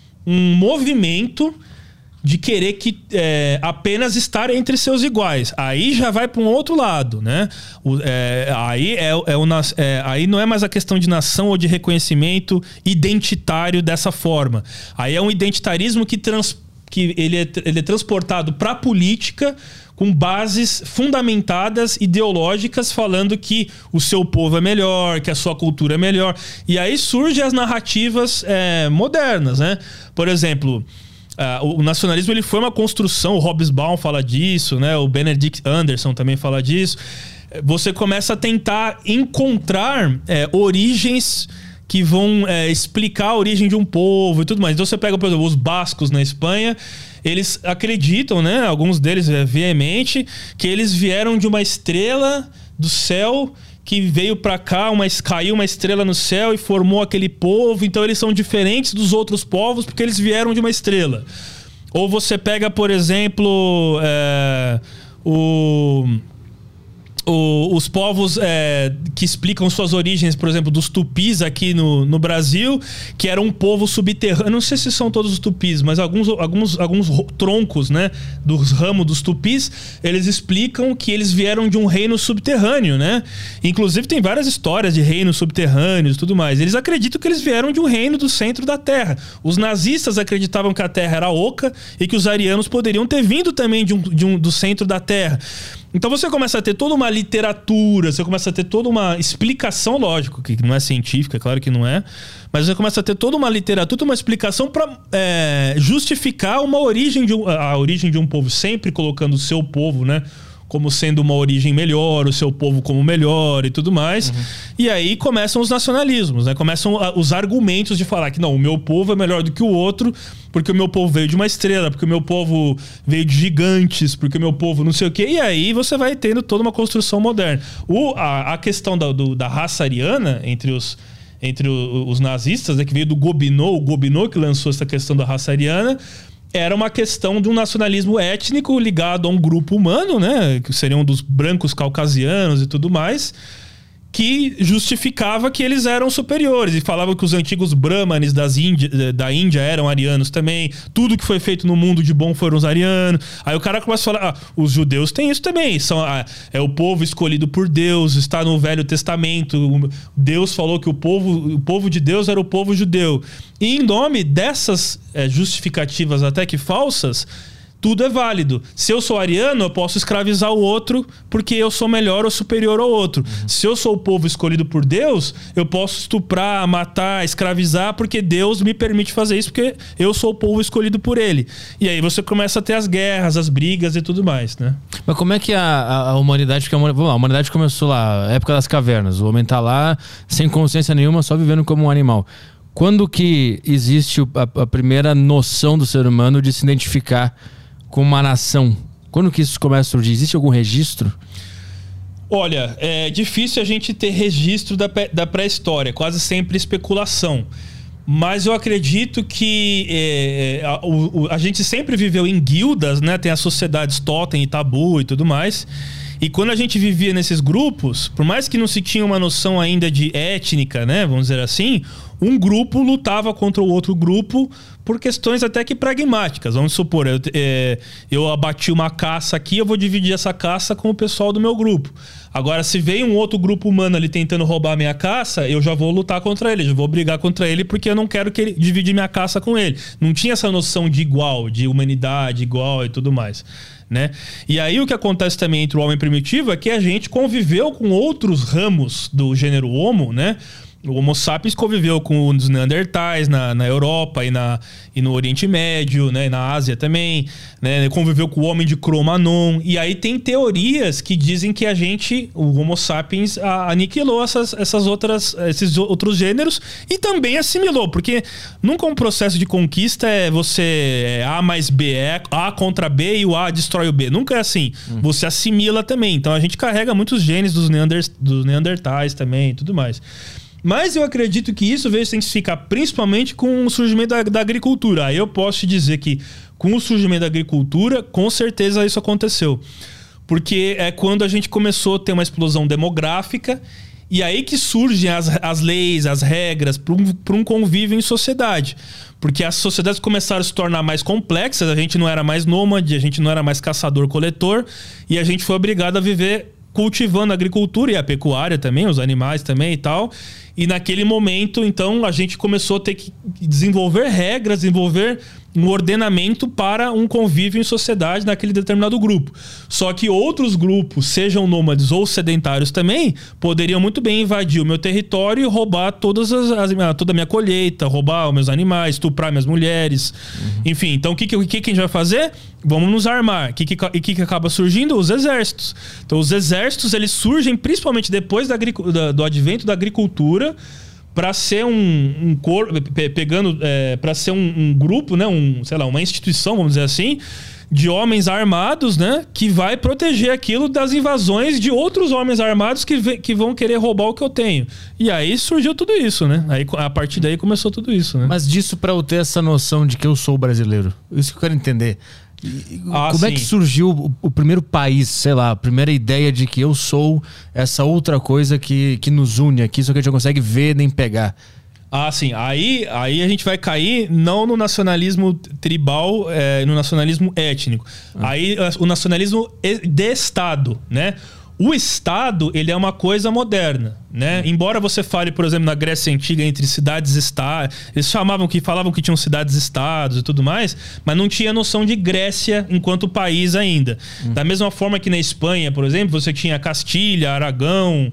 um movimento de querer que é, apenas estar entre seus iguais. Aí já vai para um outro lado, né? O, é, aí, é, é o, é, aí não é mais a questão de nação ou de reconhecimento identitário dessa forma. Aí é um identitarismo que, trans, que ele, é, ele é transportado para a política com bases fundamentadas, ideológicas, falando que o seu povo é melhor, que a sua cultura é melhor. E aí surgem as narrativas é, modernas, né? Por exemplo, uh, o nacionalismo ele foi uma construção, o Hobsbawm fala disso, né? O Benedict Anderson também fala disso. Você começa a tentar encontrar é, origens que vão é, explicar a origem de um povo e tudo mais. Então você pega, por exemplo, os bascos na Espanha, eles acreditam, né, alguns deles é, veemente, que eles vieram de uma estrela do céu que veio pra cá, uma, caiu uma estrela no céu e formou aquele povo. Então eles são diferentes dos outros povos porque eles vieram de uma estrela. Ou você pega, por exemplo, é, o... O, os povos é, que explicam suas origens, por exemplo, dos tupis aqui no, no Brasil, que era um povo subterrâneo. Não sei se são todos os tupis, mas alguns, alguns, alguns troncos, né, do ramo dos tupis, eles explicam que eles vieram de um reino subterrâneo, né? Inclusive tem várias histórias de reinos subterrâneos e tudo mais. Eles acreditam que eles vieram de um reino do centro da Terra. Os nazistas acreditavam que a Terra era oca e que os arianos poderiam ter vindo também de um, de um, do centro da Terra. Então você começa a ter toda uma literatura, você começa a ter toda uma explicação, lógico, que não é científica, é claro que não é, mas você começa a ter toda uma literatura, uma explicação para é, justificar uma origem de um, a origem de um povo, sempre colocando o seu povo, né, como sendo uma origem melhor, o seu povo como melhor e tudo mais. Uhum. E aí começam os nacionalismos, né? Começam os argumentos de falar que não, o meu povo é melhor do que o outro, porque o meu povo veio de uma estrela, porque o meu povo veio de gigantes, porque o meu povo não sei o quê. E aí você vai tendo toda uma construção moderna. O, a, a questão da, do, da raça ariana entre os, entre o, os nazistas, né, que veio do Gobineau, o Gobineau que lançou essa questão da raça ariana, era uma questão de um nacionalismo étnico ligado a um grupo humano, né, que seriam dos brancos caucasianos e tudo mais, que justificava que eles eram superiores e falavam que os antigos brahmanes das Índia, da Índia eram arianos também, tudo que foi feito no mundo de bom foram os arianos. Aí o cara começa a falar, ah, os judeus têm isso também, são, ah, é o povo escolhido por Deus, está no Velho Testamento, Deus falou que o povo, o povo de Deus era o povo judeu. E em nome dessas é, justificativas até que falsas, tudo é válido. Se eu sou ariano, eu posso escravizar o outro porque eu sou melhor ou superior ao outro. Uhum. Se eu sou o povo escolhido por Deus, eu posso estuprar, matar, escravizar porque Deus me permite fazer isso porque eu sou o povo escolhido por ele. E aí você começa a ter as guerras, as brigas e tudo mais, né? Mas como é que a, a, a humanidade... Porque a, vamos lá, a humanidade começou lá, época das cavernas. O homem tá lá sem consciência nenhuma, só vivendo como um animal. Quando que existe a, a primeira noção do ser humano de se identificar com uma nação? Quando que isso começa a surgir? Existe algum registro? Olha, é difícil a gente ter registro da, da pré-história, quase sempre especulação. Mas eu acredito que é, a, o, a gente sempre viveu em guildas, né? Tem as sociedades totem e tabu e tudo mais. E quando a gente vivia nesses grupos, por mais que não se tinha uma noção ainda de étnica, né? Vamos dizer assim, um grupo lutava contra o outro grupo por questões até que pragmáticas. Vamos supor, eu, é, eu abati uma caça aqui, eu vou dividir essa caça com o pessoal do meu grupo. Agora, se vem um outro grupo humano ali tentando roubar a minha caça, eu já vou lutar contra ele, já vou brigar contra ele porque eu não quero que ele dividir minha caça com ele. Não tinha essa noção de igual, de humanidade igual e tudo mais, né? E aí o que acontece também entre o homem primitivo é que a gente conviveu com outros ramos do gênero Homo, né? O Homo sapiens conviveu com os Neandertais na, na Europa e, na, e no Oriente Médio, né? E na Ásia também, né? Conviveu com o homem de Cro-Magnon. E aí tem teorias que dizem que a gente, o Homo sapiens, a, aniquilou essas, essas outras, esses outros gêneros e também assimilou, porque nunca um processo de conquista é você é A mais B, é A contra B e o A destrói o B. Nunca é assim. Hum. Você assimila também. Então a gente carrega muitos genes dos, Neander, dos Neandertais também e tudo mais. Mas eu acredito que isso veio se intensificar principalmente com o surgimento da, da agricultura. Aí eu posso te dizer que com o surgimento da agricultura, com certeza isso aconteceu. Porque é quando a gente começou a ter uma explosão demográfica e aí que surgem as, as leis, as regras para um, para um convívio em sociedade. Porque as sociedades começaram a se tornar mais complexas, a gente não era mais nômade, a gente não era mais caçador-coletor e a gente foi obrigado a viver cultivando a agricultura e a pecuária também, os animais também e tal. E naquele momento, então, a gente começou a ter que desenvolver regras, desenvolver um ordenamento para um convívio em sociedade naquele determinado grupo. Só que outros grupos, sejam nômades ou sedentários também, poderiam muito bem invadir o meu território e roubar todas as, as, toda a minha colheita, roubar os meus animais, estuprar minhas mulheres. Uhum. Enfim, então o que, que, que a gente vai fazer? Vamos nos armar. E o que, que, que, que acaba surgindo? Os exércitos. Então os exércitos, eles surgem principalmente depois da, da, do advento da agricultura, para ser um, um corpo, pegando, é, para ser um, um grupo, né, um, sei lá, uma instituição, vamos dizer assim, de homens armados, né, que vai proteger aquilo das invasões de outros homens armados que, ve- que vão querer roubar o que eu tenho. E aí surgiu tudo isso, né? Aí, a partir daí começou tudo isso, né? Mas disso para eu ter essa noção de que eu sou brasileiro, isso que eu quero entender. Ah, como sim. é que surgiu o, o primeiro país, sei lá, a primeira ideia de que eu sou essa outra coisa que, que nos une aqui, só que a gente não consegue ver nem pegar? Ah, sim. Aí, aí a gente vai cair não no nacionalismo tribal, é, no nacionalismo étnico. Ah. Aí o nacionalismo de Estado, né? O Estado, ele é uma coisa moderna, né? Embora você fale, por exemplo, na Grécia Antiga entre cidades-estados, eles chamavam que falavam que tinham cidades-estados e tudo mais, mas não tinha noção de Grécia enquanto país ainda. Hum. Da mesma forma que na Espanha, por exemplo, você tinha Castilha, Aragão,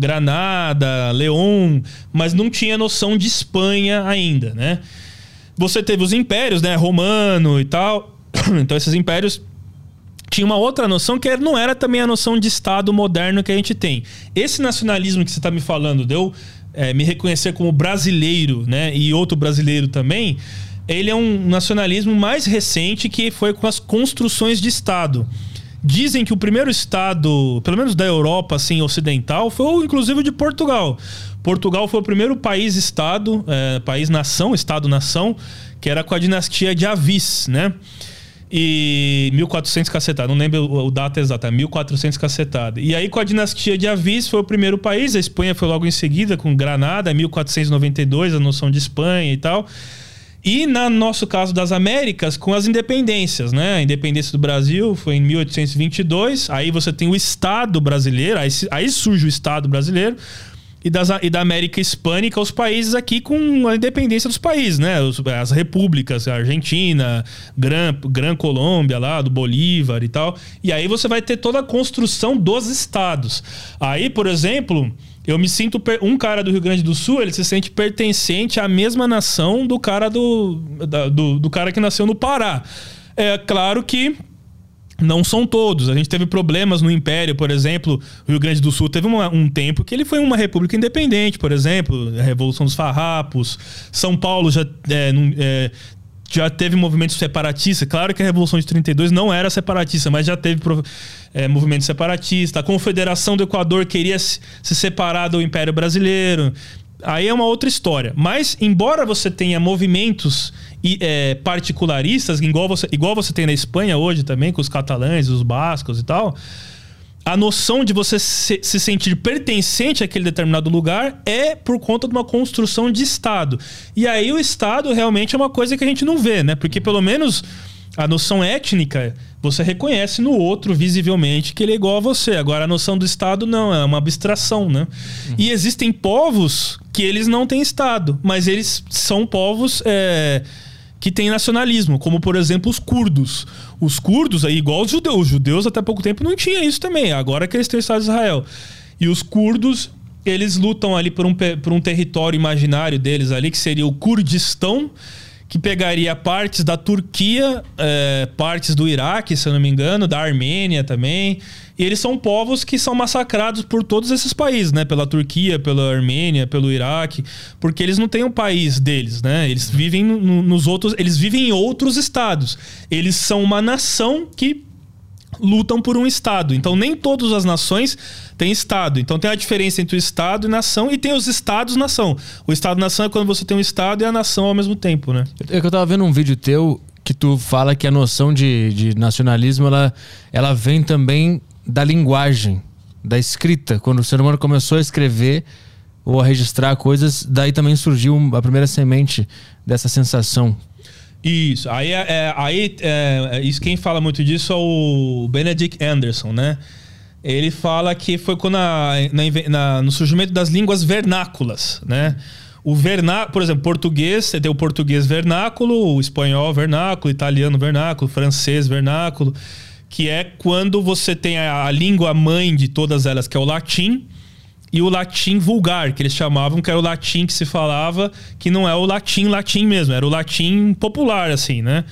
Granada, León, mas não tinha noção de Espanha ainda, né? Você teve os impérios, né? Romano e tal. Então esses impérios tinha uma outra noção que não era também a noção de Estado moderno que a gente tem. Esse nacionalismo que você está me falando, de eu é, me reconhecer como brasileiro, né, e outro brasileiro também, ele é um nacionalismo mais recente que foi com as construções de Estado. Dizem que o primeiro Estado, pelo menos da Europa assim, ocidental, foi inclusive o de Portugal. Portugal foi o primeiro país-estado, é, país-nação, Estado-nação, que era com a dinastia de Avis, né? E mil e quatrocentos cacetada, não lembro o, o data exata, mil e quatrocentos cacetada. E aí com a dinastia de Avis foi o primeiro país, a Espanha foi logo em seguida com Granada, mil quatrocentos e noventa e dois, a noção de Espanha e tal. E no nosso caso das Américas, com as independências, né? A independência do Brasil foi em mil oitocentos e vinte e dois, aí você tem o Estado brasileiro, aí, aí surge o Estado brasileiro, e, das, e da América Hispânica, os países aqui com a independência dos países, né? Os, as repúblicas, a Argentina, Gran, Gran Colômbia lá, do Bolívar e tal. E aí você vai ter toda a construção dos estados. Aí, por exemplo, eu me sinto... Um cara do Rio Grande do Sul, ele se sente pertencente à mesma nação do cara, do, da, do, do cara que nasceu no Pará. É claro que não são todos. A gente teve problemas no Império, por exemplo. O Rio Grande do Sul teve uma, um tempo que ele foi uma república independente, por exemplo. A Revolução dos Farrapos. São Paulo já, é, é, já teve movimentos separatistas. Claro que a Revolução de trinta e dois não era separatista, mas já teve é, movimento separatista. A Confederação do Equador queria se, se separar do Império Brasileiro. Aí é uma outra história. Mas, embora você tenha movimentos e, é, particularistas, igual você, igual você tem na Espanha hoje também, com os catalães, os bascos e tal, a noção de você se, se sentir pertencente àquele determinado lugar é por conta de uma construção de Estado. E aí o Estado realmente é uma coisa que a gente não vê, né? Porque pelo menos a noção étnica você reconhece no outro visivelmente que ele é igual a você. Agora a noção do Estado não, é uma abstração, né? Uhum. E existem povos que eles não têm Estado, mas eles são povos é, que têm nacionalismo, como por exemplo os curdos. Os curdos, aí, igual os judeus, os judeus até pouco tempo não tinham isso também, agora que eles têm o Estado de Israel. E os curdos, eles lutam ali por um, por um território imaginário deles ali, que seria o Kurdistão, que pegaria partes da Turquia, é, partes do Iraque, se eu não me engano, da Armênia também. E eles são povos que são massacrados por todos esses países, né? Pela Turquia, pela Armênia, pelo Iraque, porque eles não têm um país deles, né? Eles vivem no, nos outros, eles vivem em outros estados. Eles são uma nação que lutam por um Estado. Então nem todas as nações têm Estado. Então tem a diferença entre o Estado e nação, e tem os Estados-nação. O Estado-nação é quando você tem um Estado e a nação ao mesmo tempo, né? É que eu tava vendo um vídeo teu que tu fala que a noção de, de nacionalismo ela, ela vem também da linguagem, da escrita. Quando o ser humano começou a escrever ou a registrar coisas, daí também surgiu a primeira semente dessa sensação. Isso, aí, é, aí é, isso, quem fala muito disso é o Benedict Anderson, né? Ele fala que foi quando a, na, na, no surgimento das línguas vernáculas, né? O verná, por exemplo, português, você tem o português vernáculo, o espanhol vernáculo, o italiano vernáculo, o francês vernáculo, que é quando você tem a, a língua mãe de todas elas, que é o latim, e o latim vulgar, que eles chamavam, que era o latim que se falava, que não é o latim latim mesmo, era o latim popular, assim, né?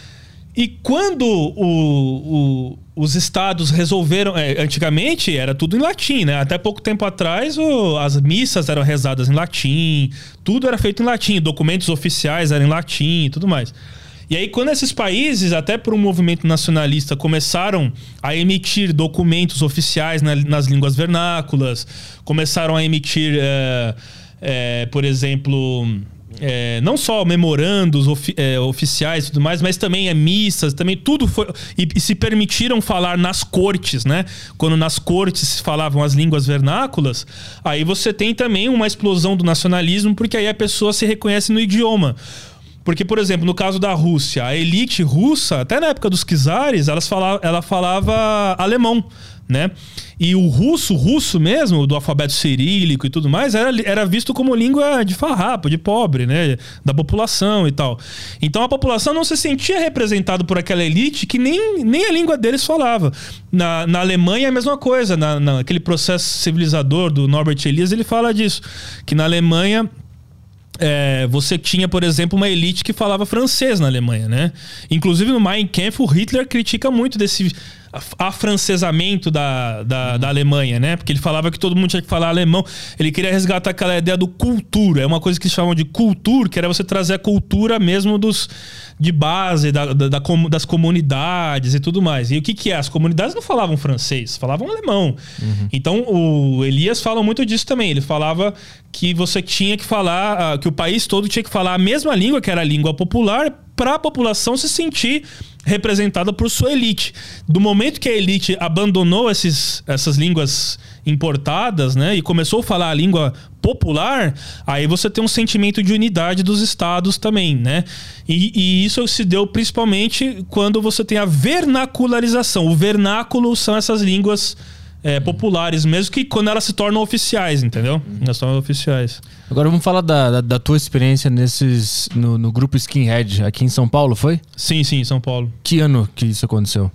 E quando o, o, os estados resolveram... É, antigamente era tudo em latim, né? Até pouco tempo atrás o, as missas eram rezadas em latim, tudo era feito em latim, documentos oficiais eram em latim e tudo mais. E aí, quando esses países, até por um movimento nacionalista, começaram a emitir documentos oficiais na, nas línguas vernáculas, começaram a emitir, é, é, por exemplo, é, não só memorandos ofi é, oficiais e tudo mais, mas também é, missas, também tudo foi... E, e se permitiram falar nas cortes, né? Quando nas cortes se falavam as línguas vernáculas, aí você tem também uma explosão do nacionalismo, porque aí a pessoa se reconhece no idioma. Porque, por exemplo, no caso da Rússia, a elite russa, até na época dos czares, elas falava, ela falava alemão, né? E o russo, russo mesmo, do alfabeto cirílico e tudo mais, era, era visto como língua de farrapo, de pobre, né? Da população e tal. Então a população não se sentia representada por aquela elite que nem, nem a língua deles falava. Na, na Alemanha é a mesma coisa. Na, naquele processo civilizador do Norbert Elias, ele fala disso. Que na Alemanha... É, você tinha, por exemplo, uma elite que falava francês na Alemanha, né? Inclusive no Mein Kampf, o Hitler critica muito desse, afrancesamento da, da, da Alemanha, né? Porque ele falava que todo mundo tinha que falar alemão. Ele queria resgatar aquela ideia do cultura. É uma coisa que eles chamam de cultura, que era você trazer a cultura mesmo dos, de base, da, da, da, das comunidades e tudo mais. E o que que é? As comunidades não falavam francês, falavam alemão. Uhum. Então, o Elias fala muito disso também. Ele falava que você tinha que falar, que o país todo tinha que falar a mesma língua, que era a língua popular, para a população se sentir representada por sua elite. Do momento que a elite abandonou esses, essas línguas importadas, né, e começou a falar a língua popular, aí você tem um sentimento de unidade dos estados também, né? E, e isso se deu principalmente quando você tem a vernacularização. O vernáculo são essas línguas É, populares, mesmo que quando elas se tornam oficiais, entendeu? Elas se tornam oficiais. Agora vamos falar da, da, da tua experiência nesses no, no grupo Skinhead aqui em São Paulo, foi? Sim, sim, em São Paulo. Que ano que isso aconteceu?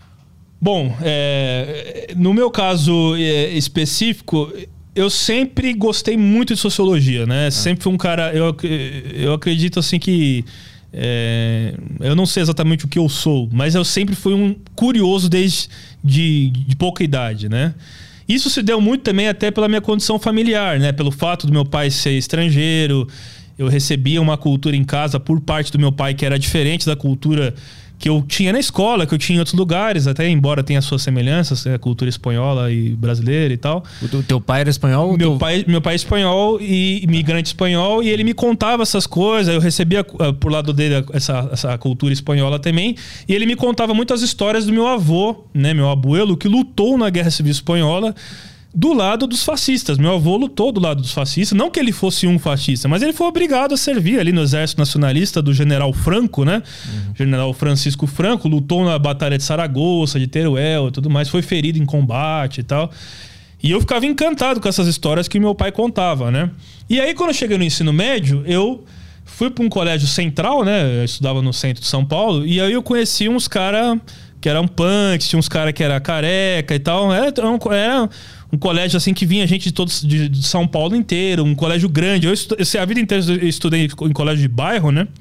Bom, é, no meu caso é, específico, eu sempre gostei muito de sociologia, né? Ah. Sempre fui um cara... Eu, eu acredito assim que... É, eu não sei exatamente o que eu sou, mas eu sempre fui um curioso desde de, de pouca idade, né? Isso se deu muito também até pela minha condição familiar, né? Pelo fato do meu pai ser estrangeiro, eu recebia uma cultura em casa por parte do meu pai que era diferente da cultura que eu tinha na escola, que eu tinha em outros lugares, até embora tenha suas semelhanças, a cultura espanhola e brasileira e tal. O teu pai era espanhol? Meu, teu... pai, meu pai é espanhol e imigrante espanhol, e ele me contava essas coisas, eu recebia uh, por lado dele essa, essa cultura espanhola também, e ele me contava muitas histórias do meu avô, né, meu abuelo, que lutou na Guerra Civil Espanhola, do lado dos fascistas. Meu avô lutou do lado dos fascistas. Não que ele fosse um fascista, mas ele foi obrigado a servir ali no exército nacionalista do general Franco, né? Uhum. General Francisco Franco lutou na Batalha de Saragoça, de Teruel e tudo mais. Foi ferido em combate e tal. E eu ficava encantado com essas histórias que meu pai contava, né? E aí, quando eu cheguei no ensino médio, eu fui para um colégio central, né? Eu estudava no centro de São Paulo. E aí eu conheci uns caras que eram punks, tinha uns caras que era careca e tal. Era, era um colégio assim que vinha gente de todos de, de São Paulo inteiro, um colégio grande. Eu, estu, eu a vida inteira eu estudei em colégio de bairro, né?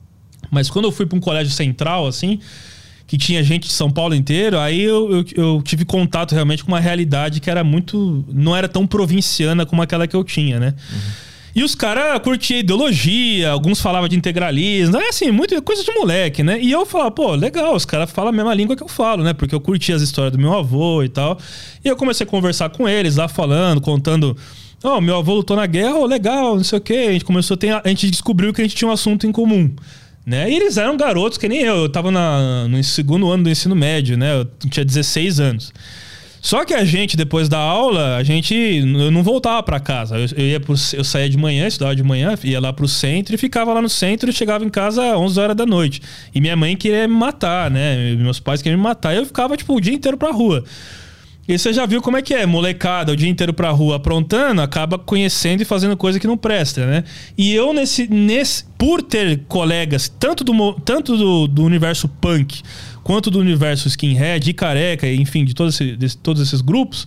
Mas quando eu fui para um colégio central, assim, que tinha gente de São Paulo inteiro, aí eu, eu, eu tive contato realmente com uma realidade que era muito... não era tão provinciana como aquela que eu tinha, né? Uhum. E os caras curtiam ideologia, alguns falavam de integralismo, é assim, muita coisa de moleque, né? E eu falava, pô, legal, os caras falam a mesma língua que eu falo, né? Porque eu curtia as histórias do meu avô e tal. E eu comecei a conversar com eles lá, falando, contando... Ó, oh, meu avô lutou na guerra, oh, legal, não sei o quê. A gente começou a ter... A gente descobriu que a gente tinha um assunto em comum, né? E eles eram garotos que nem eu. Eu tava na, no segundo ano do ensino médio, né? Eu tinha dezesseis anos. Só que a gente, depois da aula, a gente... Eu não voltava pra casa. Eu, eu, ia pro, eu saía de manhã, estudava de manhã, ia lá pro centro e ficava lá no centro e chegava em casa às onze horas da noite. E minha mãe queria me matar, né? Meus pais queriam me matar. E eu ficava, tipo, o dia inteiro pra rua. E você já viu como é que é, molecada, o dia inteiro pra rua aprontando, acaba conhecendo e fazendo coisa que não presta, né? E eu, nesse, nesse por ter colegas, tanto do, tanto do, do universo punk, quanto do universo skinhead e careca, enfim, de todos, esse, de todos esses grupos,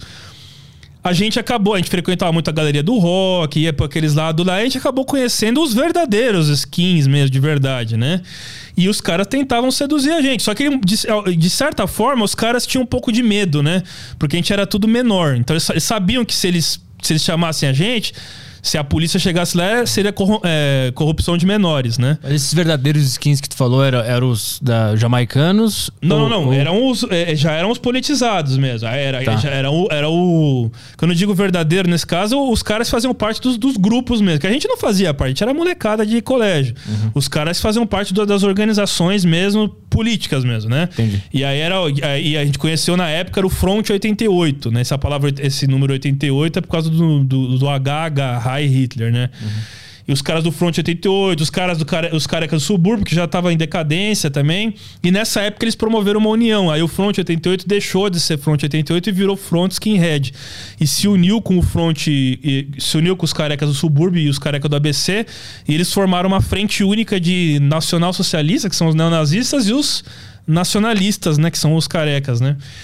a gente acabou, a gente frequentava muito a galeria do rock, ia para aqueles lados lá, a gente acabou conhecendo os verdadeiros skins mesmo, de verdade, né? E os caras tentavam seduzir a gente. Só que, de, de certa forma, os caras tinham um pouco de medo, né? Porque a gente era tudo menor. Então eles sabiam que se eles, se eles chamassem a gente... Se a polícia chegasse lá, seria corru- é, corrupção de menores, né? Mas esses verdadeiros skins que tu falou eram, eram os da, jamaicanos? Não, ou, não, não. Ou... Eram os, é, já eram os politizados mesmo. Era, tá. já era, o, era o... Quando eu digo verdadeiro, nesse caso, os caras faziam parte dos, dos grupos mesmo. Que a gente não fazia parte, a gente era molecada de colégio. Uhum. Os caras faziam parte do, das organizações mesmo, políticas mesmo, né? Entendi. E aí era... E a gente conheceu na época era o Front oitenta e oito, né? Essa palavra, esse número oitenta e oito é por causa do, do, do H H, Heil Hitler, né? Uhum. E os caras do Front oitenta e oito, os caras do care... os carecas do subúrbio, que já estavam em decadência também. E nessa época eles promoveram uma união. Aí o Front oitenta e oito deixou de ser Front oitenta e oito e virou Front Skinhead. E se uniu com o Front... E se uniu com os carecas do subúrbio e os carecas do A B C. E eles formaram uma frente única de nacional-socialista, que são os neonazistas, e os nacionalistas, né? Que são os carecas, né?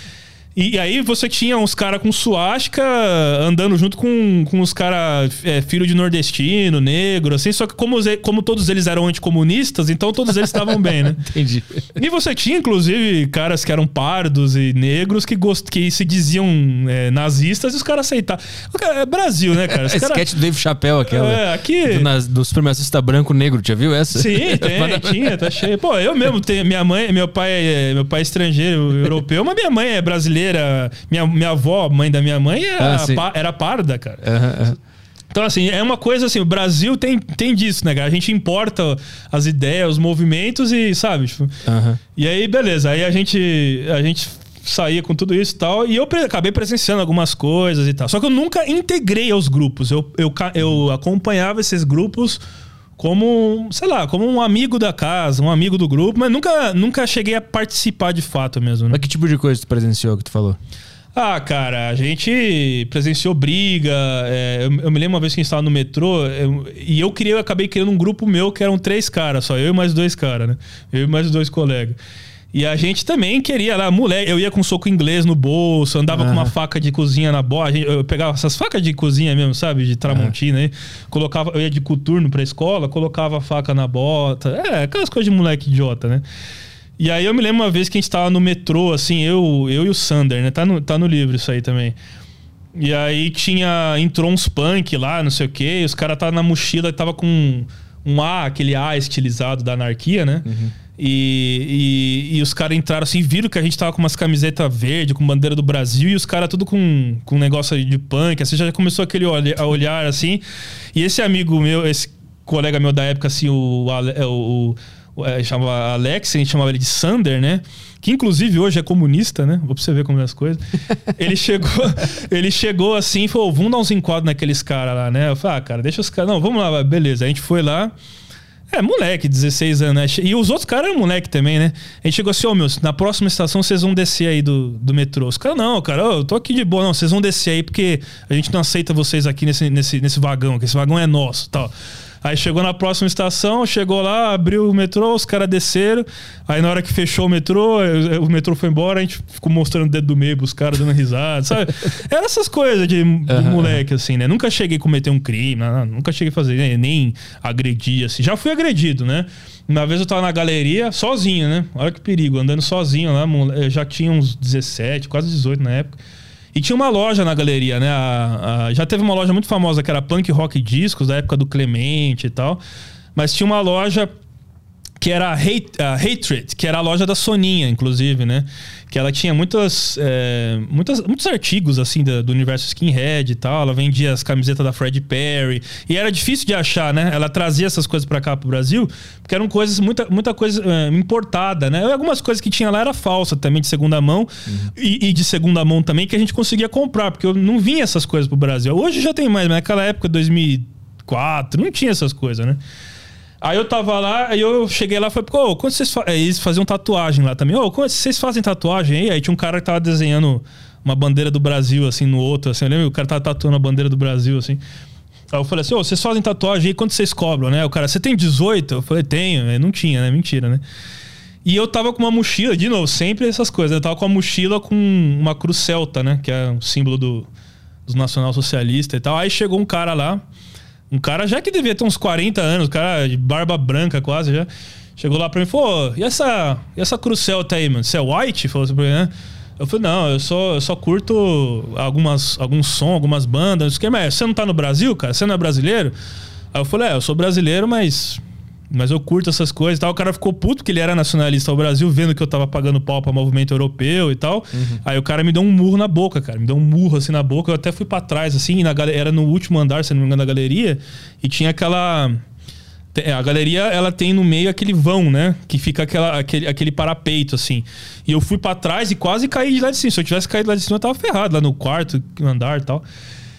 E aí você tinha uns caras com suástica andando junto com, com os caras é, filho de nordestino, negro, assim. Só que como, como todos eles eram anticomunistas, então todos eles estavam bem, né? Entendi. E você tinha, inclusive, caras que eram pardos e negros que, gost... que se diziam é, nazistas e os caras aceitavam. É Brasil, né, cara? Os É cara... sketch do Dave Chappelle, aquela. É, aqui... Do, nas, do supremacista branco negro, já viu essa? Sim, tem, tinha, tá cheio. Pô, eu mesmo tenho... Minha mãe, meu pai é, meu pai é estrangeiro, europeu, mas minha mãe é brasileira. Minha, minha avó, mãe da minha mãe, era, ah, pa, era parda, cara. Uhum, uhum. Então, assim, é uma coisa assim, o Brasil tem, tem disso, né, cara? A gente importa as ideias, os movimentos e, sabe? Tipo, uhum. E aí, beleza. Aí a gente, a gente saía com tudo isso e tal. E eu pre- acabei presenciando algumas coisas e tal. Só que eu nunca integrei aos grupos. Eu, eu, eu acompanhava esses grupos como, sei lá, como um amigo da casa, um amigo do grupo, mas nunca, nunca cheguei a participar de fato mesmo, né? Mas que tipo de coisa tu presenciou que tu falou? Ah, cara, a gente presenciou briga. É, eu, eu me lembro uma vez que a gente estava no metrô eu, e eu queria, eu acabei criando um grupo meu que eram três caras, só eu e mais dois caras, né? Eu e mais dois colegas. E a gente também queria lá, moleque, eu ia com soco inglês no bolso, andava uhum. com uma faca de cozinha na bota, eu pegava essas facas de cozinha mesmo, sabe, de Tramontina uhum. aí, colocava, eu ia de coturno pra escola, colocava a faca na bota, é, aquelas coisas de moleque idiota, né? E aí eu me lembro uma vez que a gente tava no metrô, assim, eu, eu e o Sander, né, tá no, tá no livro isso aí também. E aí tinha, entrou uns punk lá, não sei o quê, e os caras estavam na mochila e tava com um A, aquele A estilizado da anarquia, né? Uhum. E, e, e os caras entraram assim, viram que a gente tava com umas camisetas verdes, com bandeira do Brasil, e os caras tudo com, com um negócio de punk, assim, já começou aquele olhar, a olhar, assim. E esse amigo meu, esse colega meu da época, assim, o, o, o, o chamava Alex, a gente chamava ele de Sander, né? Que inclusive hoje é comunista, né? Vou pra você ver como é as coisas. Ele chegou, ele chegou assim e falou, vamos dar uns enquadros naqueles caras lá, né? Eu falei, ah, cara, deixa os caras... Não, vamos lá, beleza. A gente foi lá. É, moleque, dezesseis anos, né? E os outros caras eram moleque também, né? A gente chegou assim, ô, oh, meu, na próxima estação vocês vão descer aí do, do metrô. Os caras, não, cara, oh, eu tô aqui de boa. Não, vocês vão descer aí porque a gente não aceita vocês aqui nesse, nesse, nesse vagão, que esse vagão é nosso, tal. Aí chegou na próxima estação, chegou lá, abriu o metrô, os caras desceram. Aí na hora que fechou o metrô, o metrô foi embora, a gente ficou mostrando o dedo do meio pros caras, dando risada, sabe? Eram essas coisas de, de uhum. moleque, assim, né? Nunca cheguei a cometer um crime, não, nunca cheguei a fazer, nem, nem agredir, assim. Já fui agredido, né? Uma vez eu tava na galeria, sozinho, né? Olha que perigo, andando sozinho lá, eu já tinha uns dezessete, quase dezoito na época. E tinha uma loja na galeria, né? A, a, já teve uma loja muito famosa que era Punk Rock Discos, da época do Clemente e tal. Mas tinha uma loja que era a Hate, a Hatred, que era a loja da Soninha, inclusive, né? Que ela tinha muitas, é, muitas, muitos artigos, assim, do, do universo skinhead e tal. Ela vendia as camisetas da Fred Perry. E era difícil de achar, né? Ela trazia essas coisas pra cá, pro Brasil, porque eram coisas, muita, muita coisa é, importada, né? E algumas coisas que tinha lá era falsa também, de segunda mão. Uhum. E, e de segunda mão também, que a gente conseguia comprar, porque eu não vinha essas coisas pro Brasil. Hoje já tem mais, mas naquela época, dois mil e quatro, não tinha essas coisas, né? Aí eu tava lá, aí eu cheguei lá e falei, pô, quando vocês fa-? Eles faziam tatuagem lá também. Ô, quando vocês fazem tatuagem aí? Aí tinha um cara que tava desenhando uma bandeira do Brasil, assim, no outro, assim. Eu lembro, o cara tava tatuando a bandeira do Brasil, assim. Aí eu falei assim, ô, vocês fazem tatuagem aí, quanto vocês cobram, né? O cara, você tem dezoito? Eu falei, tenho. Aí não tinha, né? Mentira, né? E eu tava com uma mochila, de novo, sempre essas coisas. Eu tava com uma mochila com uma cruz celta, né? Que é o símbolo do, dos nacional-socialistas e tal. Aí chegou um cara lá, um cara já que devia ter uns quarenta anos, cara de barba branca quase já. Chegou lá pra mim e falou, e essa, e essa cruz celta aí, mano? Você é white? Falou assim pra mim, né? Eu falei, não, eu só, eu só curto algumas, alguns som, algumas bandas, não sei o que, mas você não tá no Brasil, cara? Você não é brasileiro? Aí eu falei, é, eu sou brasileiro, mas... Mas eu curto essas coisas e tal. O cara ficou puto porque ele era nacionalista ao Brasil, vendo que eu tava pagando pau pra movimento europeu e tal. Uhum. Aí o cara me deu um murro na boca, cara. Me deu um murro assim na boca. Eu até fui pra trás, assim. Na gal... Era no último andar, se não me engano, da galeria. E tinha aquela... A galeria, ela tem no meio aquele vão, né? Que fica aquela, aquele, aquele parapeito, assim. E eu fui pra trás e quase caí de lá de cima. Se eu tivesse caído lá de cima, eu tava ferrado. Lá no quarto andar e tal.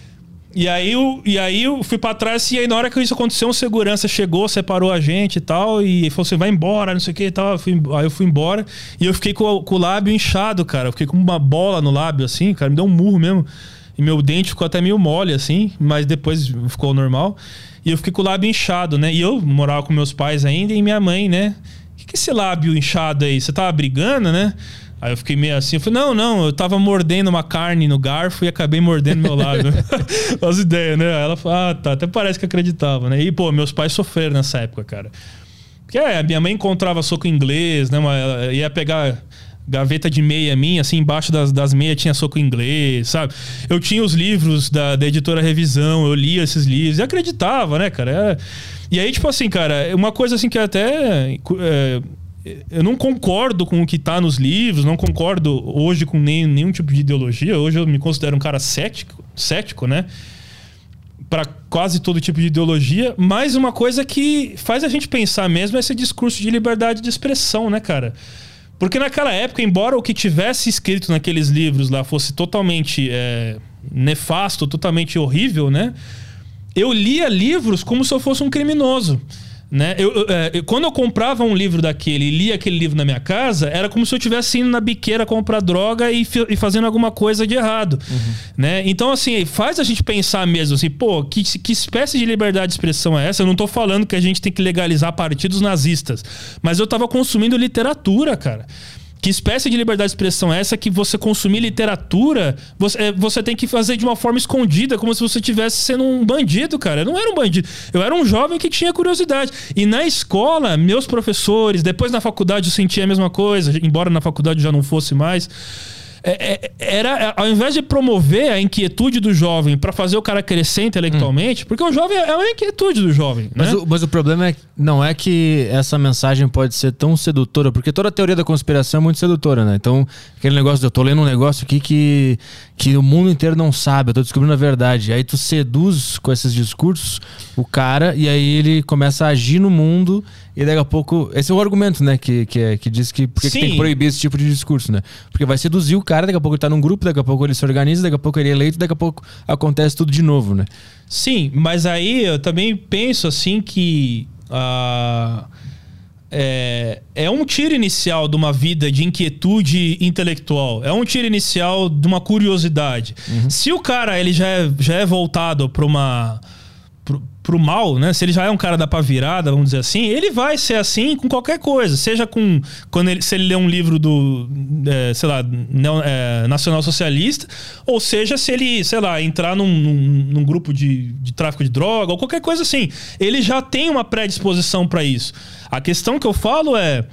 E aí, eu, e aí eu fui pra trás e aí na hora que isso aconteceu, um segurança chegou, separou a gente e tal, e falou assim, vai embora, não sei o que e tal. Eu fui, aí eu fui embora e eu fiquei com, com o lábio inchado, cara. Eu fiquei com uma bola no lábio, assim, cara, me deu um murro mesmo. E meu dente ficou até meio mole, assim, mas depois ficou normal. E eu fiquei com o lábio inchado, né? E eu morava com meus pais ainda e minha mãe, né? O que, que é esse lábio inchado aí? Você tava brigando, né? Aí eu fiquei meio assim, eu falei, não, não, eu tava mordendo uma carne no garfo e acabei mordendo meu lábio. As ideias, né? Aí ela falou, ah, tá, até parece que acreditava, né? E, pô, meus pais sofreram nessa época, cara. Porque é, a minha mãe encontrava soco inglês, né? Ela ia pegar gaveta de meia minha, assim, embaixo das, das meias tinha soco inglês, sabe? Eu tinha os livros da, da editora Revisão, eu lia esses livros e acreditava, né, cara? Era... E aí, tipo assim, cara, uma coisa assim que até... É, eu não concordo com o que tá nos livros, não concordo hoje com nem, nenhum tipo de ideologia. Hoje eu me considero um cara cético, cético, né? Para quase todo tipo de ideologia. Mas uma coisa que faz a gente pensar mesmo é esse discurso de liberdade de expressão, né, cara? Porque naquela época, embora o que tivesse escrito naqueles livros lá fosse totalmente é, nefasto, totalmente horrível, né? Eu lia livros como se eu fosse um criminoso. Né? Eu, eu, eu, quando eu comprava um livro daquele e lia aquele livro na minha casa, era como se eu estivesse indo na biqueira comprar droga e, e fazendo alguma coisa de errado. Uhum. Né? Então, assim, faz a gente pensar mesmo assim, pô, que, que espécie de liberdade de expressão é essa? Eu não tô falando que a gente tem que legalizar partidos nazistas, mas eu tava consumindo literatura, cara. Que espécie de liberdade de expressão é essa que você consumir literatura, você, você tem que fazer de uma forma escondida, como se você estivesse sendo um bandido, cara. Eu não era um bandido. Eu era um jovem que tinha curiosidade. E na escola, meus professores, depois na faculdade eu sentia a mesma coisa, embora na faculdade já não fosse mais. É, é, era, ao invés de promover a inquietude do jovem para fazer o cara crescer intelectualmente, hum. porque o jovem é uma inquietude do jovem, mas, né? o, mas o problema é, não é que essa mensagem pode ser tão sedutora, porque toda a teoria da conspiração é muito sedutora, né? Então, aquele negócio de eu tô lendo um negócio aqui que, que o mundo inteiro não sabe, eu tô descobrindo a verdade. Aí tu seduz com esses discursos o cara e aí ele começa a agir no mundo e daqui a pouco... Esse é o argumento, né? Que, que, é, que diz que, por que tem que proibir esse tipo de discurso, né? Porque vai seduzir o cara, daqui a pouco ele tá num grupo, daqui a pouco ele se organiza, daqui a pouco ele é eleito, daqui a pouco acontece tudo de novo, né? Sim, mas aí eu também penso assim que... Uh, é, é um tiro inicial de uma vida de inquietude intelectual. É um tiro inicial de uma curiosidade. Uhum. Se o cara ele já é, já é voltado para uma... Pro, pro mal, né? Se ele já é um cara da pá virada, vamos dizer assim, ele vai ser assim com qualquer coisa. Seja com... Quando ele, se ele lê um livro do... É, sei lá... Neo, é, nacional socialista, ou seja, se ele, sei lá, entrar num, num, num grupo de, de tráfico de droga, ou qualquer coisa assim. Ele já tem uma predisposição para isso. A questão que eu falo é...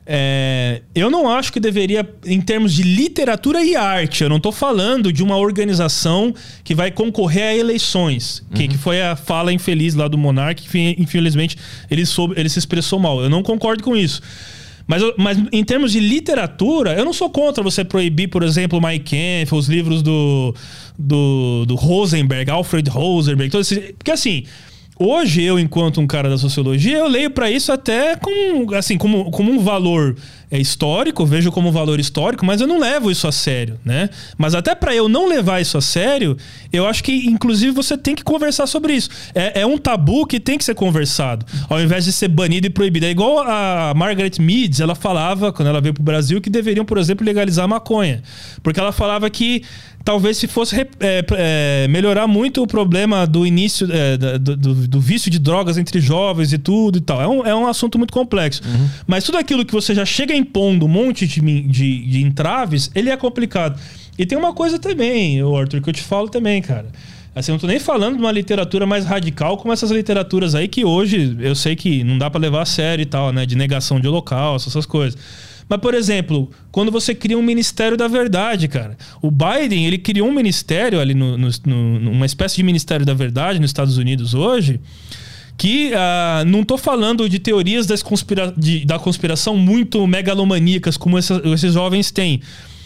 É, eu não acho que deveria, em termos de literatura e arte, eu não estou falando de uma organização que vai concorrer a eleições, uhum. que, que foi a fala infeliz lá do Monark, que infelizmente ele, soube, ele se expressou mal. Eu não concordo com isso. Mas, mas em termos de literatura, eu não sou contra você proibir, por exemplo, Mein Kampf, os livros do, do, do Rosenberg, Alfred Rosenberg, todos esses, porque assim... Hoje, eu, enquanto um cara da sociologia, eu leio para isso até com, assim, como, como um valor é, histórico, vejo como um valor histórico, mas eu não levo isso a sério, né? Mas até para eu não levar isso a sério, eu acho que, inclusive, você tem que conversar sobre isso. É, é um tabu que tem que ser conversado, ao invés de ser banido e proibido. É igual a Margaret Mead, ela falava, quando ela veio pro Brasil, que deveriam, por exemplo, legalizar a maconha. Porque ela falava que talvez se fosse é, é, melhorar muito o problema do início é, do, do, do vício de drogas entre jovens e tudo e tal. É um, é um assunto muito complexo. Uhum. Mas tudo aquilo que você já chega impondo um monte de, de, de entraves, ele é complicado. E tem uma coisa também, Arthur, que eu te falo também, cara. Assim, eu não tô nem falando de uma literatura mais radical como essas literaturas aí que hoje eu sei que não dá pra levar a sério e tal, né? De negação de holocausto, essas coisas. Mas, por exemplo, quando você cria um Ministério da Verdade, cara. O Biden, ele criou um ministério ali, no, no, no, uma espécie de Ministério da Verdade nos Estados Unidos hoje, que uh, não tô falando de teorias das conspira- de, da conspiração muito megalomaníacas como essa, esses jovens têm.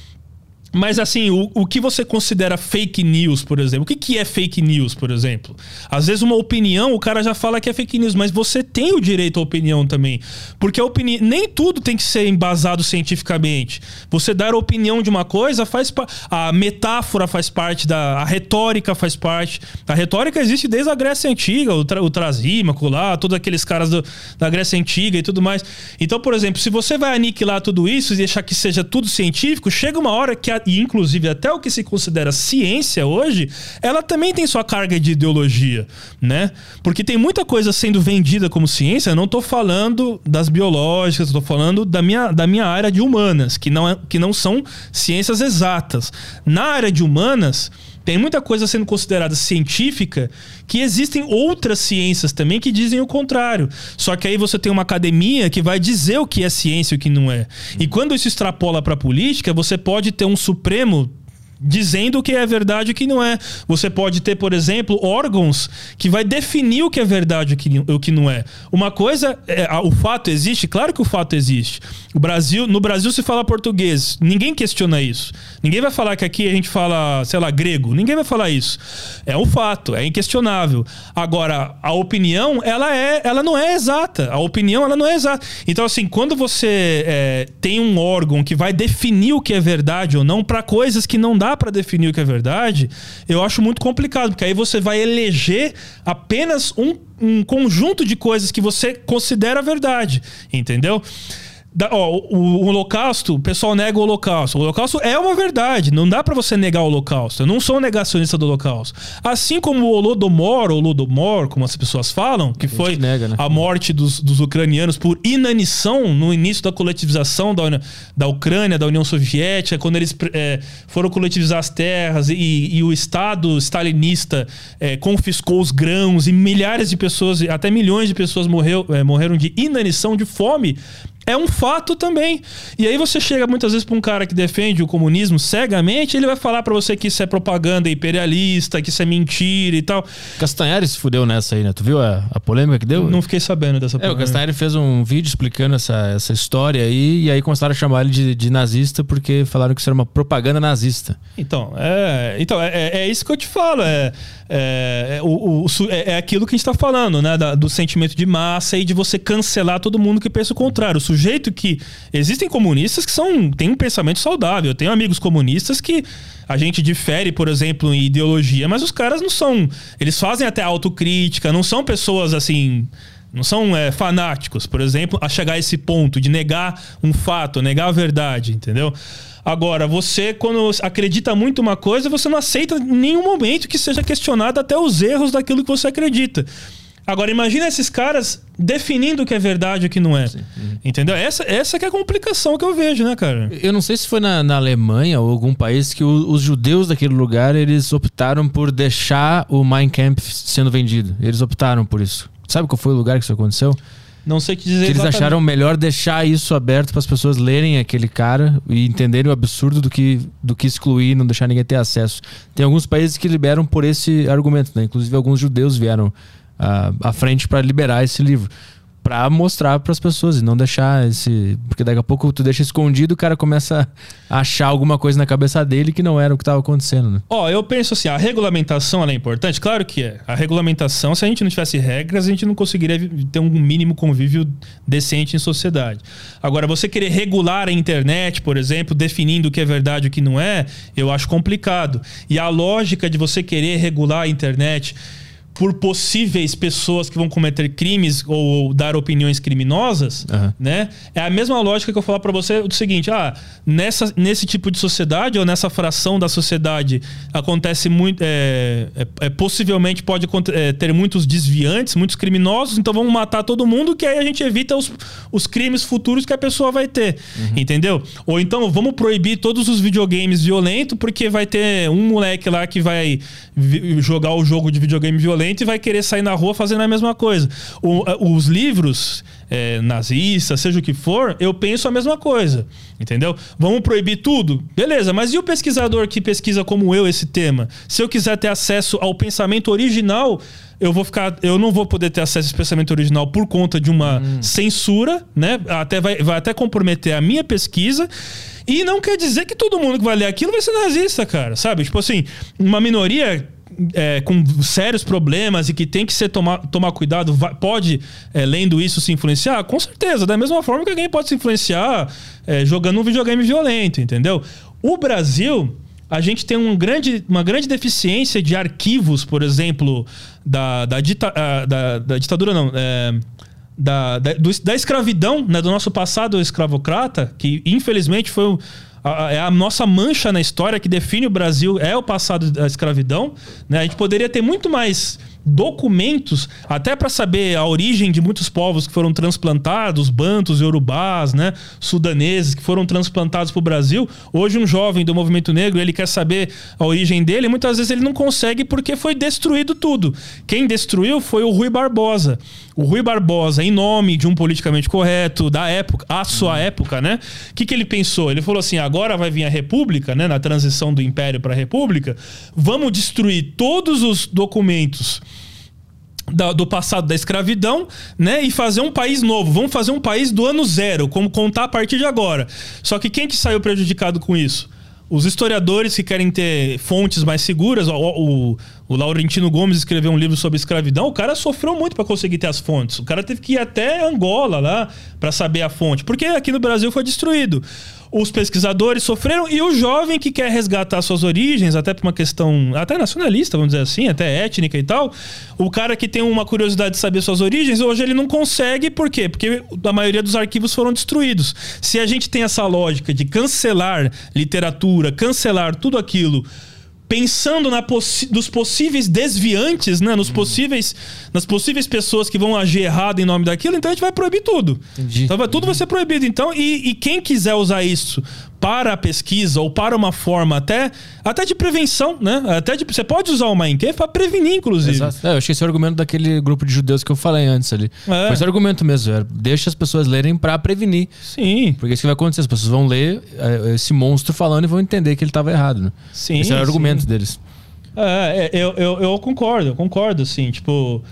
Mas assim, o, o que você considera fake news, por exemplo? O que, que é fake news, por exemplo? Às vezes uma opinião, o cara já fala que é fake news, mas você tem o direito à opinião também. Porque a opini... nem tudo tem que ser embasado cientificamente. Você dar a opinião de uma coisa faz parte... A metáfora faz parte, da... a retórica faz parte. A retórica existe desde a Grécia Antiga, o, tra... o Trasímaco lá, todos aqueles caras do... da Grécia Antiga e tudo mais. Então, por exemplo, se você vai aniquilar tudo isso e deixar que seja tudo científico, chega uma hora que a e inclusive até o que se considera ciência hoje, ela também tem sua carga de ideologia, né? Porque tem muita coisa sendo vendida como ciência. Eu não tô falando das biológicas, eu tô falando da minha, da minha área de humanas, que não, é, que não são ciências exatas. Na área de humanas, tem muita coisa sendo considerada científica, que existem outras ciências também que dizem o contrário. Só que aí você tem uma academia que vai dizer o que é ciência e o que não é. E quando isso extrapola para a política, você pode ter um Supremo dizendo o que é verdade e o que não é. Você pode ter, por exemplo, órgãos que vai definir o que é verdade e o que não é. Uma coisa, é, o fato existe? Claro que o fato existe. O Brasil, no Brasil se fala português. Ninguém questiona isso. Ninguém vai falar que aqui a gente fala, sei lá, grego. Ninguém vai falar isso. É um fato, é inquestionável. Agora, a opinião, ela, é, ela não é exata. A opinião, ela não é exata. Então, assim, quando você é, tem um órgão que vai definir o que é verdade ou não para coisas que não dá para definir o que é verdade, eu acho muito complicado, porque aí você vai eleger apenas um, um conjunto de coisas que você considera verdade, entendeu? Da, ó, o, o Holocausto, o pessoal nega o Holocausto. O Holocausto é uma verdade, não dá pra você negar o Holocausto. Eu não sou um negacionista do Holocausto. Assim como o Holodomor, ou Holodomor, como as pessoas falam, que foi nega, né? a morte dos, dos ucranianos por inanição no início da coletivização da, da Ucrânia, da União Soviética, quando eles é, foram coletivizar as terras e, e o Estado stalinista é, confiscou os grãos e milhares de pessoas, até milhões de pessoas morreu, é, morreram de inanição, de fome. É um fato também. E aí você chega muitas vezes para um cara que defende o comunismo cegamente, ele vai falar para você que isso é propaganda imperialista, que isso é mentira e tal. Castanhari se fudeu nessa aí, né? Tu viu a, a polêmica que deu? Não fiquei sabendo dessa polêmica. É, o Castanhari fez um vídeo explicando essa, essa história aí, e aí começaram a chamar ele de, de nazista porque falaram que isso era uma propaganda nazista. Então, é, então, é, é isso que eu te falo. É, é, é, o, o, é aquilo que a gente tá falando, né? Da, do sentimento de massa e de você cancelar todo mundo que pensa o contrário. O sujeito que... Existem comunistas que são, têm um pensamento saudável. Eu tenho amigos comunistas que a gente difere, por exemplo, em ideologia, mas os caras não são... Eles fazem até autocrítica, não são pessoas assim... Não são é, fanáticos, por exemplo, a chegar a esse ponto de negar um fato, negar a verdade, entendeu? Agora, você, quando acredita muito uma coisa, você não aceita em nenhum momento que seja questionado até os erros daquilo que você acredita. Agora, imagina esses caras definindo o que é verdade e o que não é. Sim. Entendeu? Essa, essa que é a complicação que eu vejo, né, cara? Eu não sei se foi na, na Alemanha ou algum país que o, os judeus daquele lugar, eles optaram por deixar o Mein Kampf sendo vendido. Eles optaram por isso. Sabe qual foi o lugar que isso aconteceu? Não sei o que dizer. Que eles exatamente. acharam melhor deixar isso aberto para as pessoas lerem aquele cara e entenderem o absurdo do que, do que excluir e não deixar ninguém ter acesso. Tem alguns países que liberam por esse argumento, né? Inclusive alguns judeus vieram à, à frente para liberar esse livro, para mostrar para as pessoas e não deixar esse... Porque daqui a pouco tu deixa escondido, o cara começa a achar alguma coisa na cabeça dele que não era o que estava acontecendo, né? Ó, oh, eu penso assim, a regulamentação ela é importante? Claro que é. A regulamentação, se a gente não tivesse regras, a gente não conseguiria ter um mínimo convívio decente em sociedade. Agora, você querer regular a internet, por exemplo, definindo o que é verdade e o que não é, eu acho complicado. E a lógica de você querer regular a internet por possíveis pessoas que vão cometer crimes ou dar opiniões criminosas, uhum. né? É a mesma lógica que eu falar para você do seguinte, ah, nessa, nesse tipo de sociedade ou nessa fração da sociedade acontece muito, é, é, é, possivelmente pode é, ter muitos desviantes, muitos criminosos, então vamos matar todo mundo que aí a gente evita os, os crimes futuros que a pessoa vai ter, uhum. entendeu? Ou então vamos proibir todos os videogames violentos porque vai ter um moleque lá que vai jogar o jogo de videogame violento e vai querer sair na rua fazendo a mesma coisa. O, os livros é, nazistas, seja o que for, eu penso a mesma coisa, entendeu? Vamos proibir tudo? Beleza, mas e o pesquisador que pesquisa como eu esse tema? Se eu quiser ter acesso ao pensamento original, eu vou ficar, eu não vou poder ter acesso a esse pensamento original por conta de uma hum. censura, né? Até vai, vai até comprometer a minha pesquisa. E não quer dizer que todo mundo que vai ler aquilo vai ser nazista, cara, sabe? Tipo assim, uma minoria É, com sérios problemas e que tem que ser tomar, tomar cuidado, vai, pode, é, lendo isso, se influenciar? Com certeza, da mesma forma que alguém pode se influenciar é, jogando um videogame violento, entendeu? O Brasil, a gente tem um grande, uma grande deficiência de arquivos, por exemplo, da, da, dita, da, da ditadura, não, é, da, da, do, da escravidão, né, do nosso passado escravocrata, que infelizmente foi a, é a nossa mancha na história que define o Brasil, é o passado da escravidão, né? A gente poderia ter muito mais documentos, até para saber a origem de muitos povos que foram transplantados, bantos, iorubás, né, sudaneses que foram transplantados para o Brasil. Hoje um jovem do movimento negro, ele quer saber a origem dele, e muitas vezes ele não consegue porque foi destruído tudo. Quem destruiu foi o Rui Barbosa. O Rui Barbosa, em nome de um politicamente correto da época, a sua hum. época, né? O que, que ele pensou? Ele falou assim, agora vai vir a República, né, na transição do Império para a República, vamos destruir todos os documentos Da, do passado da escravidão, né, e fazer um país novo. Vamos fazer um país do ano zero, como contar a partir de agora. Só que quem que saiu prejudicado com isso? Os historiadores que querem ter fontes mais seguras. O, o, o Laurentino Gomes escreveu um livro sobre escravidão. O cara sofreu muito para conseguir ter as fontes. O cara teve que ir até Angola lá para saber a fonte, porque aqui no Brasil foi destruído. Os pesquisadores sofreram, e o jovem que quer resgatar suas origens, até por uma questão até nacionalista, vamos dizer assim, até étnica e tal, o cara que tem uma curiosidade de saber suas origens, hoje ele não consegue. Por quê? Porque a maioria dos arquivos foram destruídos. Se a gente tem essa lógica de cancelar literatura, cancelar tudo aquilo, pensando na possi- dos possíveis desviantes, né? Nos possíveis, nas possíveis pessoas que vão agir errado em nome daquilo, então a gente vai proibir tudo. Entendi. Então vai, tudo vai ser proibido. Então, e, e quem quiser usar isso para a pesquisa ou para uma forma até, até de prevenção, né? Até de, você pode usar o Mein Kampf para prevenir, inclusive. Exato. É, eu achei esse argumento daquele grupo de judeus que eu falei antes ali. É. Foi esse argumento mesmo. Era, deixa as pessoas lerem para prevenir. Sim. Porque isso que vai acontecer. As pessoas vão ler esse monstro falando e vão entender que ele estava errado, né? Sim. Esse era o argumento sim. deles. É, eu, eu, eu concordo, eu concordo, assim, tipo...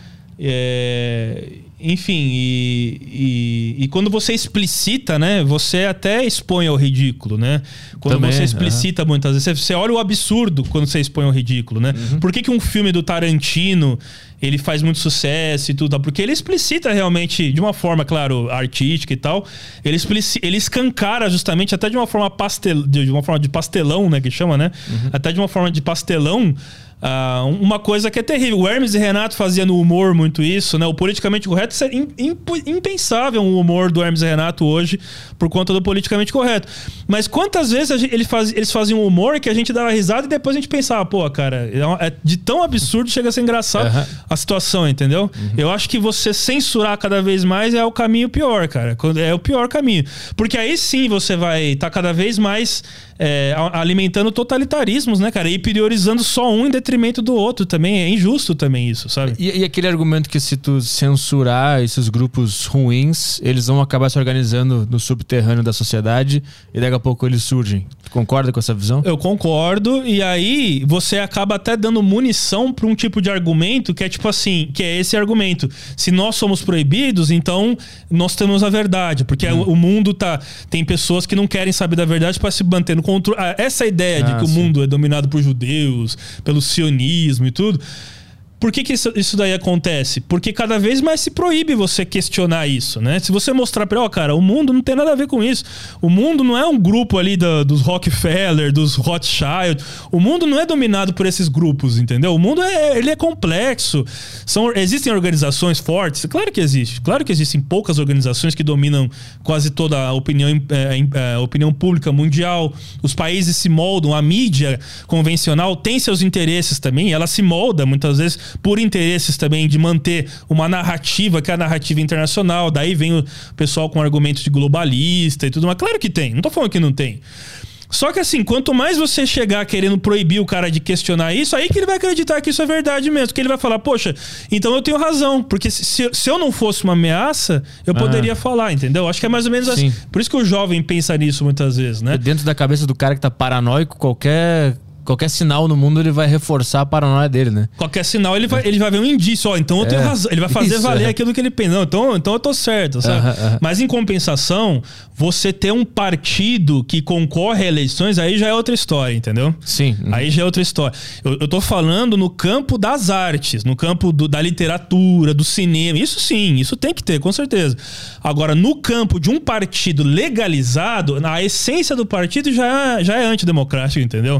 É... Enfim, e, e, e quando você explicita, né? Você até expõe ao ridículo, né? Quando Também, você explicita, uhum. muitas vezes, você, você olha o absurdo quando você expõe ao ridículo, né? Uhum. Por que, que um filme do Tarantino ele faz muito sucesso e tudo? Porque ele explicita realmente, de uma forma, claro, artística e tal, ele, explicita, ele escancara justamente, até de uma forma pastel, de uma forma de pastelão, né? Que chama, né? Uhum. Até de uma forma de pastelão. Uh, uma coisa que é terrível. O Hermes e Renato fazia no humor muito isso, né? O politicamente correto, isso é imp- impensável o humor do Hermes e Renato hoje por conta do politicamente correto. Mas quantas vezes a gente, ele faz, eles faziam um humor que a gente dava risada e depois a gente pensava, pô, cara, é de tão absurdo chega a ser engraçado uhum. a situação, entendeu? Uhum. Eu acho que você censurar cada vez mais é o caminho pior, cara. É o pior caminho. Porque aí sim você vai estar tá cada vez mais é, alimentando totalitarismos, né, cara? E priorizando só um em detrimento do outro também. É injusto também isso, sabe? E, e aquele argumento que se tu censurar esses grupos ruins, eles vão acabar se organizando no subterrâneo da sociedade e daqui a pouco eles surgem. Tu concorda com essa visão? Eu concordo. E aí você acaba até dando munição para um tipo de argumento que é tipo assim, que é esse argumento. Se nós somos proibidos, então nós temos a verdade. Porque hum. o mundo tá... Tem pessoas que não querem saber da verdade para se manter no controle. Essa ideia de ah, que sim. o mundo é dominado por judeus, pelo sionismo e tudo. Por que, que isso, isso daí acontece? Porque cada vez mais se proíbe você questionar isso, né? Se você mostrar pra ele, ó, cara, o mundo não tem nada a ver com isso. O mundo não é um grupo ali da, dos Rockefeller, dos Rothschild. O mundo não é dominado por esses grupos, entendeu? O mundo é, ele é complexo. São, existem organizações fortes? Claro que existe. Claro que existem poucas organizações que dominam quase toda a opinião, é, é, opinião pública mundial. Os países se moldam. A mídia convencional tem seus interesses também. Ela se molda, muitas vezes, por interesses também de manter uma narrativa que é a narrativa internacional. Daí vem o pessoal com argumentos de globalista e tudo mais. Claro que tem, não tô falando que não tem. Só que assim, quanto mais você chegar querendo proibir o cara de questionar isso, aí que ele vai acreditar que isso é verdade mesmo. Que ele vai falar, poxa, então eu tenho razão. Porque se, se eu não fosse uma ameaça, eu ah. poderia falar, entendeu? Acho que é mais ou menos assim. Por isso que o jovem pensa nisso muitas vezes, né? Dentro da cabeça do cara que tá paranoico, qualquer... Qualquer sinal no mundo ele vai reforçar a paranoia dele, né? Qualquer sinal ele vai, ele vai ver um indício, ó, então eu tenho é, razão. Ele vai fazer isso, valer é. aquilo que ele pensa. Não, então, então eu tô certo, sabe? Uh-huh, uh-huh. Mas em compensação, você ter um partido que concorre a eleições, aí já é outra história, entendeu? Sim. Uhum. Aí já é outra história. Eu, eu tô falando no campo das artes, no campo do, da literatura, do cinema. Isso sim, isso tem que ter, com certeza. Agora, no campo de um partido legalizado, a essência do partido já, já é antidemocrático, entendeu? Sim.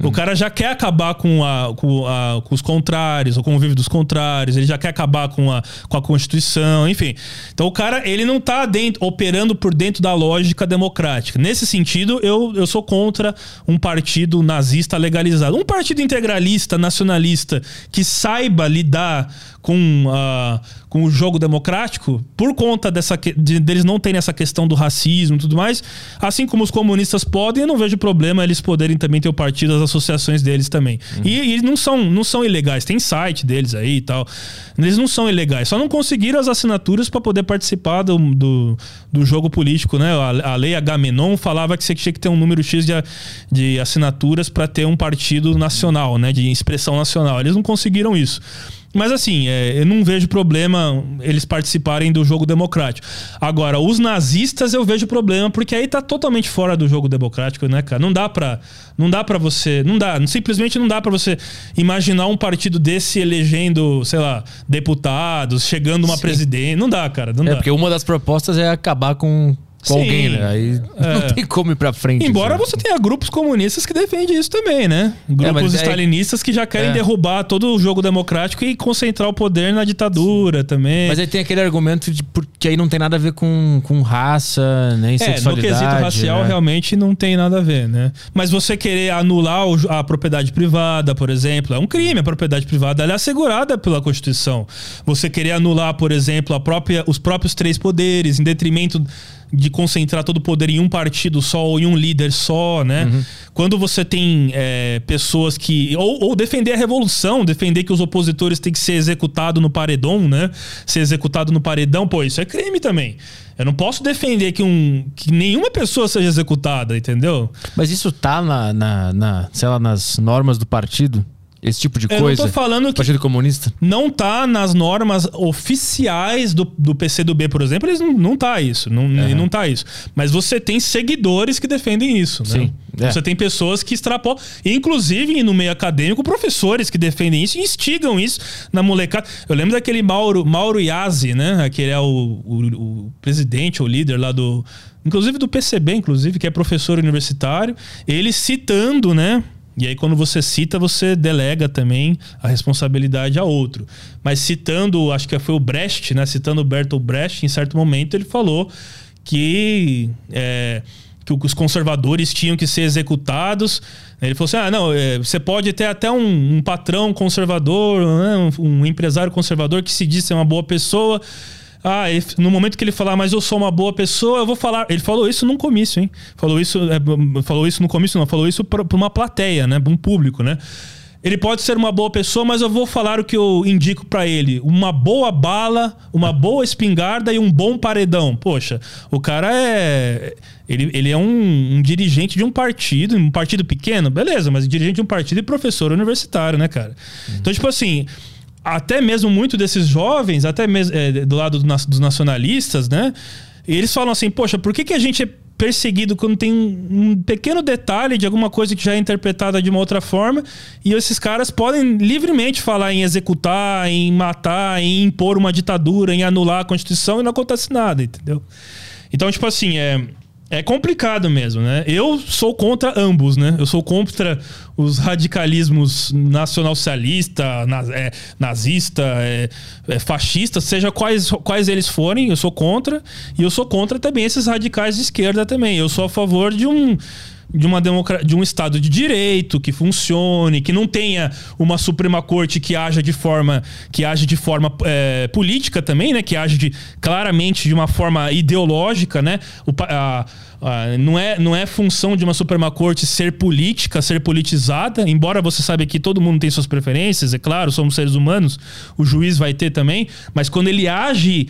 O cara já quer acabar com, a, com, a, com os contrários, o convívio dos contrários, ele já quer acabar com a, com a Constituição, enfim. Então o cara, ele não tá dentro, operando por dentro da lógica democrática. Nesse sentido, eu, eu sou contra um partido nazista legalizado. Um partido integralista, nacionalista, que saiba lidar com, uh, com o jogo democrático, por conta dessa, de, deles não terem essa questão do racismo e tudo mais, assim como os comunistas podem, eu não vejo problema eles poderem também ter o partido, as associações deles também. Uhum. E, e não, são, não são ilegais, tem site deles aí e tal. Eles não são ilegais, só não conseguiram as assinaturas para poder participar do, do, do jogo político, né? A, a lei Agamenon falava que você tinha que ter um número X de, de assinaturas para ter um partido nacional, né? De expressão nacional. Eles não conseguiram isso. Mas assim, é, eu não vejo problema eles participarem do jogo democrático. Agora, os nazistas eu vejo problema, porque aí tá totalmente fora do jogo democrático, né, cara? Não dá pra, não dá pra você... Não dá, simplesmente não dá pra você imaginar um partido desse elegendo, sei lá, deputados, chegando uma presidente. Não dá, cara, não é, dá. Porque uma das propostas é acabar com... com Sim, alguém, né? Aí é. não tem como ir pra frente. Embora assim. você tenha grupos comunistas que defendem isso também, né? Grupos é, stalinistas é... que já querem é. derrubar todo o jogo democrático e concentrar o poder na ditadura Sim. também. Mas aí tem aquele argumento de que aí não tem nada a ver com, com raça, nem é, sexualidade. No quesito racial, né? Realmente não tem nada a ver, né? Mas você querer anular a propriedade privada, por exemplo, é um crime. A propriedade privada ela é assegurada pela Constituição. Você querer anular, por exemplo, a própria, os próprios três poderes, em detrimento de concentrar todo o poder em um partido só ou em um líder só, né? Uhum. Quando você tem é, pessoas que... Ou, ou defender a revolução, defender que os opositores têm que ser executados no paredão, né? Ser executado no paredão, pô, isso é crime também. Eu não posso defender que, um, que nenhuma pessoa seja executada, entendeu? Mas isso tá na, na, na, sei lá, nas normas do partido? Esse tipo de coisa? Eu não tô falando que Partido Comunista? Não tá nas normas oficiais do, do P C do B, por exemplo, eles não, não tá isso. Não, uhum. não tá isso. Mas você tem seguidores que defendem isso, né? Sim. É. Você tem pessoas que extrapolam, inclusive no meio acadêmico, professores que defendem isso e instigam isso na molecada. Eu lembro daquele Mauro, Mauro Iazzi, né? Que é o, o, o presidente ou líder lá do... Inclusive do P C B, inclusive, que é professor universitário. Ele citando, né? E aí quando você cita, você delega também a responsabilidade a outro. Mas citando, acho que foi o Brecht, né? Citando o Bertolt Brecht, em certo momento ele falou que, é, que os conservadores tinham que ser executados. Ele falou assim, ah, não, é, você pode ter até um, um patrão conservador, né? um, um empresário conservador que se diz ser uma boa pessoa. Ah, ele, no momento que ele falar, mas eu sou uma boa pessoa, eu vou falar... Ele falou isso num comício, hein? Falou isso, é, falou isso no comício, não. Falou isso pra, pra uma plateia, né? Pra um público, né? Ele pode ser uma boa pessoa, mas eu vou falar o que eu indico pra ele. Uma boa bala, uma boa espingarda e um bom paredão. Poxa, o cara é... Ele, ele é um, um dirigente de um partido, um partido pequeno, beleza, mas dirigente de um partido e professor universitário, né, cara? Uhum. Então, tipo assim... Até mesmo muito desses jovens, até mesmo é, do lado do, dos nacionalistas, né? Eles falam assim, poxa, por que, que a gente é perseguido quando tem um, um pequeno detalhe de alguma coisa que já é interpretada de uma outra forma e esses caras podem livremente falar em executar, em matar, em impor uma ditadura, em anular a Constituição e não acontece nada, entendeu? Então, tipo assim, é... É complicado mesmo, né? Eu sou contra ambos, né? Eu sou contra os radicalismos nacional-socialista, naz, é, nazista, é, é, fascista, seja quais, quais eles forem, eu sou contra. E eu sou contra também esses radicais de esquerda também. Eu sou a favor de um... De, uma democra... de um Estado de direito que funcione, que não tenha uma Suprema Corte que haja de forma, que age de forma é, política também, né? Que age de, claramente de uma forma ideológica, né? O, a, a, não, é, não é função de uma Suprema Corte ser política, ser politizada, embora você saiba que todo mundo tem suas preferências, é claro, somos seres humanos, o juiz vai ter também, mas quando ele age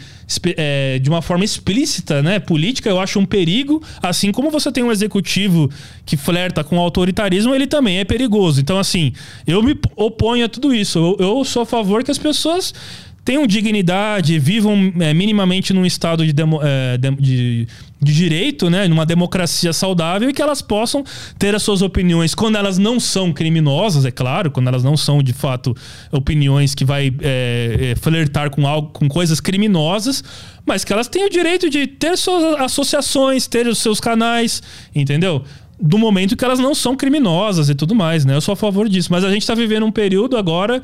é, de uma forma explícita, né, política, eu acho um perigo, assim como você tem um executivo que flerta com o autoritarismo, ele também é perigoso. Então, assim, eu me oponho a tudo isso. Eu, eu sou a favor que as pessoas tenham dignidade, vivam é, minimamente num estado de, demo, é, de, de, de direito, né? Numa democracia saudável, e que elas possam ter as suas opiniões quando elas não são criminosas, é claro, quando elas não são de fato opiniões que vai é, é, flertar com algo, com coisas criminosas, mas que elas têm o direito de ter suas associações, ter os seus canais, entendeu? do momento que elas não são criminosas e tudo mais, né? Eu sou a favor disso. Mas a gente tá vivendo um período agora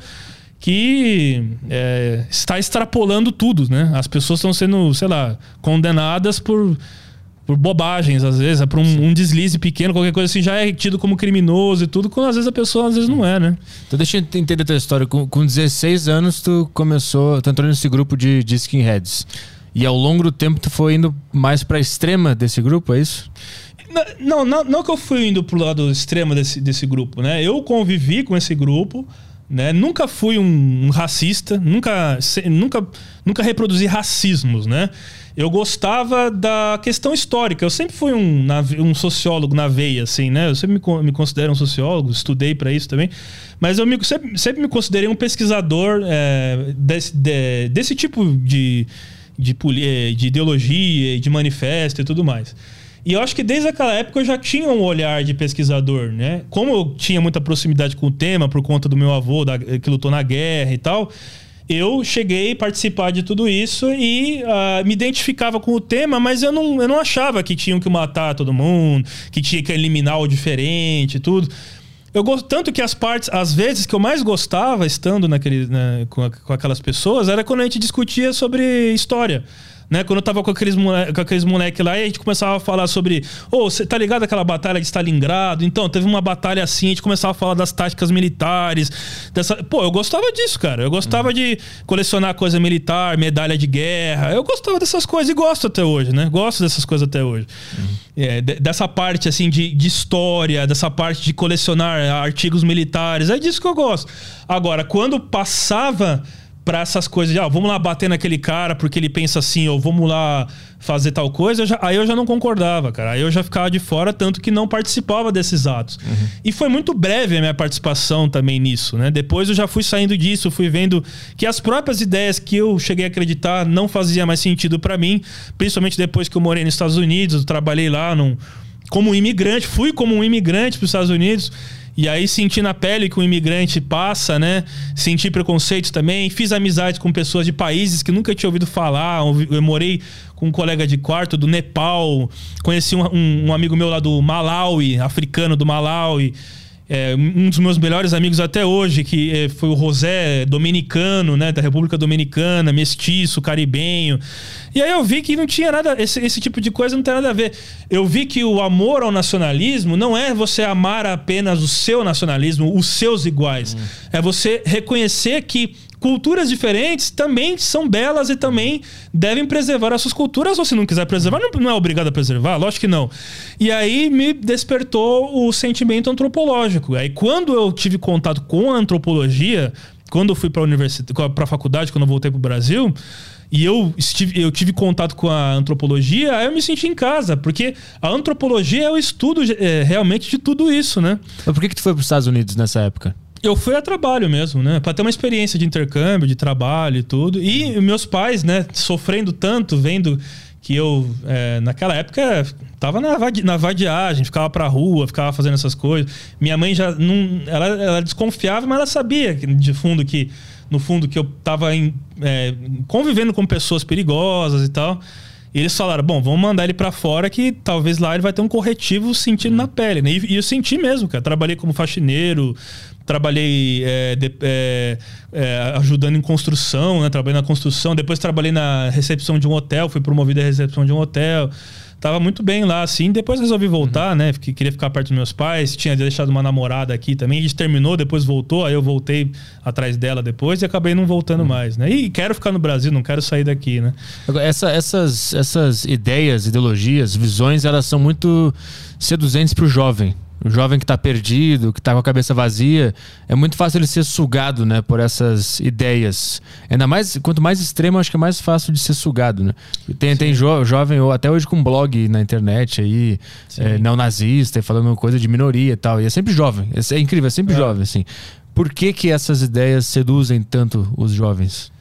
que é, está extrapolando tudo, né? As pessoas estão sendo, sei lá, condenadas por, por bobagens, às vezes, por um, um deslize pequeno, qualquer coisa assim, já é tido como criminoso e tudo, quando às vezes a pessoa às vezes não é, né? Então deixa eu entender a tua história. Com, com dezesseis anos tu começou, tu entrou nesse grupo de, de skinheads. E ao longo do tempo tu foi indo mais pra extrema desse grupo, é isso? Não, não, não que eu fui indo pro lado extremo desse, desse grupo, né? Eu convivi com esse grupo, né? Nunca fui um, um racista, nunca, nunca, nunca reproduzi racismos, né? Eu gostava da questão histórica. Eu sempre fui um, um sociólogo na veia, assim, né? Eu sempre me, me considero um sociólogo, estudei para isso também. Mas eu me, sempre, sempre me considerei um pesquisador é, desse, de, desse tipo de, de, de ideologia, de manifesto e tudo mais. E eu acho que desde aquela época eu já tinha um olhar de pesquisador, né? Como eu tinha muita proximidade com o tema por conta do meu avô, da, que lutou na guerra e tal, eu cheguei a participar de tudo isso e uh, me identificava com o tema, mas eu não, eu não achava que tinham que matar todo mundo, que tinha que eliminar o diferente e tudo. Eu gosto tanto que as partes, às vezes, que eu mais gostava estando naquele, né, com, a, com aquelas pessoas era quando a gente discutia sobre história. Né? Quando eu tava com aqueles moleques aqueles moleque lá e a gente começava a falar sobre... Ô, oh, você tá ligado aquela batalha de Stalingrado? Então, teve uma batalha assim, a gente começava a falar das táticas militares. Dessa... Pô, eu gostava disso, cara. Eu gostava uhum. de colecionar coisa militar, medalha de guerra. Eu gostava dessas coisas e gosto até hoje, né? Gosto dessas coisas até hoje. Uhum. É, dessa parte, assim, de, de história, dessa parte de colecionar artigos militares. É disso que eu gosto. Agora, quando passava... pra essas coisas de, ah, vamos lá bater naquele cara porque ele pensa assim, ou vamos lá fazer tal coisa, eu já, aí eu já não concordava, cara. Aí eu já ficava de fora, tanto que não participava desses atos. Uhum. E foi muito breve a minha participação também nisso, né? Depois eu já fui saindo disso, fui vendo que as próprias ideias que eu cheguei a acreditar não faziam mais sentido pra mim, principalmente depois que eu morei nos Estados Unidos, eu trabalhei lá num, como um imigrante, fui como um imigrante pros Estados Unidos. E aí senti na pele que o imigrante passa, né? Senti preconceitos também. Fiz amizade com pessoas de países que nunca tinha ouvido falar. Eu morei com um colega de quarto do Nepal. Conheci um, um, um amigo meu lá do Malawi, africano do Malawi. É, um dos meus melhores amigos até hoje, que é, foi o José, dominicano, né? Da República Dominicana, mestiço, caribenho. E aí eu vi que não tinha nada... Esse, esse tipo de coisa não tem nada a ver. Eu vi que o amor ao nacionalismo não é você amar apenas o seu nacionalismo, os seus iguais. Hum. É você reconhecer que culturas diferentes também são belas e também devem preservar as suas culturas, ou se não quiser preservar, não, não é obrigado a preservar, lógico que não. E aí me despertou o sentimento antropológico. Aí quando eu tive contato com a antropologia, quando eu fui para a universidade, para a faculdade, quando eu voltei para o Brasil, e eu, estive, eu tive contato com a antropologia, aí eu me senti em casa, porque a antropologia é o estudo é, realmente de tudo isso, né? Mas por que que tu foi para os Estados Unidos nessa época? Eu fui a trabalho mesmo, né? Pra ter uma experiência de intercâmbio, de trabalho e tudo. E meus pais, né, sofrendo tanto, vendo que eu, é, naquela época, tava na, vadi- na vadiagem, ficava pra rua, ficava fazendo essas coisas. Minha mãe já não... Ela, ela desconfiava, mas ela sabia, de fundo, que... No fundo, que eu tava em, é, convivendo com pessoas perigosas e tal. E eles falaram, bom, vamos mandar ele pra fora que talvez lá ele vai ter um corretivo sentindo na pele, né? E, e eu senti mesmo, cara. Trabalhei como faxineiro, trabalhei é, de, é, é, ajudando em construção, né? Trabalhei na construção. Depois trabalhei na recepção de um hotel, fui promovido à recepção de um hotel. Tava muito bem lá, assim. Depois resolvi voltar, uhum. né? Porque queria ficar perto dos meus pais. Tinha deixado uma namorada aqui também. A gente terminou, depois voltou. Aí eu voltei atrás dela depois e acabei não voltando uhum. mais, né? E quero ficar no Brasil, não quero sair daqui, né? Essa, essas, essas ideias, ideologias, visões, elas são muito seduzentes pro jovem. O jovem que tá perdido, que tá com a cabeça vazia, é muito fácil ele ser sugado, né, por essas ideias. Ainda mais, quanto mais extremo, acho que é mais fácil de ser sugado, né? Tem, tem jo, jovem, ou até hoje com blog na internet aí, é, neonazista, falando coisa de minoria e tal. E é sempre jovem. É, é incrível, é sempre é. jovem, assim. Por que que essas ideias seduzem tanto os jovens?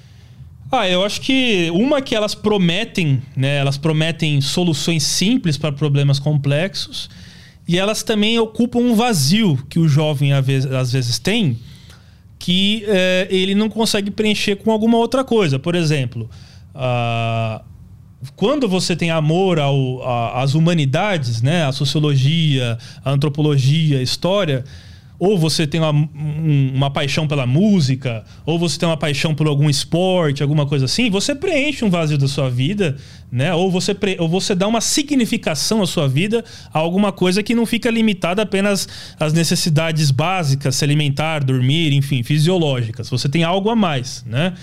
Ah, eu acho que uma que elas prometem, né? Elas prometem soluções simples para problemas complexos. E elas também ocupam um vazio que o jovem às vezes tem, que é, ele não consegue preencher com alguma outra coisa. Por exemplo, uh, quando você tem amor ao, a, às humanidades, né? A sociologia, a antropologia, a história, ou você tem uma, um, uma paixão pela música, ou você tem uma paixão por algum esporte, alguma coisa assim, você preenche um vazio da sua vida, né? Ou você, pre, ou você dá uma significação à sua vida a alguma coisa que não fica limitada apenas às necessidades básicas, se alimentar, dormir, enfim, fisiológicas. Você tem algo a mais, né?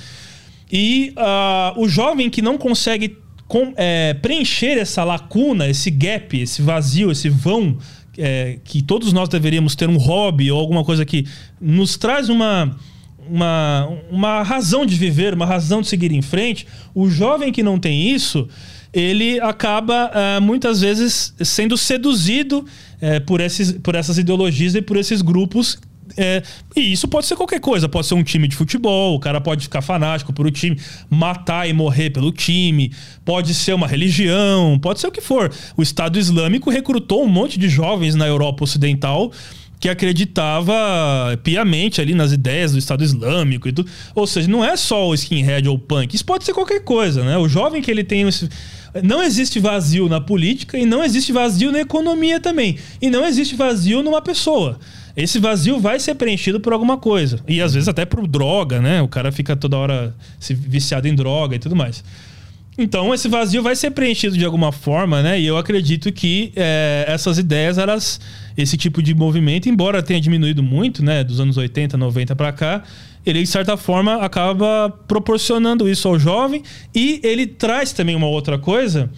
E uh, o jovem que não consegue com, é, preencher essa lacuna, esse gap, esse vazio, esse vão, É, que todos nós deveríamos ter um hobby ou alguma coisa que nos traz uma, uma, uma razão de viver, uma razão de seguir em frente. O jovem que não tem isso, ele acaba uh, muitas vezes sendo seduzido uh, por, esses, por essas ideologias e por esses grupos. É, e isso pode ser qualquer coisa, pode ser um time de futebol, o cara pode ficar fanático por o time, matar e morrer pelo time, pode ser uma religião, pode ser o que for. O Estado Islâmico recrutou um monte de jovens na Europa Ocidental que acreditava piamente ali nas ideias do Estado Islâmico e tudo. Ou seja, não é só o skinhead ou o punk, isso pode ser qualquer coisa, né? O jovem que ele tem esse... Não existe vazio na política e não existe vazio na economia também. E não existe vazio numa pessoa. Esse vazio vai ser preenchido por alguma coisa. E às vezes até por droga, né? O cara fica toda hora se viciado em droga e tudo mais. Então esse vazio vai ser preenchido de alguma forma, né? E eu acredito que é, essas ideias, elas, esse tipo de movimento, embora tenha diminuído muito, né? Dos anos oitenta, noventa pra cá, ele de certa forma acaba proporcionando isso ao jovem. E ele traz também uma outra coisa,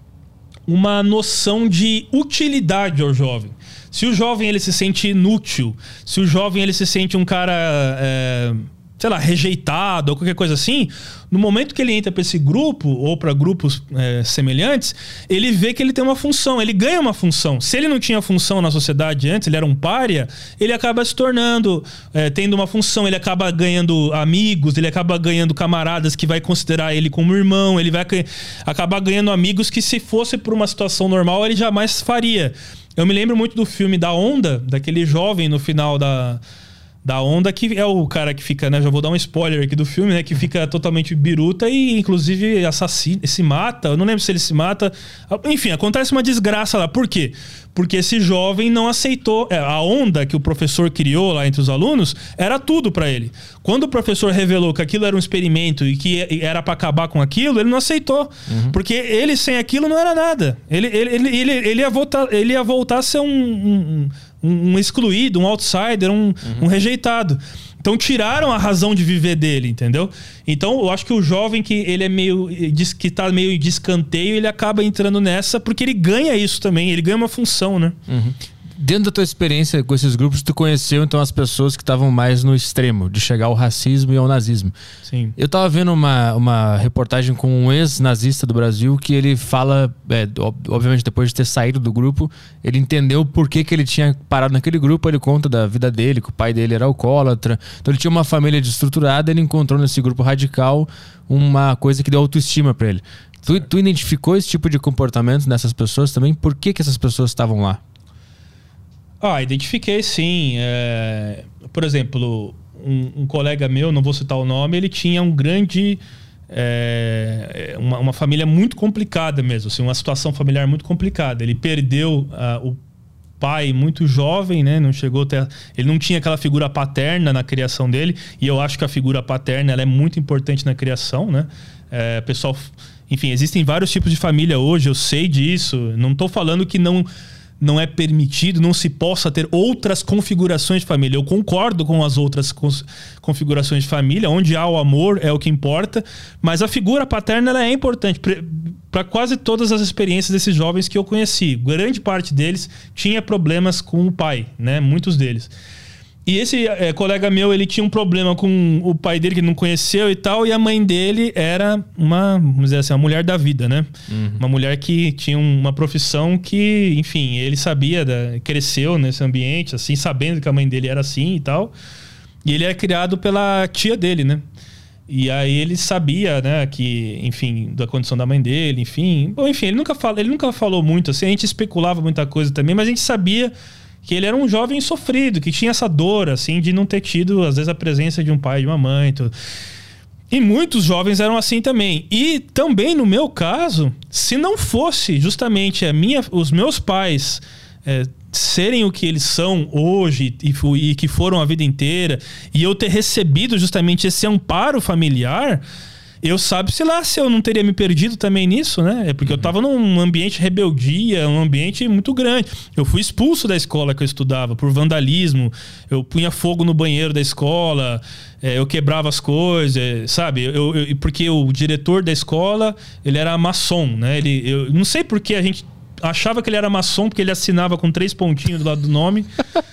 uma noção de utilidade ao jovem. Se o jovem ele se sente inútil, se o jovem ele se sente um cara, é, sei lá, rejeitado ou qualquer coisa assim, no momento que ele entra para esse grupo ou para grupos é, semelhantes, ele vê que ele tem uma função, ele ganha uma função. Se ele não tinha função na sociedade antes, ele era um pária, ele acaba se tornando, é, tendo uma função, ele acaba ganhando amigos, ele acaba ganhando camaradas que vai considerar ele como irmão, ele vai acabar ganhando amigos que, se fosse por uma situação normal, ele jamais faria. Eu me lembro muito do filme Da Onda, daquele jovem no final da, da Onda, que é o cara que fica, né? Já vou dar um spoiler aqui do filme, né? Que fica totalmente biruta e, inclusive, assassina, se mata. Eu não lembro se ele se mata. Enfim, acontece uma desgraça lá. Por quê? Porque esse jovem não aceitou. A onda que o professor criou lá entre os alunos era tudo pra ele. Quando o professor revelou que aquilo era um experimento e que era pra acabar com aquilo, ele não aceitou. Uhum. Porque ele sem aquilo não era nada. Ele, ele, ele, ele, ele, ia, voltar, ele ia voltar a ser um, um, um excluído, um outsider, um, uhum. um rejeitado. Então tiraram a razão de viver dele, entendeu? Então eu acho que o jovem que ele é meio que tá meio de escanteio, ele acaba entrando nessa porque ele ganha isso também, ele ganha uma função, né? Uhum. Dentro da tua experiência com esses grupos, tu conheceu então as pessoas que estavam mais no extremo, de chegar ao racismo e ao nazismo. Sim. Eu tava vendo uma, uma reportagem com um ex-nazista do Brasil que ele fala, é, obviamente depois de ter saído do grupo, ele entendeu por que, que ele tinha parado naquele grupo, ele conta da vida dele, que o pai dele era alcoólatra, então ele tinha uma família desestruturada, ele encontrou nesse grupo radical uma coisa que deu autoestima pra ele. Tu, tu identificou esse tipo de comportamento nessas pessoas também? Por que, que essas pessoas estavam lá? Ah, identifiquei sim. É, por exemplo, um, um colega meu, não vou citar o nome, ele tinha um grande... É, uma, uma família muito complicada mesmo, assim, uma situação familiar muito complicada. Ele perdeu uh, o pai muito jovem, né? Não chegou até, ele não tinha aquela figura paterna na criação dele, e eu acho que a figura paterna ela é muito importante na criação, né? É, pessoal, enfim, existem vários tipos de família hoje, eu sei disso. Não estou falando que não... não é permitido, não se possa ter outras configurações de família. Eu concordo com as outras configurações de família, onde há o amor é o que importa, mas a figura paterna ela é importante para quase todas as experiências desses jovens que eu conheci. Grande parte deles tinha problemas com o pai, né? Muitos deles. E esse é, colega meu, ele tinha um problema com o pai dele que ele não conheceu e tal, e a mãe dele era uma, vamos dizer assim, uma mulher da vida, né? Uhum. Uma mulher que tinha uma profissão que, enfim, ele sabia, da, cresceu nesse ambiente, assim, sabendo que a mãe dele era assim e tal. E ele era criado pela tia dele, né? E aí ele sabia, né, que, enfim, da condição da mãe dele, enfim... Bom, enfim, ele nunca, fala, ele nunca falou muito, assim, a gente especulava muita coisa também, mas a gente sabia... que ele era um jovem sofrido, que tinha essa dor, assim, de não ter tido, às vezes, a presença de um pai e de uma mãe. Tudo. E muitos jovens eram assim também. E também no meu caso, se não fosse justamente a minha, os meus pais é, serem o que eles são hoje e, e que foram a vida inteira, e eu ter recebido justamente esse amparo familiar, eu sabe, sei lá, se eu não teria me perdido também nisso, né? É porque uhum. eu tava num ambiente de rebeldia, um ambiente muito grande. Eu fui expulso da escola que eu estudava por vandalismo. Eu punha fogo no banheiro da escola, é, eu quebrava as coisas, sabe? Eu, eu, porque o diretor da escola, ele era maçom, né? Ele, eu não sei por que a gente achava que ele era maçom, porque ele assinava com três pontinhos do lado do nome.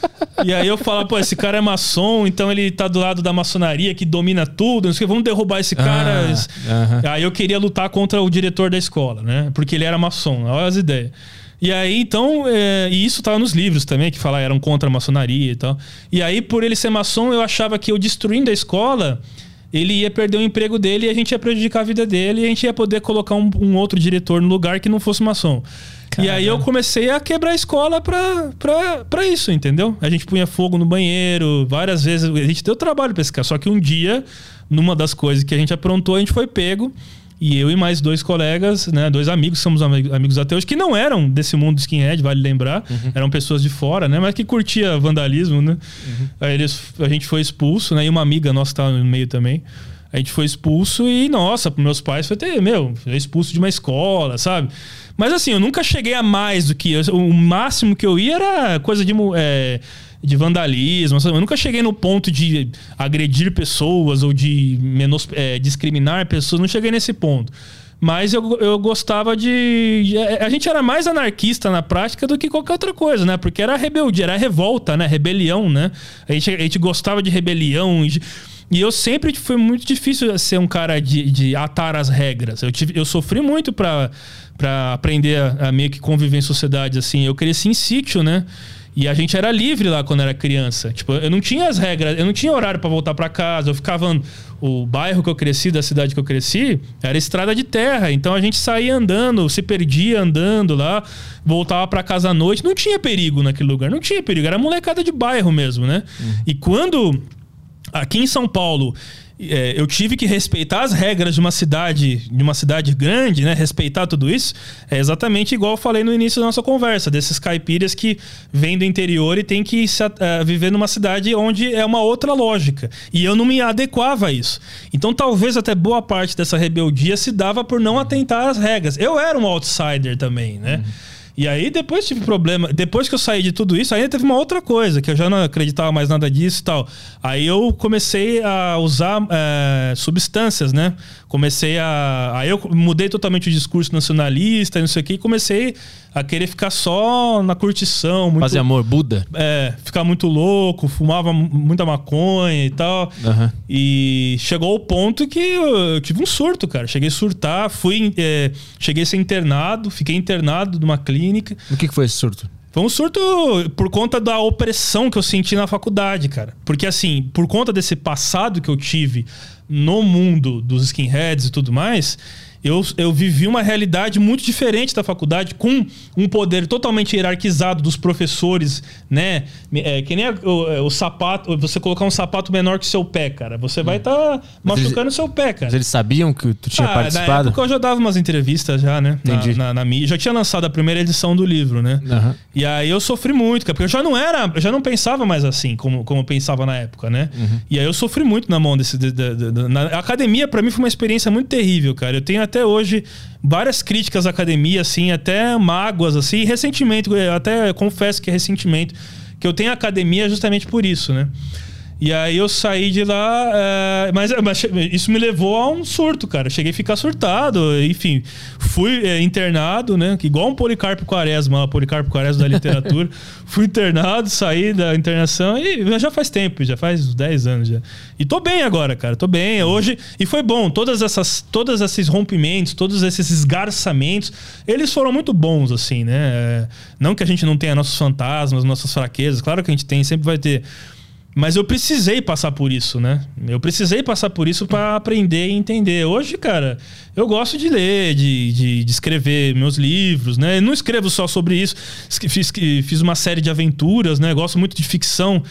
E aí eu falava, pô, esse cara é maçom, então ele tá do lado da maçonaria que domina tudo, não sei o que, vamos derrubar esse cara. Ah, uh-huh. Aí eu queria lutar contra o diretor da escola, né? Porque ele era maçom, olha as ideias. E aí, então, é, e isso tava nos livros também, que falavam eram contra a maçonaria e tal. E aí, por ele ser maçom, eu achava que eu destruindo a escola, ele ia perder o emprego dele e a gente ia prejudicar a vida dele e a gente ia poder colocar um, um outro diretor no lugar que não fosse maçom. Caramba. E aí eu comecei a quebrar a escola pra, pra, pra isso, entendeu? A gente punha fogo no banheiro, várias vezes. A gente deu trabalho pra esse cara. Só que um dia, numa das coisas que a gente aprontou, a gente foi pego. E eu e mais dois colegas, né? Dois amigos, somos amigos ateus, que não eram desse mundo skinhead, vale lembrar. Uhum. Eram pessoas de fora, né? Mas que curtia vandalismo, né? Uhum. Aí eles, a gente foi expulso, né? E uma amiga nossa tava no meio também. A gente foi expulso e, nossa, pros meus pais foi ter, meu, foi expulso de uma escola, sabe? Mas assim, eu nunca cheguei a mais do que... O máximo que eu ia era coisa de... É, de vandalismo, eu nunca cheguei no ponto de agredir pessoas ou de menos, é, discriminar pessoas, não cheguei nesse ponto. Mas eu, eu gostava de... A gente era mais anarquista na prática do que qualquer outra coisa, né? Porque era rebeldia, era revolta, né? Rebelião, né? A gente, a gente gostava de rebelião... De... E eu sempre foi muito difícil ser um cara de, de atar as regras. Eu, tive, eu sofri muito pra, pra aprender a, a meio que conviver em sociedade, assim. Eu cresci em sítio, né? E a gente era livre lá quando era criança. Tipo, eu não tinha as regras, eu não tinha horário pra voltar pra casa. Eu ficava... O bairro que eu cresci, da cidade que eu cresci, era estrada de terra. Então a gente saía andando, se perdia andando lá, voltava pra casa à noite. Não tinha perigo naquele lugar, não tinha perigo. Era molecada de bairro mesmo, né? Uhum. E quando... Aqui em São Paulo, é, eu tive que respeitar as regras de uma cidade, de uma cidade grande, né? Respeitar tudo isso. É exatamente igual eu falei no início da nossa conversa, desses caipiras que vêm do interior e tem que se, uh, viver numa cidade onde é uma outra lógica. E eu não me adequava a isso. Então talvez até boa parte dessa rebeldia se dava por não atentar às regras. Eu era um outsider também, né? Uhum. E aí depois tive problema. Depois que eu saí de tudo isso, aí teve uma outra coisa, que eu já não acreditava mais nada disso e tal. Aí eu comecei a usar é, substâncias, né? Comecei a... Aí eu mudei totalmente o discurso nacionalista e não sei o que, e comecei a querer ficar só na curtição. Muito, fazer amor, Buda? É, ficar muito louco, fumava muita maconha e tal. Uhum. E chegou ao ponto que eu, eu tive um surto, cara. Cheguei a surtar, fui... É, cheguei a ser internado, fiquei internado numa clínica. O que, que foi esse surto? Foi um surto por conta da opressão que eu senti na faculdade, cara. Porque assim, por conta desse passado que eu tive no mundo dos skinheads e tudo mais... Eu, eu vivi uma realidade muito diferente da faculdade, com um poder totalmente hierarquizado dos professores, né? É, que nem a, o, o sapato, você colocar um sapato menor que o seu pé, cara. Você vai estar tá machucando o seu pé, cara. Mas eles sabiam que tu tinha ah, participado? Na época eu já dava umas entrevistas já, né? Entendi. Na, na, na, já tinha lançado a primeira edição do livro, né? Uhum. E aí eu sofri muito, cara, porque eu já não era, eu já não pensava mais assim, como, como eu pensava na época, né? Uhum. E aí eu sofri muito na mão desse... De, de, de, de, na, a academia, pra mim, foi uma experiência muito terrível, cara. Eu tenho até hoje várias críticas à academia, assim, até mágoas, assim, ressentimento, eu até confesso que é ressentimento, que eu tenho a academia justamente por isso, né? E aí eu saí de lá, é, mas, mas isso me levou a um surto, cara. Cheguei a ficar surtado, enfim. Fui é, internado, né? Igual um Policarpo Quaresma, Policarpo Quaresma da literatura. Fui internado, saí da internação e já faz tempo, já faz uns dez anos já. E tô bem agora, cara. Tô bem. Hoje... E foi bom. Todas essas, todos esses rompimentos, todos esses esgarçamentos, eles foram muito bons, assim, né? Não que a gente não tenha nossos fantasmas, nossas fraquezas. Claro que a gente tem, sempre vai ter... Mas eu precisei passar por isso, né? Eu precisei passar por isso para aprender e entender. Hoje, cara, eu gosto de ler, de, de, de escrever meus livros, né? Eu não escrevo só sobre isso. Fiz, fiz uma série de aventuras, né? Gosto muito de ficção.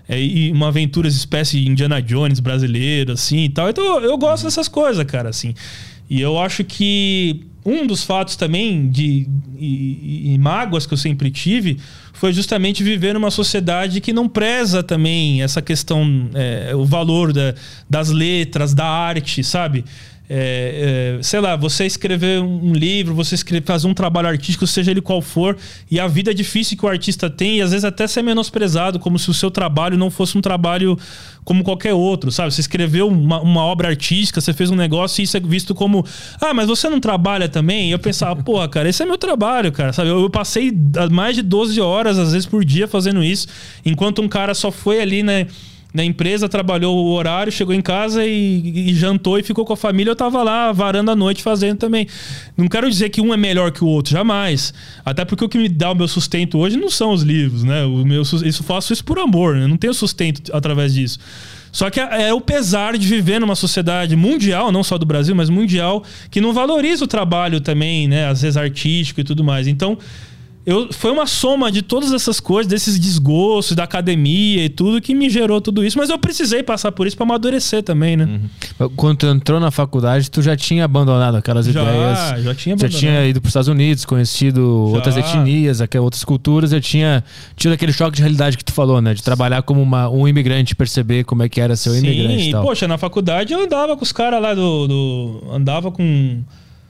é, e uma aventura espécie de Indiana Jones brasileiro, assim, e tal. Então eu, eu gosto dessas coisas, cara, assim. E eu acho que um dos fatos também de e, e mágoas que eu sempre tive foi justamente viver numa sociedade que não preza também essa questão, é, o valor da, das letras, da arte, sabe? É, é, sei lá, você escrever um livro, você escrever, fazer um trabalho artístico, seja ele qual for, e a vida difícil que o artista tem, e às vezes até ser menosprezado, como se o seu trabalho não fosse um trabalho como qualquer outro, sabe? Você escreveu uma, uma obra artística, você fez um negócio e isso é visto como, ah, mas você não trabalha também? E eu pensava, porra, cara, esse é meu trabalho, cara, sabe? Eu, eu passei mais de doze horas, às vezes, por dia fazendo isso, enquanto um cara só foi ali, né, na empresa, trabalhou o horário, chegou em casa e, e jantou e ficou com a família. Eu tava lá varando a noite fazendo também. Não quero dizer que um é melhor que o outro, jamais. Até porque o que me dá o meu sustento hoje não são os livros, né? O meu, isso faço isso por amor, né? Não tenho sustento através disso. Só que é, é o pesar de viver numa sociedade mundial, não só do Brasil, mas mundial, que não valoriza o trabalho também, né? Às vezes artístico e tudo mais. Então, Eu, foi uma soma de todas essas coisas, desses desgostos da academia e tudo, que me gerou tudo isso. Mas eu precisei passar por isso para amadurecer também, né? Uhum. Quando tu entrou na faculdade, tu já tinha abandonado aquelas já, ideias? Já tinha abandonado. Já tinha ido para os Estados Unidos, conhecido já. outras etnias, outras culturas. Já tinha tido aquele choque de realidade que tu falou, né? De trabalhar como uma, um imigrante, perceber como é que era ser um Sim, imigrante e tal. Poxa, na faculdade eu andava com os caras lá do, do... Andava com...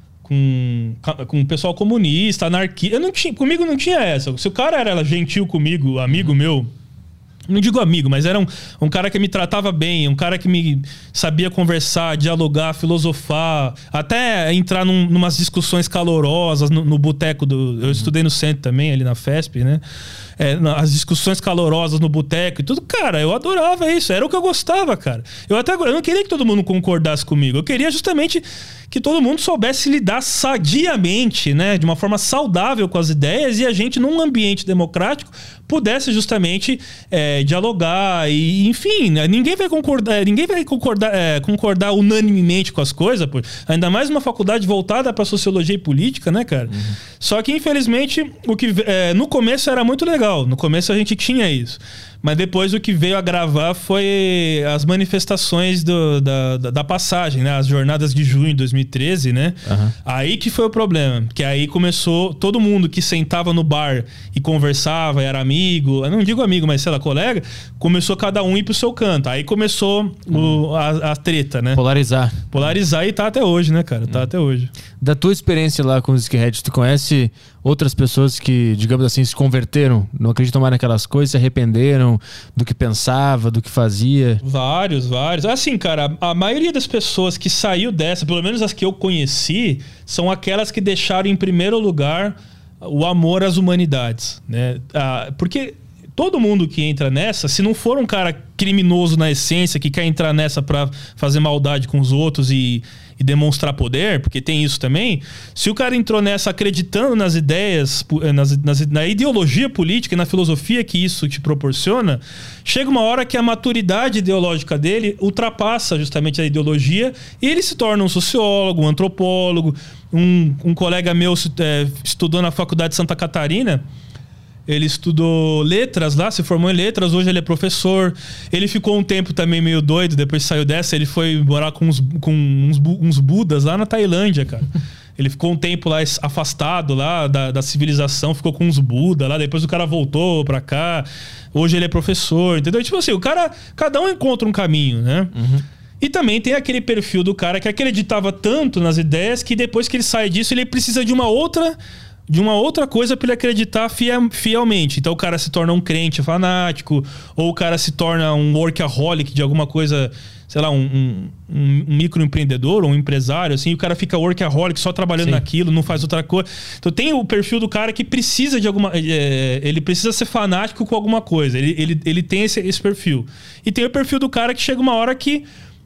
Com, com o pessoal comunista, anarquista. Eu não tinha, comigo não tinha essa. Se o cara era gentil comigo, amigo meu, não digo amigo, mas era um, um cara que me tratava bem, um cara que me sabia conversar, dialogar, filosofar, até entrar num, numas discussões calorosas no, no boteco do... Eu estudei no centro também, ali na FESP, né? É, as discussões calorosas no boteco e tudo, cara, eu adorava isso, era o que eu gostava, cara. Eu até eu não queria que todo mundo concordasse comigo, eu queria justamente que todo mundo soubesse lidar sadiamente, né, de uma forma saudável com as ideias, e a gente, num ambiente democrático, pudesse justamente é, dialogar e, enfim, né, ninguém vai concordar, ninguém vai concordar, é, concordar unanimemente com as coisas, pô. Ainda mais uma faculdade voltada para sociologia e política, né, cara? Uhum. Só que, infelizmente, o que é, no começo era muito legal. No começo a gente tinha isso. Mas depois o que veio a agravar foi as manifestações do, da, da, da passagem, né? As jornadas de junho de dois mil e treze, né? Uhum. Aí que foi o problema. Que aí começou todo mundo que sentava no bar e conversava, era amigo, eu não digo amigo, mas sei lá, colega, começou cada um ir pro seu canto. Aí começou uhum. o, a, a treta, né? Polarizar. Polarizar e tá até hoje, né, cara? Tá uhum. até hoje. Da tua experiência lá com os skinheads, tu conhece outras pessoas que, digamos assim, se converteram, não acreditam mais naquelas coisas, se arrependeram do que pensava, do que fazia? Vários, vários. Assim, cara, a maioria das pessoas que saiu dessa, pelo menos as que eu conheci, são aquelas que deixaram em primeiro lugar o amor às humanidades, né? Ah, porque todo mundo que entra nessa, se não for um cara criminoso na essência, que quer entrar nessa pra fazer maldade com os outros e, e demonstrar poder, porque tem isso também, se o cara entrou nessa acreditando nas ideias, nas, nas, na ideologia política e na filosofia que isso te proporciona, chega uma hora que a maturidade ideológica dele ultrapassa justamente a ideologia e ele se torna um sociólogo, um antropólogo. Um, um colega meu é, estudou na Faculdade de Santa Catarina. Ele estudou letras lá, se formou em letras, hoje ele é professor. Ele ficou um tempo também meio doido, depois saiu dessa, ele foi morar com uns, com uns, uns budas lá na Tailândia, cara. Ele ficou um tempo lá afastado lá da, da civilização, ficou com uns budas lá, depois o cara voltou pra cá. Hoje ele é professor, entendeu? Tipo assim, o cara, cada um encontra um caminho, né? Uhum. E também tem aquele perfil do cara que acreditava tanto nas ideias que depois que ele sai disso, ele precisa de uma outra... de uma outra coisa para ele acreditar fiel, fielmente. Então o cara se torna um crente fanático, ou o cara se torna um workaholic de alguma coisa, sei lá, um, um, um microempreendedor ou um empresário, assim, e o cara fica workaholic só trabalhando Sim. naquilo, não faz outra coisa. Então tem o perfil do cara que precisa de alguma... É, ele precisa ser fanático com alguma coisa. Ele, ele, ele tem esse, esse perfil. E tem o perfil do cara que chega uma hora que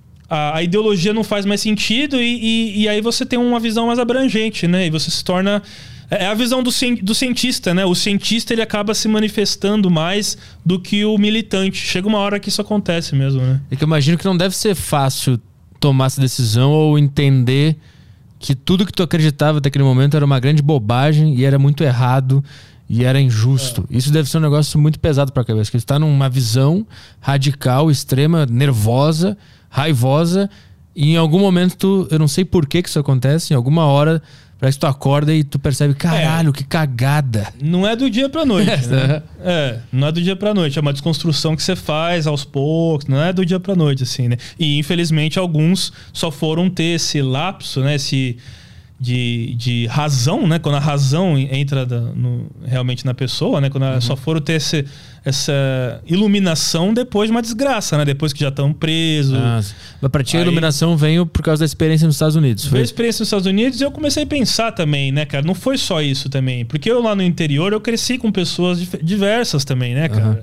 a, a ideologia não faz mais sentido e, e, e aí você tem uma visão mais abrangente, né? E você se torna... É a visão do, do cientista, né? O cientista, ele acaba se manifestando mais do que o militante. Chega uma hora que isso acontece mesmo, né? É que eu imagino que não deve ser fácil tomar essa decisão ou entender que tudo que tu acreditava naquele momento era uma grande bobagem e era muito errado e era injusto. É. Isso deve ser um negócio muito pesado pra cabeça, porque você tá numa visão radical, extrema, nervosa, raivosa, e em algum momento, tu, eu não sei por que que isso acontece, em alguma hora, parece que tu acorda e tu percebe, caralho, é. que cagada. Não é do dia pra noite, né? É, não é do dia pra noite, é uma desconstrução que você faz aos poucos, não é do dia pra noite, assim, né? E infelizmente alguns só foram ter esse lapso, né? Esse... De, de razão, né? Quando a razão entra da, no, realmente na pessoa, né? Quando uhum. só foram ter esse, essa iluminação depois de uma desgraça, né? Depois que já estão presos. Ah, mas pra ti a iluminação veio por causa da experiência nos Estados Unidos. Foi a experiência nos Estados Unidos e eu comecei a pensar também, né, cara? Não foi só isso também. Porque eu lá no interior, eu cresci com pessoas diversas também, né, cara? Uhum.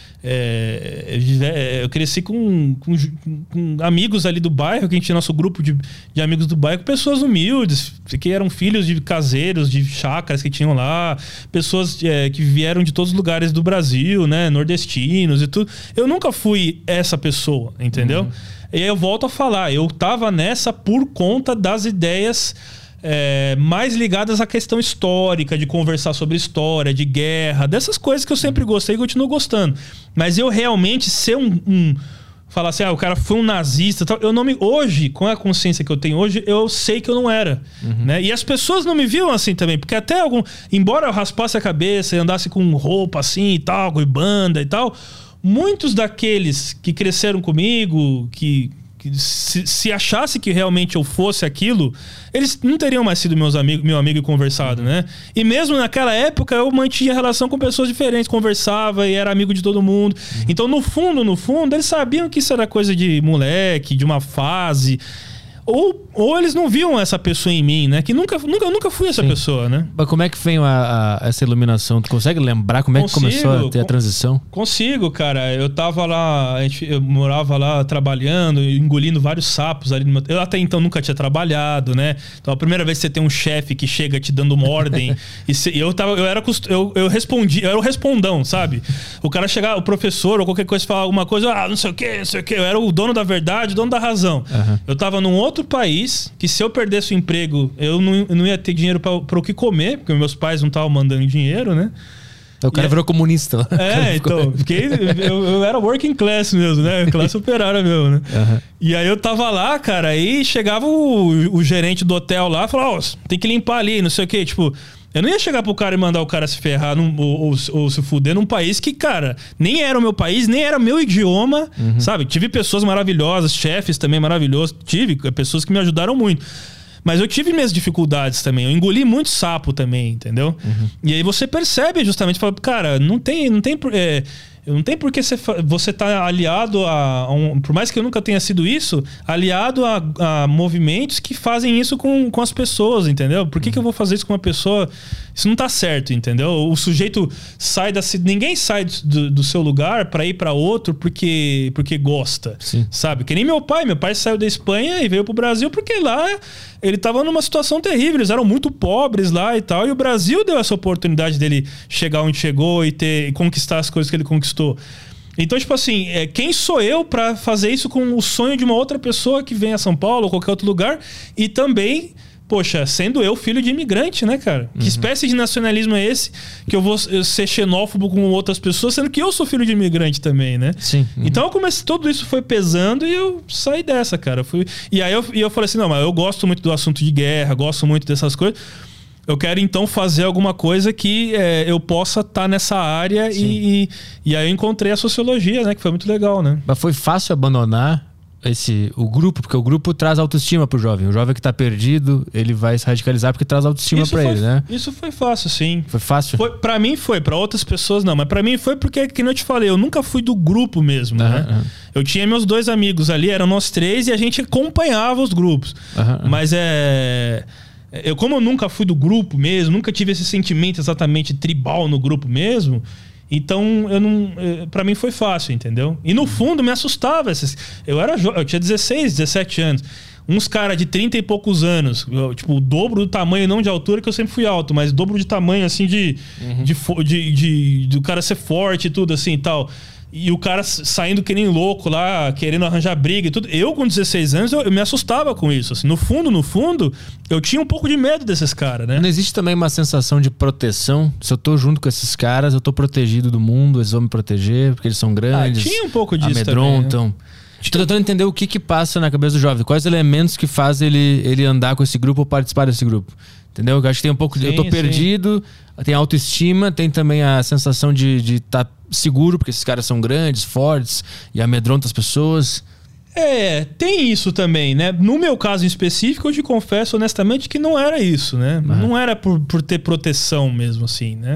É, eu cresci com, com, com amigos ali do bairro, que a gente tinha nosso grupo de, de amigos do bairro, pessoas humildes, que eram filhos de caseiros, de chácaras que tinham lá, pessoas é, que vieram de todos os lugares do Brasil, né, nordestinos e tudo. Eu nunca fui essa pessoa, entendeu? Uhum. E aí eu volto a falar, eu tava nessa por conta das ideias É, mais ligadas à questão histórica, de conversar sobre história, de guerra, dessas coisas que eu sempre gostei e continuo gostando. Mas eu realmente ser um... um falar assim, ah, o cara foi um nazista, tal, eu não me... Hoje, com a consciência que eu tenho hoje, eu sei que eu não era. Uhum. Né? E as pessoas não me viam assim também, porque até algum... Embora eu raspasse a cabeça e andasse com roupa assim e tal, com banda e tal, muitos daqueles que cresceram comigo, que... Se, se achasse que realmente eu fosse aquilo, eles não teriam mais sido meus amigos, meu amigo e conversado, né? E mesmo naquela época eu mantinha relação com pessoas diferentes, conversava e era amigo de todo mundo. Uhum. Então, no fundo, no fundo, eles sabiam que isso era coisa de moleque, de uma fase. Ou, ou eles não viam essa pessoa em mim, né? Que nunca, nunca, nunca fui essa Sim. pessoa, né? Mas como é que veio a, a, essa iluminação? Tu consegue lembrar como Consigo, é que começou a ter a transição? Consigo, cara. Eu tava lá, a gente, eu morava lá trabalhando, engolindo vários sapos ali. No meu, eu até então nunca tinha trabalhado, né? Então a primeira vez que você tem um chefe que chega te dando uma ordem e se, eu tava, eu era eu, eu respondi, eu era o respondão, sabe? O cara chegava, o professor ou qualquer coisa, falar alguma coisa, ah, não sei o que, não sei o que. Eu era o dono da verdade, o dono da razão. Uhum. Eu tava num outro outro país, que se eu perdesse o emprego, eu não, eu não ia ter dinheiro para o que comer, porque meus pais não estavam mandando dinheiro, né? O cara e virou é... comunista lá. É, então, fiquei, eu, eu era working class mesmo, né? Classe operária mesmo, né? Uhum. E aí eu tava lá, cara, aí chegava o, o gerente do hotel lá e falava, ó, oh, tem que limpar ali, não sei o quê, tipo... Eu não ia chegar pro cara e mandar o cara se ferrar num, ou, ou, ou se fuder num país que, cara, nem era o meu país, nem era meu idioma, uhum. sabe? Tive pessoas maravilhosas, chefes também maravilhosos, tive pessoas que me ajudaram muito. Mas eu tive minhas dificuldades também. Eu engoli muito sapo também, entendeu? Uhum. E aí você percebe justamente, fala, cara, não tem... Não tem é, não tem por que você, você tá aliado a, a um... Por mais que eu nunca tenha sido isso, aliado a, a movimentos que fazem isso com, com as pessoas, entendeu? Por que, uhum. que eu vou fazer isso com uma pessoa? Isso não tá certo, entendeu? O sujeito sai da... Ninguém sai do, do seu lugar pra ir pra outro porque, porque gosta, Sim. sabe? Que nem meu pai. Meu pai saiu da Espanha e veio pro Brasil porque lá ele tava numa situação terrível. Eles eram muito pobres lá e tal. E o Brasil deu essa oportunidade dele chegar onde chegou e, ter, e conquistar as coisas que ele conquistou. Então, tipo assim, é, quem sou eu pra fazer isso com o sonho de uma outra pessoa que vem a São Paulo ou qualquer outro lugar e também... Poxa, sendo eu filho de imigrante, né, cara? Uhum. Que espécie de nacionalismo é esse que eu vou ser xenófobo com outras pessoas, sendo que eu sou filho de imigrante também, né? Sim. Uhum. Então eu comecei, tudo isso foi pesando e eu saí dessa, cara. Eu fui, e aí eu, e eu falei assim, não, mas eu gosto muito do assunto de guerra, gosto muito dessas coisas. Eu quero então fazer alguma coisa que é, eu possa estar tá nessa área e, e, e aí eu encontrei a sociologia, né? Que foi muito legal, né? Mas foi fácil abandonar esse, o grupo, porque o grupo traz autoestima pro jovem. O jovem que tá perdido, ele vai se radicalizar porque traz autoestima para ele, né? Isso foi fácil, sim. Foi fácil? Foi, pra mim foi, pra outras pessoas não. Mas pra mim foi porque, que eu te falei, eu nunca fui do grupo mesmo, uhum, né? Uhum. Eu tinha meus dois amigos ali, eram nós três e a gente acompanhava os grupos. Uhum, uhum. Mas é... Eu, como eu nunca fui do grupo mesmo, nunca tive esse sentimento exatamente tribal no grupo mesmo... Então, eu não, pra mim foi fácil, entendeu? E no fundo me assustava. Eu, era, eu tinha dezesseis, dezessete anos. Uns caras de trinta e poucos anos, eu, tipo, o dobro do tamanho, não de altura, que eu sempre fui alto, mas dobro de tamanho, assim, de, uhum. de, de, de, de, de o cara ser forte e tudo, assim, e tal. E o cara saindo que nem louco lá, querendo arranjar briga e tudo. Eu, com dezesseis anos, eu, eu me assustava com isso. Assim. No fundo, no fundo, eu tinha um pouco de medo desses caras, né? Não existe também uma sensação de proteção? Se eu tô junto com esses caras, eu tô protegido do mundo, eles vão me proteger, porque eles são grandes. Ah, tinha um pouco disso amedrontam. também, né? Tô tentando entender o que que passa na cabeça do jovem. Quais elementos que fazem ele, ele andar com esse grupo ou participar desse grupo. Entendeu? Eu acho que tem um pouco de... Sim, eu tô perdido, sim. Tem autoestima, tem também a sensação de estar... Tá seguro, porque esses caras são grandes, fortes e amedrontam as pessoas. É, tem isso também, né? No meu caso em específico, eu te confesso honestamente que não era isso, né? Ah. Não era por, por ter proteção mesmo, assim, né?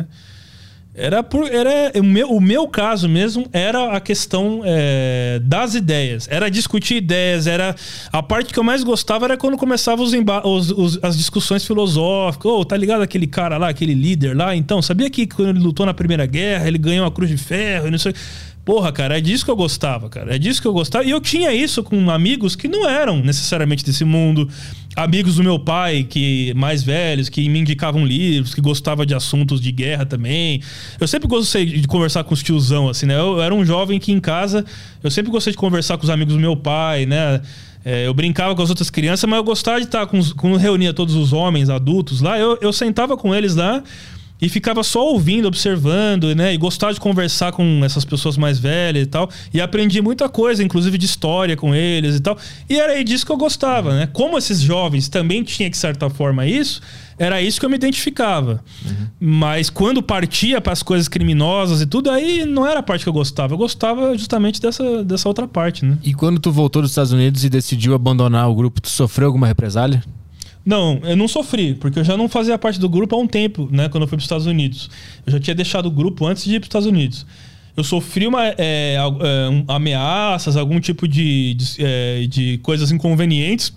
Era por... Era, o, meu, o meu caso mesmo era a questão é, das ideias. Era discutir ideias, era... A parte que eu mais gostava era quando começavam os emba... os, os, as discussões filosóficas. Ô, oh, tá ligado aquele cara lá, aquele líder lá? Então, sabia que quando ele lutou na Primeira Guerra, ele ganhou a Cruz de Ferro e não sei... Porra, cara, é disso que eu gostava, cara. É disso que eu gostava. E eu tinha isso com amigos que não eram necessariamente desse mundo. Amigos do meu pai, que mais velhos, que me indicavam livros, que gostavam de assuntos de guerra também. Eu sempre gostei de conversar com os tiozão, assim, né? Eu, eu era um jovem que em casa, eu sempre gostei de conversar com os amigos do meu pai, né? É, eu brincava com as outras crianças, mas eu gostava de estar com... Os, quando reunia todos os homens adultos lá, eu, eu sentava com eles lá e ficava só ouvindo, observando, né? E gostava de conversar com essas pessoas mais velhas e tal. E aprendi muita coisa, inclusive de história com eles e tal. E era aí disso que eu gostava, né? Como esses jovens também tinham, de certa forma, isso, era isso que eu me identificava. Uhum. Mas quando partia para as coisas criminosas e tudo, aí não era a parte que eu gostava. Eu gostava justamente dessa, dessa outra parte, né? E quando tu voltou dos Estados Unidos e decidiu abandonar o grupo, tu sofreu alguma represália? Não, eu não sofri, porque eu já não fazia parte do grupo há um tempo, né? Quando eu fui para os Estados Unidos. Eu já tinha deixado o grupo antes de ir para os Estados Unidos. Eu sofri uma, é, é, ameaças, algum tipo de, de, é, de coisas inconvenientes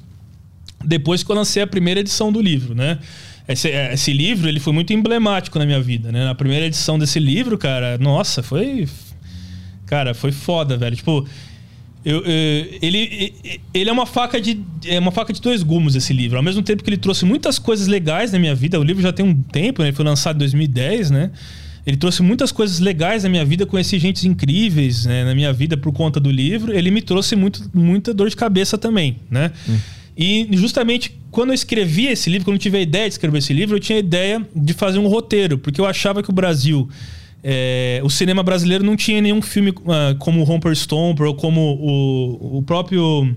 depois que eu lancei a primeira edição do livro, né? Esse, esse livro, ele foi muito emblemático na minha vida, né? A primeira edição desse livro, cara, nossa, foi... Cara, foi foda, velho. Tipo... Eu, eu, ele, ele é uma faca de é uma faca de dois gumes, esse livro. Ao mesmo tempo que ele trouxe muitas coisas legais na minha vida. O livro já tem um tempo, né? Ele foi lançado em dois mil e dez, né? Ele trouxe muitas coisas legais na minha vida. Conheci gente incríveis, né, na minha vida por conta do livro. Ele me trouxe muito, muita dor de cabeça também, né? Hum. E justamente quando eu escrevi esse livro, quando eu tive a ideia de escrever esse livro, eu tinha a ideia de fazer um roteiro, porque eu achava que o Brasil... É, o cinema brasileiro não tinha nenhum filme uh, como o Romper Stomper ou como o, o próprio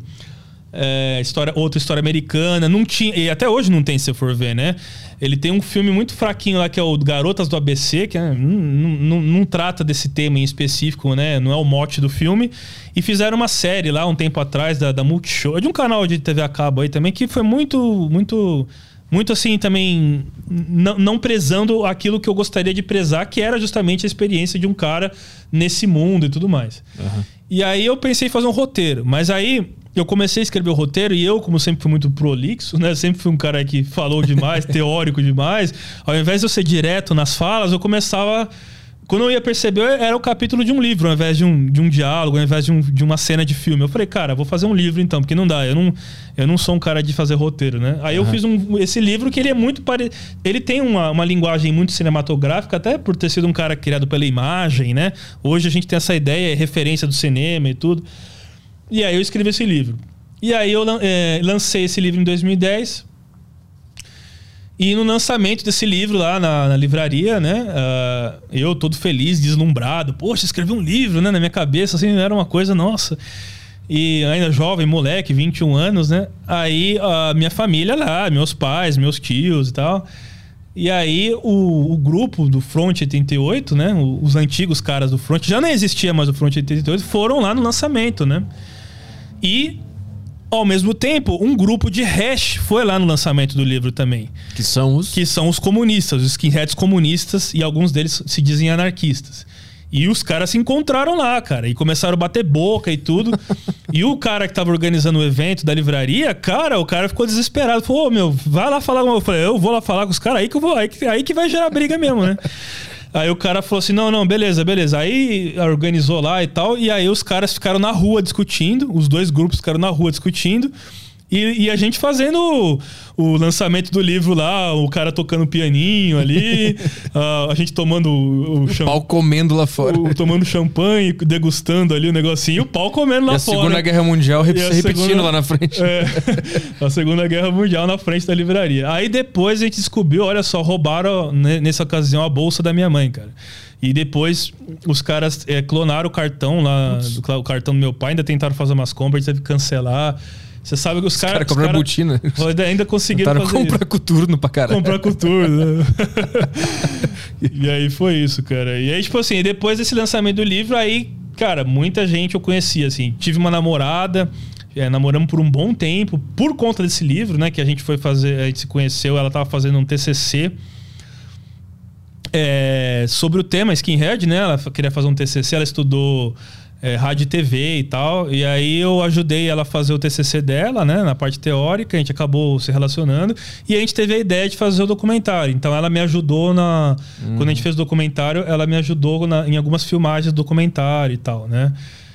é, história, outra história americana. Não tinha, e até hoje não tem, se for ver, né? Ele tem um filme muito fraquinho lá que é o Garotas do A B C, que é, não, não, não trata desse tema em específico, né? Não é o mote do filme. E fizeram uma série lá um tempo atrás da, da Multishow, de um canal de T V a cabo aí também, que foi muito... muito Muito assim também, não, não prezando aquilo que eu gostaria de prezar, que era justamente a experiência de um cara nesse mundo e tudo mais. Uhum. E aí eu pensei em fazer um roteiro, mas aí eu comecei a escrever o roteiro e eu, como sempre fui muito prolixo, né? Sempre fui um cara que falou demais, teórico demais. Ao invés de eu ser direto nas falas, eu começava... Quando eu ia perceber, era o capítulo de um livro, ao invés de um, de um diálogo, ao invés de, um, de uma cena de filme. Eu falei, cara, vou fazer um livro então, porque não dá. Eu não, eu não sou um cara de fazer roteiro, né? Aí uhum. eu fiz um, esse livro que ele é muito parecido. Ele tem uma, uma linguagem muito cinematográfica, até por ter sido um cara criado pela imagem, né? Hoje a gente tem essa ideia, referência do cinema e tudo. E aí eu escrevi esse livro. E aí eu é, lancei esse livro em dois mil e dez... E no lançamento desse livro lá na, na livraria, né? Uh, eu todo feliz, deslumbrado. Poxa, escrevi um livro, né? Na minha cabeça, assim, era uma coisa, nossa. E ainda jovem, moleque, vinte e um anos, né? Aí a minha família lá, meus pais, meus tios e tal. E aí o, o grupo do Front oitenta e oito, né? Os antigos caras do Front, já não existia mais o Front oitenta e oito, foram lá no lançamento, né? E... Ao mesmo tempo, um grupo de hash foi lá no lançamento do livro também. Que são os? Que são os comunistas, os skinheads comunistas, e alguns deles se dizem anarquistas. E os caras se encontraram lá, cara, e começaram a bater boca e tudo. E o cara que tava organizando o evento da livraria, cara, o cara ficou desesperado. Falou, ô, meu, vai lá falar com... Eu falei, eu vou lá falar com os caras, aí que eu vou, aí que, aí que vai gerar briga mesmo, né? Aí o cara falou assim, não, não, beleza, beleza. Aí organizou lá e tal, e aí os caras ficaram na rua discutindo, os dois grupos ficaram na rua discutindo, E, e a gente fazendo o, o lançamento do livro lá, o cara tocando pianinho ali, a, a gente tomando o, o, o pau comendo lá fora. O, tomando champanhe, degustando ali o negocinho, e o pau comendo lá e a fora. A Segunda Guerra Mundial rep- repetindo segunda, lá na frente. É, a Segunda Guerra Mundial na frente da livraria. Aí depois a gente descobriu, olha só, roubaram nessa ocasião a bolsa da minha mãe, cara. E depois os caras é, clonaram o cartão lá, do, o cartão do meu pai, ainda tentaram fazer umas compras, teve que cancelar. Você sabe que os, os caras... Cara compraram botina. Ainda conseguiram fazer comprar isso. coturno pra caralho. Comprar coturno. Né? E aí foi isso, cara. E aí, tipo assim, depois desse lançamento do livro, aí, cara, muita gente eu conhecia, assim. Tive uma namorada, é, namoramos por um bom tempo, por conta desse livro, né? Que a gente foi fazer, a gente se conheceu, ela tava fazendo um T C C... É, sobre o tema skinhead, né? Ela queria fazer um T C C, ela estudou é, rádio e T V e tal. E aí eu ajudei ela a fazer o T C C dela, né? Na parte teórica, a gente acabou se relacionando. E a gente teve a ideia de fazer o documentário. Então ela me ajudou na... Uhum. Quando a gente fez o documentário, ela me ajudou na, em algumas filmagens do documentário e tal, né?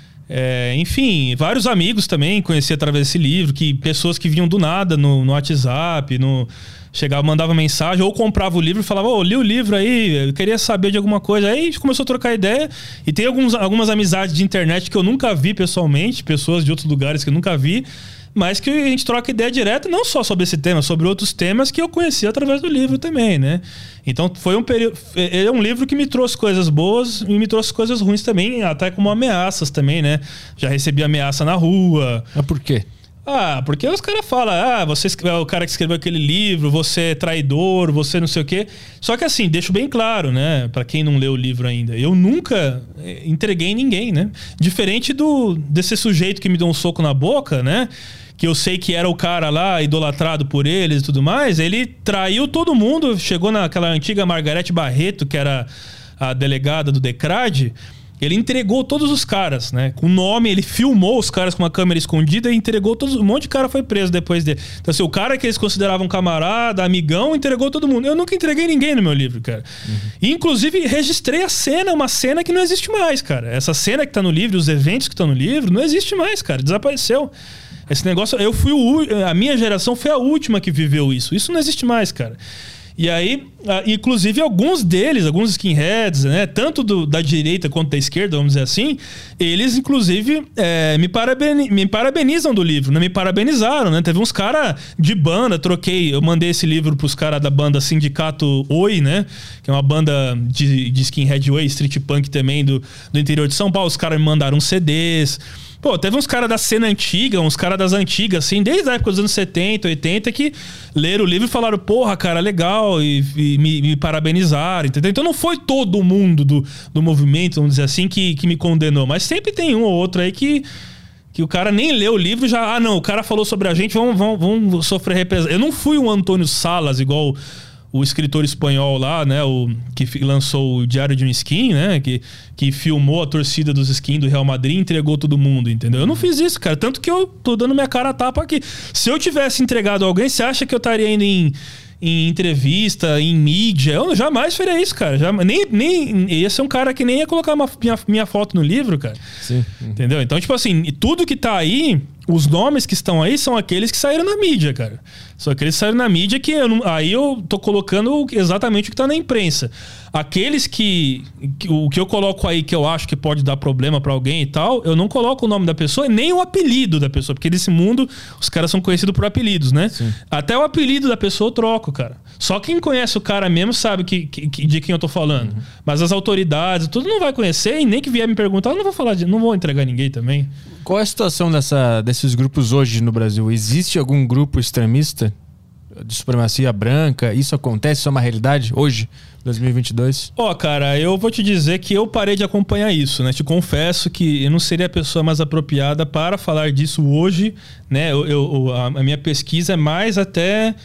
É, enfim, vários amigos também conheci através desse livro, que pessoas que vinham do nada no, no WhatsApp, no... Chegava, mandava mensagem, ou comprava o livro e falava, ô, oh, li o livro aí, eu queria saber de alguma coisa. Aí a gente começou a trocar ideia. E tem alguns, algumas amizades de internet que eu nunca vi pessoalmente, pessoas de outros lugares que eu nunca vi, mas que a gente troca ideia direta, não só sobre esse tema, sobre outros temas que eu conheci através do livro também, né? Então foi um período. É um livro que me trouxe coisas boas e me trouxe coisas ruins também, até como ameaças também, né? Já recebi ameaça na rua. Mas por quê? Ah, porque os caras falam, ah, você é o cara que escreveu aquele livro, você é traidor, você não sei o quê. Só que assim, deixo bem claro, né? Pra quem não leu o livro ainda, eu nunca entreguei ninguém, né? Diferente do, desse sujeito que me deu um soco na boca, né? Que eu sei que era o cara lá, idolatrado por eles e tudo mais. Ele traiu todo mundo, chegou naquela antiga Margarete Barreto, que era a delegada do DECRAD. Ele entregou todos os caras, né? Com nome, ele filmou os caras com uma câmera escondida e entregou todos. Um monte de cara foi preso depois dele. Então, assim, o cara que eles consideravam camarada, amigão, entregou todo mundo. Eu nunca entreguei ninguém no meu livro, cara. Uhum. E, inclusive, registrei a cena, uma cena que não existe mais, cara. Essa cena que tá no livro, os eventos que estão no livro, não existe mais, cara. Desapareceu. Esse negócio, eu fui o. A minha geração foi a última que viveu isso. Isso não existe mais, cara. E aí, inclusive, alguns deles, alguns skinheads, né, tanto do, da direita quanto da esquerda, vamos dizer assim, eles, inclusive, é, me, parabeni- me parabenizam do livro, né? Me parabenizaram, né? Teve uns caras de banda, troquei, eu mandei esse livro pros caras da banda Sindicato Oi, né? Que é uma banda de, de skinhead Oi, street punk também do, do interior de São Paulo. Os caras me mandaram C Ds. Pô, teve uns caras da cena antiga, uns caras das antigas, assim, desde a época dos anos setenta, oitenta, que leram o livro e falaram, porra, cara, legal, e, e me, me parabenizaram, entendeu? Então não foi todo mundo do, do movimento, vamos dizer assim, que, que me condenou, mas sempre tem um ou outro aí que, que o cara nem leu o livro e já, ah, não, o cara falou sobre a gente, vamos, vamos, vamos sofrer represália. Eu não fui um Antônio Salas, igual o escritor espanhol lá, né, o, que lançou o Diário de um Skin, né, que, que filmou a torcida dos skins do Real Madrid e entregou todo mundo, entendeu? Eu não fiz isso, cara, tanto que eu tô dando minha cara a tapa aqui. Se eu tivesse entregado a alguém, você acha que eu estaria indo em, em entrevista, em mídia? Eu jamais faria isso, cara. Já, nem, nem, ia ser um cara que nem ia colocar uma, minha, minha foto no livro, cara. Sim. Entendeu? Então, tipo assim, tudo que tá aí, os nomes que estão aí são aqueles que saíram na mídia, cara. São aqueles que saíram na mídia que eu não, aí eu tô colocando exatamente o que tá na imprensa. Aqueles que, que... O que eu coloco aí que eu acho que pode dar problema pra alguém e tal, eu não coloco o nome da pessoa e nem o apelido da pessoa. Porque nesse mundo, os caras são conhecidos por apelidos, né? Sim. Até o apelido da pessoa eu troco, cara. Só quem conhece o cara mesmo sabe que, que, de quem eu tô falando. Uhum. Mas as autoridades, tudo não vai conhecer e nem que vier me perguntar, eu não vou falar de... Não vou entregar ninguém também. Qual é a situação dessa, desses grupos hoje no Brasil? Existe algum grupo extremista de supremacia branca? Isso acontece? Isso é uma realidade hoje, dois mil e vinte e dois? Ó, oh, cara, eu vou te dizer que eu parei de acompanhar isso, né? Te confesso que eu não seria a pessoa mais apropriada para falar disso hoje, né? Eu, eu, a, a minha pesquisa é mais até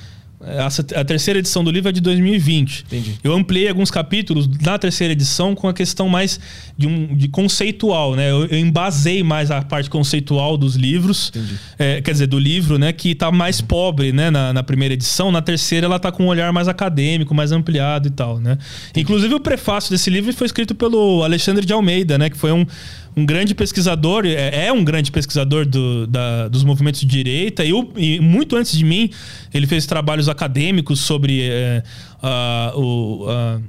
A, a terceira edição do livro é de dois mil e vinte. Entendi. Eu ampliei alguns capítulos na terceira edição com a questão mais de, um, de conceitual, né? Eu, eu embasei mais a parte conceitual dos livros. É, quer dizer, do livro, né? Que tá mais pobre, né? Na, na primeira edição. Na terceira ela tá com um olhar mais acadêmico, mais ampliado e tal, né? Inclusive o prefácio desse livro foi escrito pelo Alexandre de Almeida, né? Que foi um... um grande pesquisador, é, é um grande pesquisador do, da, dos movimentos de direita, e, o, e muito antes de mim, ele fez trabalhos acadêmicos sobre é, uh, o, uh,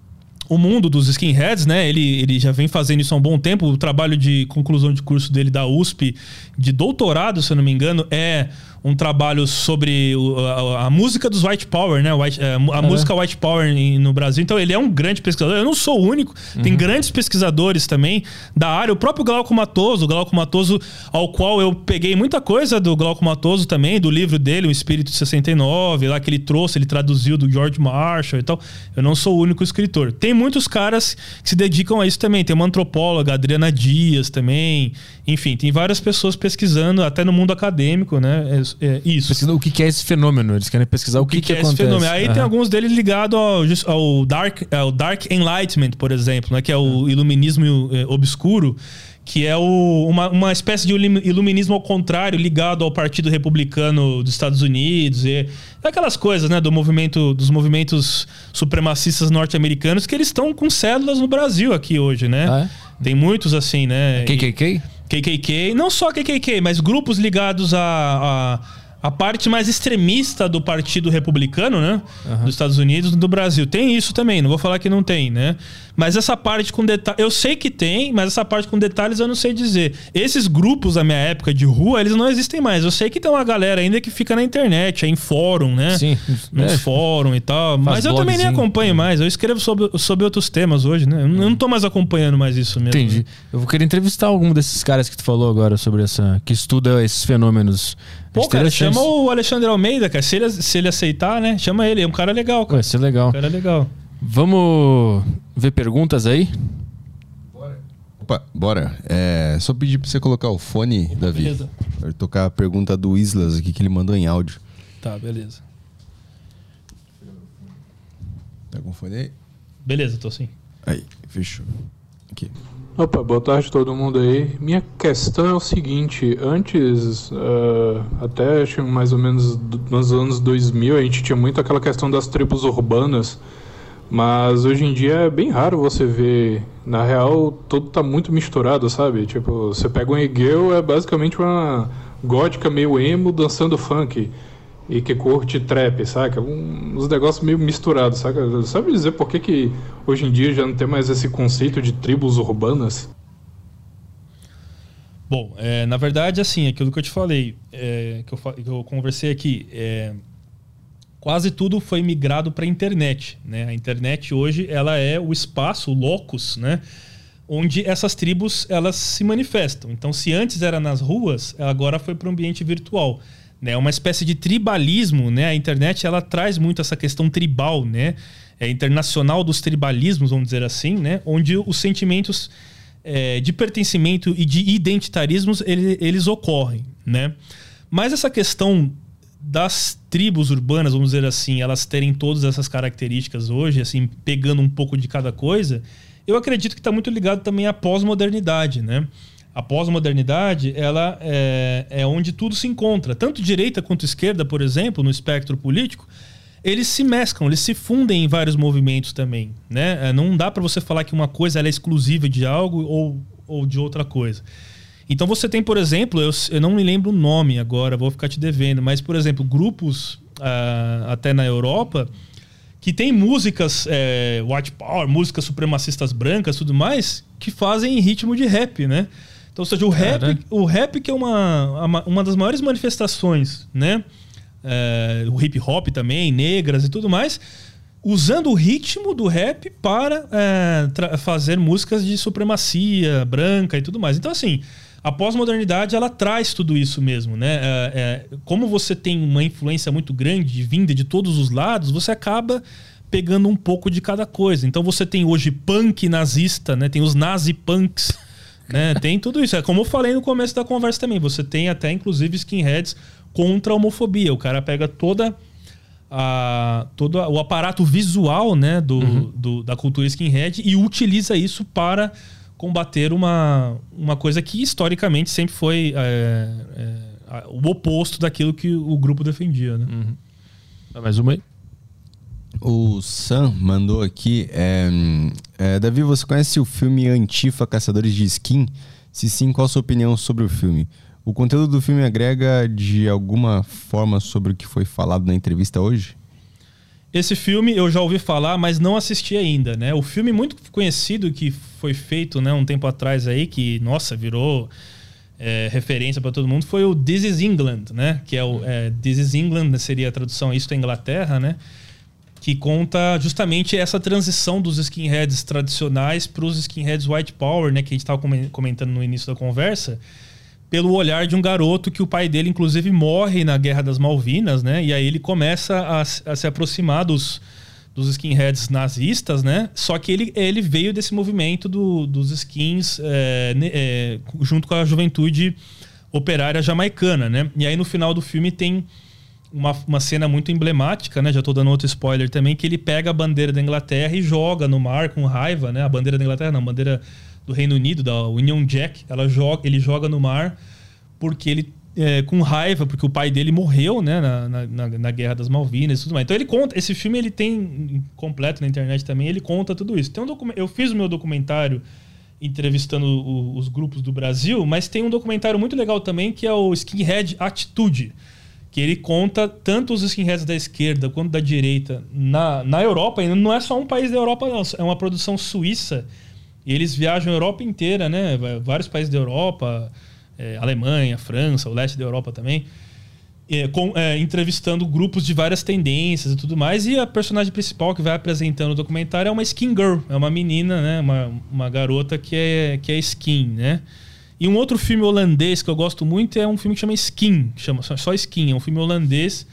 o mundo dos skinheads, né? Ele, ele já vem fazendo isso há um bom tempo. O trabalho de conclusão de curso dele da U S P, de doutorado, se eu não me engano, é um trabalho sobre o, a, a música dos White Power, né? White, a, a uhum. música White Power em, no Brasil. Então ele é um grande pesquisador. Eu não sou o único. Uhum. Tem grandes pesquisadores também da área. O próprio Glauco Matoso, o Glauco Matoso, ao qual eu peguei muita coisa do Glauco Matoso também, do livro dele, O Espírito de sessenta e nove, lá que ele trouxe, ele traduziu do George Marshall e tal. Eu não sou o único escritor. Tem muitos caras que se dedicam a isso também. Tem uma antropóloga, Adriana Dias também. Enfim, tem várias pessoas pesquisando, até no mundo acadêmico, né? É, é isso. Pesquisando o que é esse fenômeno. Eles querem pesquisar o, o que, que, que, que é esse acontece. Fenômeno. Aí uhum. tem alguns deles ligados ao, ao, dark, ao Dark Enlightenment, por exemplo, né? Que é o iluminismo obscuro, que é o, uma, uma espécie de iluminismo ao contrário, ligado ao Partido Republicano dos Estados Unidos. E aquelas coisas, né? Do movimento, dos movimentos supremacistas norte-americanos, que eles estão com células no Brasil aqui hoje, né? Ah, é? Tem muitos assim, né? K K K? K K K, não só K K K, mas grupos ligados a, a, a parte mais extremista do Partido Republicano, né? Uhum. Dos Estados Unidos e do Brasil. Tem isso também, não vou falar que não tem, né? Mas essa parte com detalhes... Eu sei que tem, mas essa parte com detalhes eu não sei dizer. Esses grupos da minha época de rua, eles não existem mais. Eu sei que tem uma galera ainda que fica na internet, é em fórum, né? Sim. Nos é. fórum e tal. Faz mas eu também nem acompanho mais. Eu escrevo sobre, sobre outros temas hoje, né? Eu não tô mais acompanhando mais isso mesmo. Entendi. Né? Eu vou querer entrevistar algum desses caras que tu falou agora sobre essa... Que estuda esses fenômenos. Pô, cara, chama o Alexandre Almeida, cara. Se ele, se ele aceitar, né? Chama ele. É um cara legal, cara. Vai ser legal. Um cara legal. Vamos ver perguntas aí? Bora. Opa, bora. É, só pedir pra você colocar o fone, Opa, Davi. Beleza. Pra tocar a pergunta do Islas aqui que ele mandou em áudio. Tá, beleza. Tá com o fone aí? Beleza, tô sim. Aí, fechou. Aqui. Opa, boa tarde a todo mundo aí. Minha questão é o seguinte, antes, uh, até acho mais ou menos nos anos dois mil, a gente tinha muito aquela questão das tribos urbanas, mas hoje em dia é bem raro você ver, na real, tudo tá muito misturado, sabe? Tipo, você pega um Egeu, é basicamente uma gótica meio emo dançando funk, e que curte trap, saca? Um, uns negócios meio misturados, saca? Sabe dizer por que que hoje em dia já não tem mais esse conceito de tribos urbanas? Bom, é, na verdade, assim, aquilo que eu te falei, é, que, eu, que eu conversei aqui, é, quase tudo foi migrado para a internet, né? A internet hoje, ela é o espaço, o locus, né? Onde essas tribos, elas se manifestam. Então, se antes era nas ruas, agora foi para o ambiente virtual. É uma espécie de tribalismo, né? A internet, ela traz muito essa questão tribal, né? É internacional dos tribalismos, vamos dizer assim, né? Onde os sentimentos é, de pertencimento e de identitarismos, ele, eles ocorrem, né? Mas essa questão das tribos urbanas, vamos dizer assim, elas terem todas essas características hoje, assim, pegando um pouco de cada coisa, eu acredito que está muito ligado também à pós-modernidade, né? A pós-modernidade, ela é, é onde tudo se encontra. Tanto direita quanto esquerda, por exemplo, no espectro político, eles se mesclam, eles se fundem em vários movimentos também, né? Não dá para você falar que uma coisa ela é exclusiva de algo ou, ou de outra coisa. Então você tem, por exemplo, eu, eu não me lembro o nome agora, vou ficar te devendo, mas, por exemplo, grupos uh, até na Europa que tem músicas é, white power, músicas supremacistas brancas, tudo mais, que fazem em ritmo de rap, né? Então, ou seja, o rap, o rap que é uma, uma das maiores manifestações, né? É, o hip hop também, negras e tudo mais, usando o ritmo do rap para é, fazer músicas de supremacia branca e tudo mais. Então, assim, a pós-modernidade, ela traz tudo isso mesmo, né? É, é, como você tem uma influência muito grande, vinda de todos os lados, você acaba pegando um pouco de cada coisa. Então, você tem hoje punk nazista, né? Tem os nazi-punks, né? Tem tudo isso. É como eu falei no começo da conversa também. Você tem até, inclusive, skinheads contra a homofobia. O cara pega toda a, todo o aparato visual, né, do, uhum. do, da cultura skinhead e utiliza isso para combater uma, uma coisa que historicamente sempre foi é, é, o oposto daquilo que o grupo defendia, né? Uhum. Dá mais uma aí. O Sam mandou aqui. É, é, Davi, você conhece o filme Antifa Caçadores de Skin? Se sim, qual a sua opinião sobre o filme? O conteúdo do filme agrega de alguma forma sobre o que foi falado na entrevista hoje? Esse filme eu já ouvi falar, mas não assisti ainda, né? O filme muito conhecido que foi feito, né, um tempo atrás aí, que, nossa, virou é, referência para todo mundo, foi o This is England, né? Que é o é, This is England, seria a tradução, Isto é Inglaterra, né? Que conta justamente essa transição dos skinheads tradicionais para os skinheads white power, né? Que a gente estava comentando no início da conversa, pelo olhar de um garoto que o pai dele, inclusive, morre na Guerra das Malvinas, né? E aí ele começa a, a se aproximar dos, dos skinheads nazistas, né? Só que ele, ele veio desse movimento do, dos skins é, é, junto com a juventude operária jamaicana, né? E aí no final do filme tem uma, uma cena muito emblemática, né? Já estou dando outro spoiler também, que ele pega a bandeira da Inglaterra e joga no mar com raiva, né? A bandeira da Inglaterra não, a bandeira do Reino Unido, da Union Jack, ela joga, ele joga no mar porque ele, é, com raiva, porque o pai dele morreu, né, na, na, na Guerra das Malvinas e tudo mais. Então ele conta, esse filme ele tem completo na internet também, ele conta tudo isso. Tem um docu- eu fiz o meu documentário entrevistando o, os grupos do Brasil, mas tem um documentário muito legal também que é o Skinhead Atitude, que ele conta tanto os skinheads da esquerda quanto da direita na, na Europa, e não é só um país da Europa não, é uma produção suíça. E eles viajam a Europa inteira, né? Vários países da Europa, é, Alemanha, França, o leste da Europa também, é, com, é, entrevistando grupos de várias tendências e tudo mais. E a personagem principal que vai apresentando o documentário é uma skin girl, é uma menina, né? Uma, uma garota que é, que é skin, né? E um outro filme holandês que eu gosto muito é um filme que chama Skin, que chama só Skin, é um filme holandês.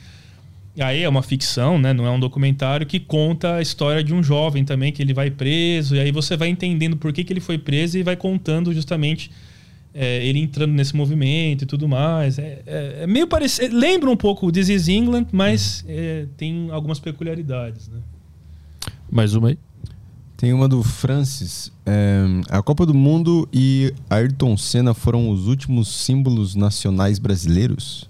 Aí é uma ficção, né? Não é um documentário, que conta a história de um jovem também, que ele vai preso, e aí você vai entendendo por que, que ele foi preso e vai contando justamente é, ele entrando nesse movimento e tudo mais. É, é, é meio parecido, lembra um pouco o This is England, mas é, tem algumas peculiaridades, né? Mais uma aí. Tem uma do Francis. É, a Copa do Mundo e Ayrton Senna foram os últimos símbolos nacionais brasileiros?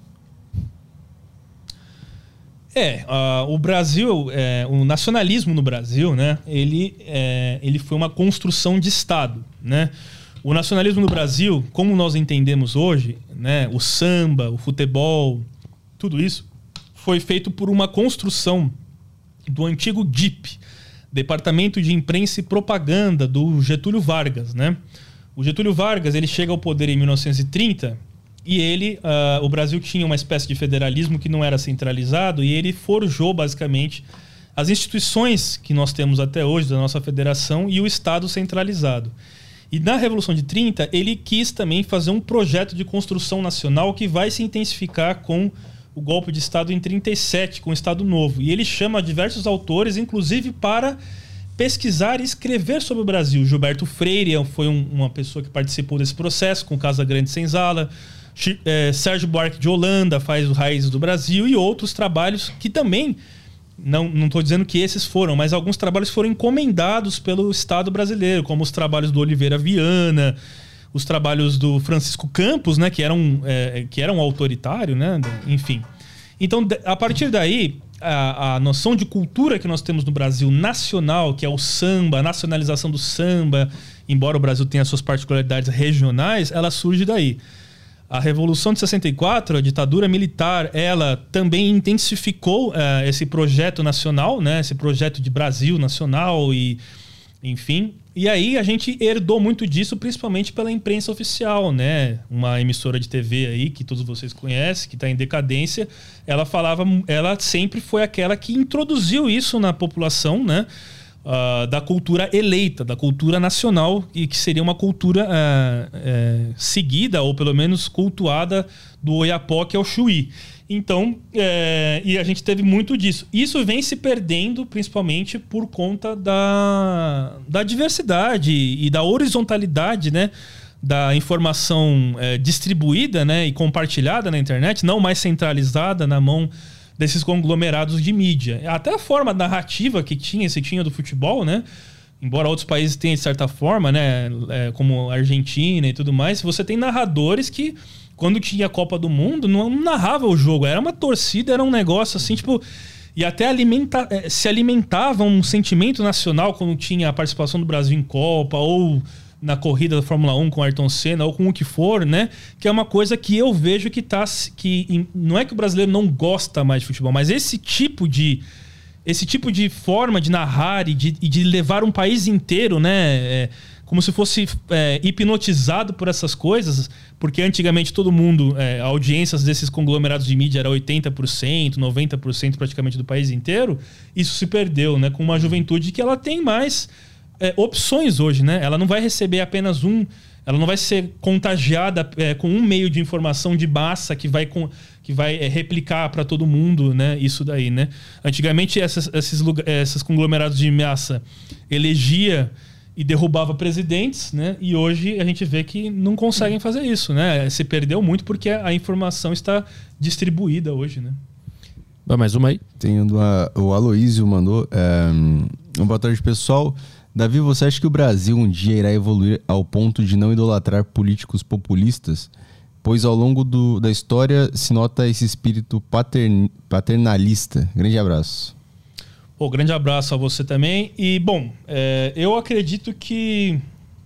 É, uh, o Brasil, é, o nacionalismo no Brasil, né, ele, é, ele foi uma construção de Estado, né? O nacionalismo no Brasil, como nós entendemos hoje, né, o samba, o futebol, tudo isso foi feito por uma construção do antigo D I P, Departamento de Imprensa e Propaganda, do Getúlio Vargas, né? O Getúlio Vargas, ele chega ao poder em mil novecentos e trinta. E ele, uh, o Brasil tinha uma espécie de federalismo que não era centralizado, e ele forjou basicamente as instituições que nós temos até hoje da nossa federação e o Estado centralizado. E na Revolução de trinta, ele quis também fazer um projeto de construção nacional que vai se intensificar com o golpe de Estado em trinta e sete, com o Estado Novo. E ele chama diversos autores, inclusive para pesquisar e escrever sobre o Brasil. Gilberto Freire foi um, uma pessoa que participou desse processo, com Casa Grande Senzala. É, Sérgio Buarque de Holanda faz o Raízes do Brasil, e outros trabalhos que também, não estou dizendo que esses foram, mas alguns trabalhos foram encomendados pelo Estado brasileiro, como os trabalhos do Oliveira Viana, os trabalhos do Francisco Campos, né, que, eram, é, que eram autoritário, né, enfim. Então, a partir daí, a, a noção de cultura que nós temos no Brasil nacional, que é o samba, a nacionalização do samba, embora o Brasil tenha suas particularidades regionais, ela surge daí. A Revolução de sessenta e quatro, a ditadura militar, ela também intensificou uh, esse projeto nacional, né? Esse projeto de Brasil nacional, e, enfim. E aí a gente herdou muito disso, principalmente pela imprensa oficial, né? Uma emissora de T V aí, que todos vocês conhecem, que está em decadência, ela falava, ela sempre foi aquela que introduziu isso na população, né? Uh, da cultura eleita, da cultura nacional, e que seria uma cultura uh, uh, seguida, ou pelo menos cultuada, do Oiapoque ao Chuí. Então, uh, e a gente teve muito disso. Isso vem se perdendo principalmente por conta da, da diversidade e da horizontalidade, né, da informação uh, distribuída, né, e compartilhada na internet, não mais centralizada na mão desses conglomerados de mídia. Até a forma narrativa que tinha, se tinha do futebol, né? Embora outros países tenham de certa forma, né? É, como a Argentina e tudo mais, você tem narradores que, quando tinha a Copa do Mundo, não narrava o jogo. Era uma torcida, era um negócio assim, tipo... E até alimenta, se alimentava um sentimento nacional quando tinha a participação do Brasil em Copa, ou na corrida da Fórmula um com Ayrton Senna, ou com o que for, né? Que é uma coisa que eu vejo que tá... Que não é que o brasileiro não gosta mais de futebol, mas esse tipo de... Esse tipo de forma de narrar e de, e de levar um país inteiro, né? É, como se fosse é, hipnotizado por essas coisas, porque antigamente todo mundo, é, audiências desses conglomerados de mídia era oitenta por cento, noventa por cento praticamente do país inteiro. Isso se perdeu, né? Com uma juventude que ela tem mais é, opções hoje, né? Ela não vai receber apenas um... Ela não vai ser contagiada é, com um meio de informação de massa que vai, com, que vai é, replicar para todo mundo, né? Isso daí, né? Antigamente, essas, esses, esses conglomerados de massa elegia e derrubava presidentes, né? E hoje a gente vê que não conseguem fazer isso, né? Se perdeu muito porque a informação está distribuída hoje, né? Vai mais uma aí. Tem do, a, o Aloísio mandou. É, um boa tarde, pessoal. Davi, você acha que o Brasil um dia irá evoluir ao ponto de não idolatrar políticos populistas? Pois ao longo do, da história se nota esse espírito patern, paternalista. Grande abraço. Pô, grande abraço a você também. E, bom, é, eu acredito que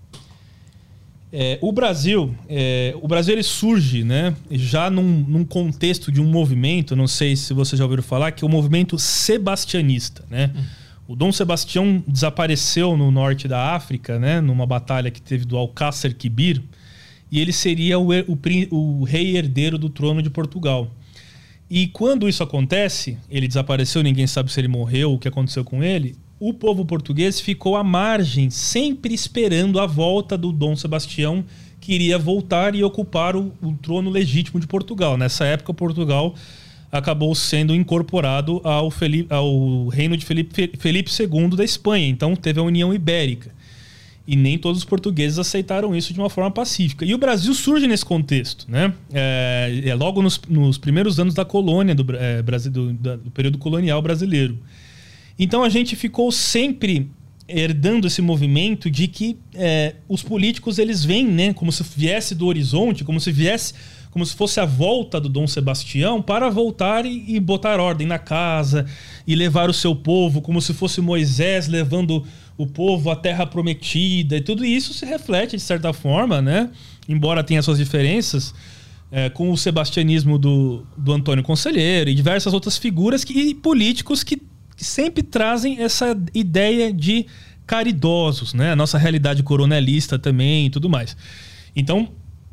é, o Brasil, é, o Brasil ele surge, né, já num, num contexto de um movimento, não sei se vocês já ouviram falar, que é o movimento sebastianista, né? Hum. O Dom Sebastião desapareceu no norte da África, né, numa batalha que teve do Alcácer Quibir, e ele seria o, o, o rei herdeiro do trono de Portugal. E quando isso acontece, ele desapareceu, ninguém sabe se ele morreu, o que aconteceu com ele, o povo português ficou à margem, sempre esperando a volta do Dom Sebastião, que iria voltar e ocupar o, o trono legítimo de Portugal. Nessa época, Portugal acabou sendo incorporado ao, Felipe, ao reino de Felipe, Felipe segundo da Espanha. Então teve a União Ibérica. E nem todos os portugueses aceitaram isso de uma forma pacífica. E o Brasil surge nesse contexto, né? É, é logo nos, nos primeiros anos da colônia, do, é, Brasil, do, do período colonial brasileiro. Então a gente ficou sempre herdando esse movimento de que é, os políticos eles vêm, né, como se viesse do horizonte, como se viesse... como se fosse a volta do Dom Sebastião para voltar e, e botar ordem na casa e levar o seu povo, como se fosse Moisés levando o povo à terra prometida. E tudo isso se reflete, de certa forma, né? Embora tenha suas diferenças, é, com o sebastianismo do, do Antônio Conselheiro e diversas outras figuras que, e políticos que, que sempre trazem essa ideia de caridosos, né? A nossa realidade coronelista também e tudo mais. Então,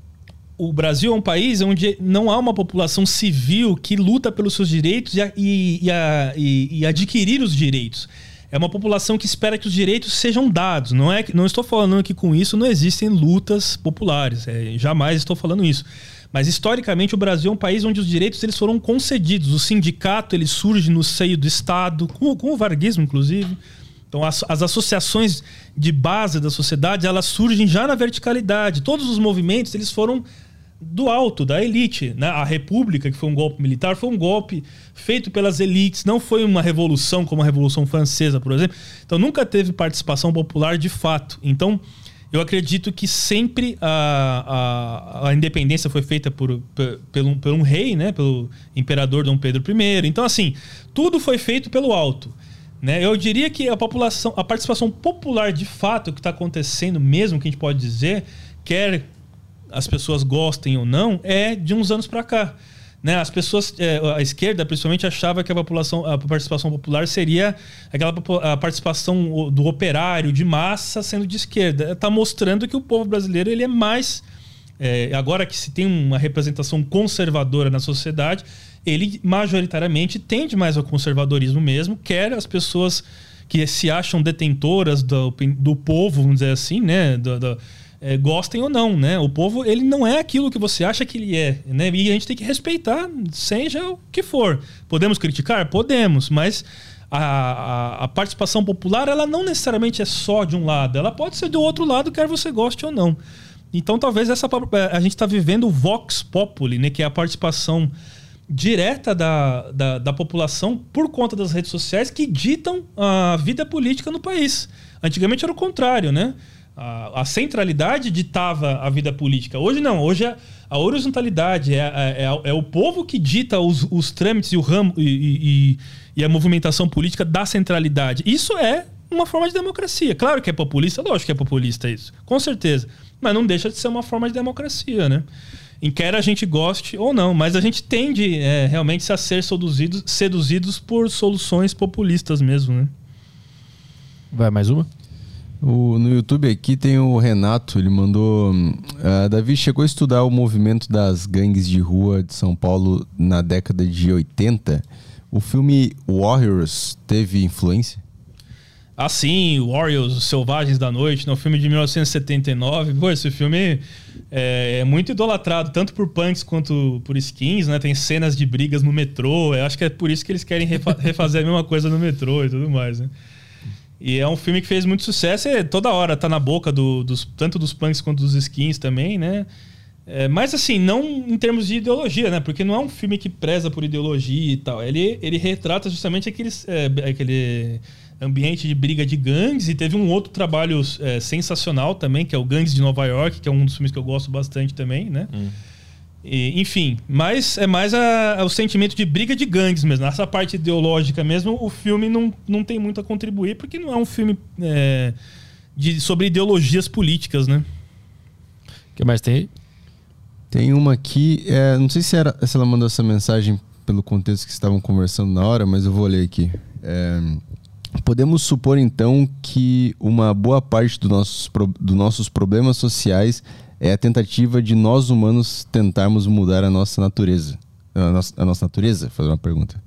o Brasil é um país onde não há uma população civil que luta pelos seus direitos e, e, e, a, e, e adquirir os direitos. É uma população que espera que os direitos sejam dados. Não, é, não estou falando que com isso não existem lutas populares. É, jamais estou falando isso. Mas, historicamente, o Brasil é um país onde os direitos eles foram concedidos. O sindicato ele surge no seio do Estado, com, com o varguismo, inclusive. Então, as, as associações de base da sociedade elas surgem já na verticalidade. Todos os movimentos eles foram do alto, da elite, né? A República, que foi um golpe militar, foi um golpe feito pelas elites, não foi uma revolução como a Revolução Francesa, por exemplo. Então nunca teve participação popular de fato. Então eu acredito que sempre a, a, a independência foi feita por, por, por, um, por um rei, né? Pelo imperador Dom Pedro I. Então assim, tudo foi feito pelo alto, né? Eu diria que a população, a participação popular de fato, o que está acontecendo mesmo, que a gente pode dizer, quer as pessoas gostem ou não, é de uns anos para cá, né? As pessoas, é, a esquerda principalmente achava que a população, a participação popular seria aquela a participação do operário de massa sendo de esquerda. Está mostrando que o povo brasileiro ele é mais é, agora que se tem uma representação conservadora na sociedade, ele majoritariamente tende mais ao conservadorismo mesmo, quer as pessoas que se acham detentoras do, do povo, vamos dizer assim, né? Do, do, É, gostem ou não, né? O povo, ele não é aquilo que você acha que ele é, né? E a gente tem que respeitar, seja o que for. Podemos criticar? Podemos, mas a, a, a participação popular, ela não necessariamente é só de um lado, ela pode ser do outro lado, quer você goste ou não. Então, talvez essa a gente está vivendo o Vox Populi, né? Que é a participação direta da, da, da população por conta das redes sociais que ditam a vida política no país. Antigamente era o contrário, né? A, a centralidade ditava a vida política. Hoje não, hoje é a horizontalidade, é, é, é, é o povo que dita os, os trâmites e, o ramo, e, e, e a movimentação política da centralidade. Isso é uma forma de democracia. Claro que é populista, lógico que é populista isso, com certeza. Mas não deixa de ser uma forma de democracia, né? Em quer a gente goste ou não, mas a gente tende é, realmente a ser seduzidos, seduzidos por soluções populistas mesmo, né? Vai, mais uma? O, no YouTube aqui tem o Renato, ele mandou... Uh, Davi, chegou a estudar o movimento das gangues de rua de São Paulo na década de oitenta. O filme Warriors teve influência? Ah, sim, Warriors, Os Selvagens da Noite, no filme de mil novecentos e setenta e nove. Pô, esse filme é, é muito idolatrado, tanto por punks quanto por skins, né? Tem cenas de brigas no metrô. Eu acho que é por isso que eles querem refa- refazer a mesma coisa no metrô e tudo mais, né? E é um filme que fez muito sucesso e toda hora tá na boca do, dos, tanto dos punks quanto dos skins também, né? É, mas assim, não em termos de ideologia, né? Porque não é um filme que preza por ideologia e tal. Ele, ele retrata justamente aqueles, é, aquele ambiente de briga de gangues, e teve um outro trabalho é, sensacional também, que é o Gangues de Nova York, que é um dos filmes que eu gosto bastante também, né? Hum. E, enfim, mas é mais a, a, o sentimento de briga de gangues mesmo. Nessa parte ideológica mesmo, o filme não, não tem muito a contribuir, porque não é um filme é, de, sobre ideologias políticas, né? O que mais tem aí? Tem uma aqui, é, não sei se, era, se ela mandou essa mensagem pelo contexto que estavam conversando na hora, mas eu vou ler aqui. É, podemos supor então que uma boa parte do nossos, dos nossos problemas sociais é a tentativa de nós humanos tentarmos mudar a nossa natureza. A nossa, a nossa natureza? Fazer uma pergunta.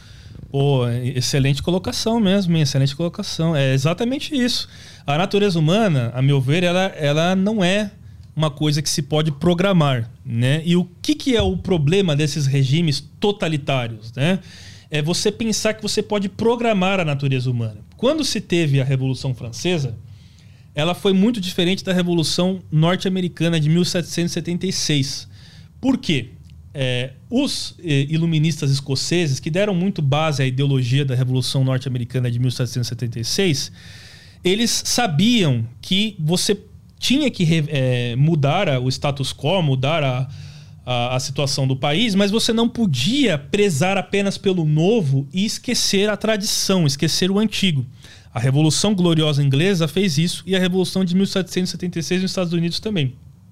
Pô, excelente colocação mesmo, excelente colocação. É exatamente isso. A natureza humana, a meu ver, ela, ela não é uma coisa que se pode programar, né? E o que, que é o problema desses regimes totalitários, né? É você pensar que você pode programar a natureza humana. Quando se teve a Revolução Francesa, ela foi muito diferente da Revolução Norte-Americana de mil setecentos e setenta e seis. Por quê? É, os eh, iluministas escoceses, que deram muito base à ideologia da Revolução Norte-Americana de mil setecentos e setenta e seis, eles sabiam que você tinha que é, mudar a, o status quo, mudar a, a, a situação do país, mas você não podia prezar apenas pelo novo e esquecer a tradição, esquecer o antigo. A Revolução Gloriosa Inglesa fez isso, e a Revolução de mil setecentos e setenta e seis nos Estados Unidos também.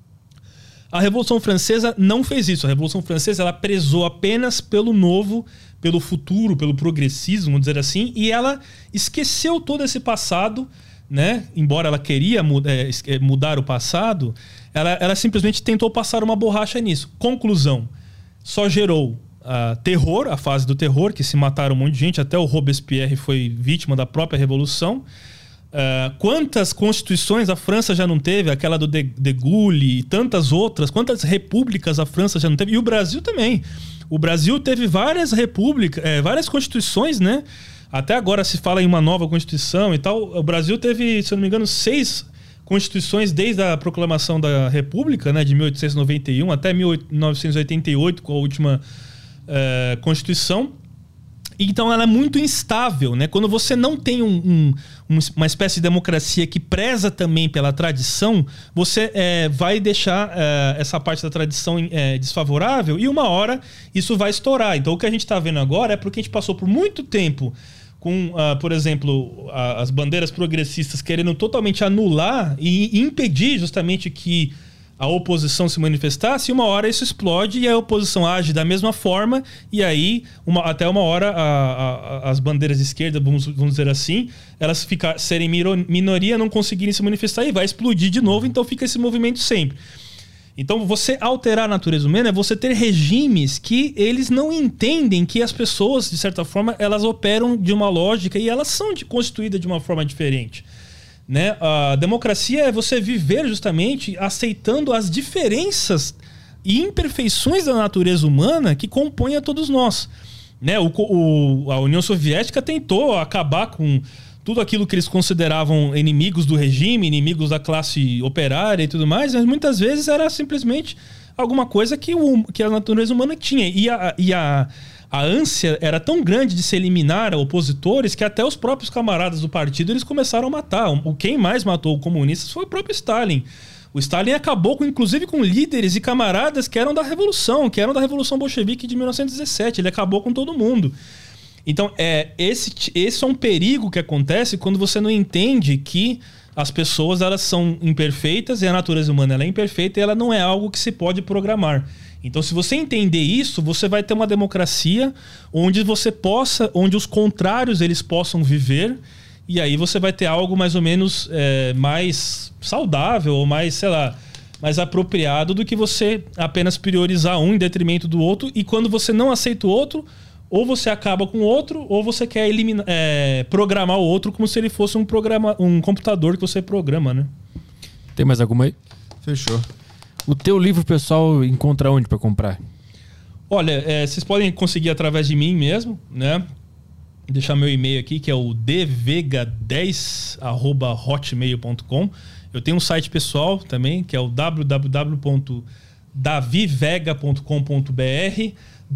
A Revolução Francesa não fez isso. A Revolução Francesa ela prezou apenas pelo novo, pelo futuro, pelo progressismo, vamos dizer assim, e ela esqueceu todo esse passado, né? Embora ela queria mudar o passado, ela, ela simplesmente tentou passar uma borracha nisso. Conclusão, só gerou Uh, terror, a fase do terror, que se mataram um monte de gente, até o Robespierre foi vítima da própria Revolução. Uh, quantas constituições a França já não teve, aquela do de, de Gaulle e tantas outras, quantas repúblicas a França já não teve, e o Brasil também. O Brasil teve várias repúblicas, é, várias constituições, né? Até agora se fala em uma nova constituição e tal. O Brasil teve, se eu não me engano, seis constituições desde a proclamação da República, né, de mil oitocentos e noventa e um até mil novecentos e oitenta e oito, com a última Uh, Constituição. Então ela é muito instável, né? Quando você não tem um, um, uma espécie de democracia que preza também pela tradição, você é, vai deixar é, essa parte da tradição é, desfavorável, e uma hora isso vai estourar. Então o que a gente está vendo agora é porque a gente passou por muito tempo com, uh, por exemplo, a, as bandeiras progressistas querendo totalmente anular e, e impedir justamente que a oposição se manifestasse, e uma hora isso explode e a oposição age da mesma forma, e aí uma, até uma hora a, a, as bandeiras de esquerda, vamos, vamos dizer assim, elas ficar, serem minoria, não conseguirem se manifestar e vai explodir de novo, então fica esse movimento sempre. Então você alterar a natureza humana é você ter regimes que eles não entendem que as pessoas, de certa forma, elas operam de uma lógica e elas são de, constituídas de uma forma diferente. Né? A democracia é você viver justamente aceitando as diferenças e imperfeições da natureza humana que compõem a todos nós. Né? O, o, a União Soviética tentou acabar com tudo aquilo que eles consideravam inimigos do regime, inimigos da classe operária e tudo mais, mas muitas vezes era simplesmente alguma coisa que, o, que a natureza humana tinha. E a, e a, a ânsia era tão grande de se eliminar opositores que até os próprios camaradas do partido eles começaram a matar. O, quem mais matou comunistas foi o próprio Stalin. O Stalin acabou, com, inclusive, com líderes e camaradas que eram da Revolução, que eram da Revolução Bolchevique de mil novecentos e dezessete. Ele acabou com todo mundo. Então, é, esse, esse é um perigo que acontece quando você não entende que as pessoas elas são imperfeitas e a natureza humana ela é imperfeita e ela não é algo que se pode programar. Então, se você entender isso, você vai ter uma democracia onde você possa, onde os contrários eles possam viver. E aí você vai ter algo mais ou menos é, mais saudável ou mais, sei lá, mais apropriado do que você apenas priorizar um em detrimento do outro. E quando você não aceita o outro, ou você acaba com o outro, ou você quer eliminar, é, programar o outro como se ele fosse um, programa, um computador que você programa, né? Tem mais alguma aí? Fechou. O teu livro, pessoal, encontra onde para comprar? Olha, é, vocês podem conseguir através de mim mesmo, né? Deixar meu e-mail aqui, que é o d vega dez arroba hotmail ponto com. Eu tenho um site pessoal também, que é o w w w ponto davi vega ponto com ponto b r.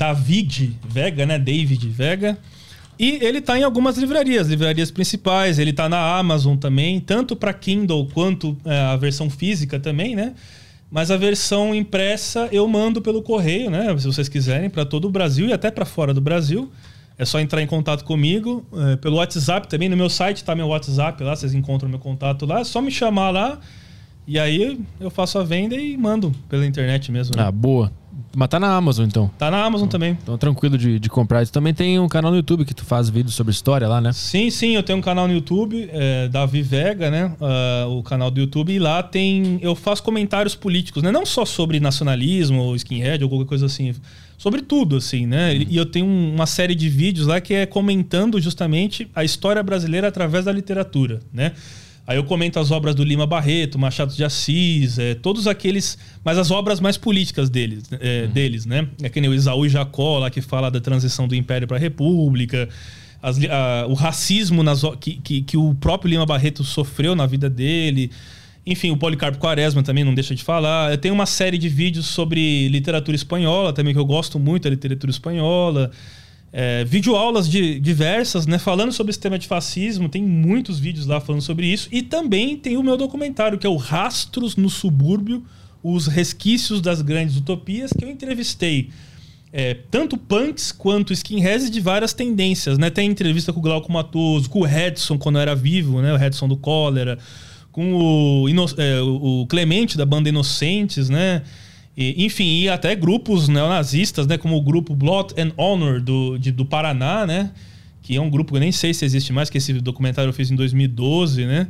David Vega, né? David Vega. E ele tá em algumas livrarias, livrarias principais. Ele tá na Amazon também, tanto para Kindle quanto é, a versão física também, né? Mas a versão impressa eu mando pelo correio, né? Se vocês quiserem, para todo o Brasil e até para fora do Brasil. É só entrar em contato comigo, é, pelo WhatsApp também. No meu site tá meu WhatsApp lá, vocês encontram meu contato lá. É só me chamar lá e aí eu faço a venda e mando pela internet mesmo. Né? Ah, boa. Mas tá na Amazon, então. Tá na Amazon também. Então tranquilo de, de comprar. Tu também tem um canal no YouTube que tu faz vídeos sobre história lá, né? Sim, sim. Eu tenho um canal no YouTube, é, Davi Vega, né? Uh, o canal do YouTube. E lá tem... Eu faço comentários políticos, né? Não só sobre nacionalismo ou skinhead ou qualquer coisa assim. Sobre tudo, assim, né? Uhum. E eu tenho uma série de vídeos lá que é comentando justamente a história brasileira através da literatura, né? Aí eu comento as obras do Lima Barreto, Machado de Assis, é, todos aqueles... Mas as obras mais políticas deles, é, uhum. deles, né? É que nem o Isaú e Jacó, lá que fala da transição do Império para a República, as, a, o racismo nas, que, que, que o próprio Lima Barreto sofreu na vida dele. Enfim, o Policarpo Quaresma também não deixa de falar. Eu tenho uma série de vídeos sobre literatura espanhola também, que eu gosto muito da literatura espanhola. É, videoaulas de, diversas, né, falando sobre esse tema de fascismo. Tem muitos vídeos lá falando sobre isso. E também tem o meu documentário, que é o Rastros no Subúrbio, os resquícios das grandes utopias, que eu entrevistei é, tanto punks quanto skinheads de várias tendências, né? Tem entrevista com o Glauco Matoso, com o Redson quando era vivo, né? O Redson do Cólera, com o, Ino, é, o Clemente da banda Inocentes, né? E, enfim, e até grupos neonazistas, né? Como o grupo Blood and Honor do, de, do Paraná, né? Que é um grupo que eu nem sei se existe mais, que esse documentário eu fiz em dois mil e doze, né?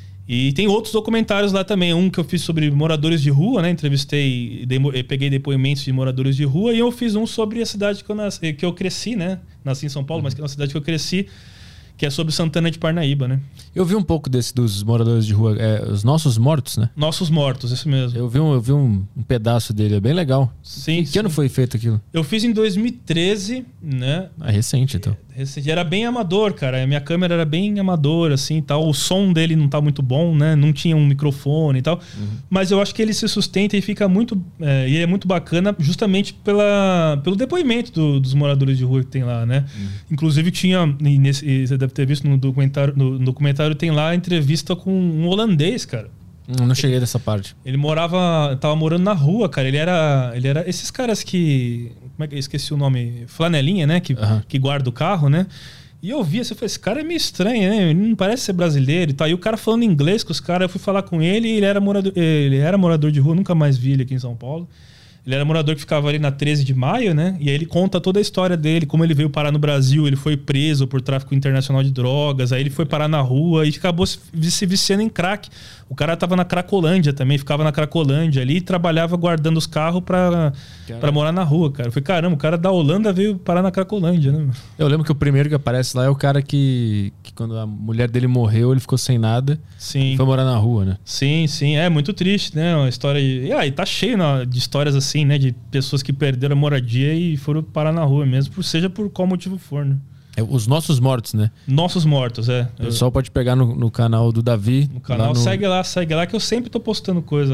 E tem outros documentários lá também. Um que eu fiz sobre moradores de rua, né? Entrevistei, demo, peguei depoimentos de moradores de rua. E eu fiz um sobre a cidade que eu, nasci, que eu cresci, né? Nasci em São Paulo, uhum. mas que é uma cidade que eu cresci, que é sobre Santana de Parnaíba, né? Eu vi um pouco desse dos moradores de rua, é, os Nossos Mortos, né? Nossos Mortos, isso mesmo. Eu vi um, eu vi um, um pedaço dele, é bem legal. Sim. Que, sim. que ano foi feito aquilo? Eu fiz em dois mil e treze, né? É recente, então. Recente. Era bem amador, cara. A minha câmera era bem amadora, assim, tal. O som dele não tá muito bom, né? Não tinha um microfone e tal. Uhum. Mas eu acho que ele se sustenta e fica muito... É, e é muito bacana justamente pela, pelo depoimento do, dos moradores de rua que tem lá, né? Uhum. Inclusive tinha... Nesse, você deve ter visto no documentário, no, no documentário tem lá a entrevista com um holandês, cara. Eu não cheguei dessa parte. Ele morava... Tava morando na rua, cara. Ele era... Ele era esses caras que... Como é que eu esqueci o nome? Flanelinha, né? Que, uhum. que guarda o carro, né? E eu vi assim, eu falei, esse cara é meio estranho, né? Ele não parece ser brasileiro e tal. E o cara falando inglês com os caras, eu fui falar com ele e ele era morador, ele era morador de rua, nunca mais vi ele aqui em São Paulo. Ele era morador que ficava ali na treze de maio, né? E aí ele conta toda a história dele, como ele veio parar no Brasil, ele foi preso por tráfico internacional de drogas, aí ele foi parar na rua e acabou se viciando em crack. O cara tava na Cracolândia também, ficava na Cracolândia ali e trabalhava guardando os carros pra, pra morar na rua, cara. Eu falei, caramba, o cara da Holanda veio parar na Cracolândia, né? Eu lembro que o primeiro que aparece lá é o cara que, que quando a mulher dele morreu, ele ficou sem nada. Sim. E foi morar na rua, né? Sim, sim. É muito triste, né? Uma história... De... E aí, tá cheio né, de histórias assim, né? De pessoas que perderam a moradia e foram parar na rua mesmo, seja por qual motivo for, né? É, os Nossos Mortos, né? Nossos Mortos, é. O pessoal pode pegar no, no canal do Davi. No canal, lá no... segue lá, segue lá, que eu sempre tô postando coisa lá.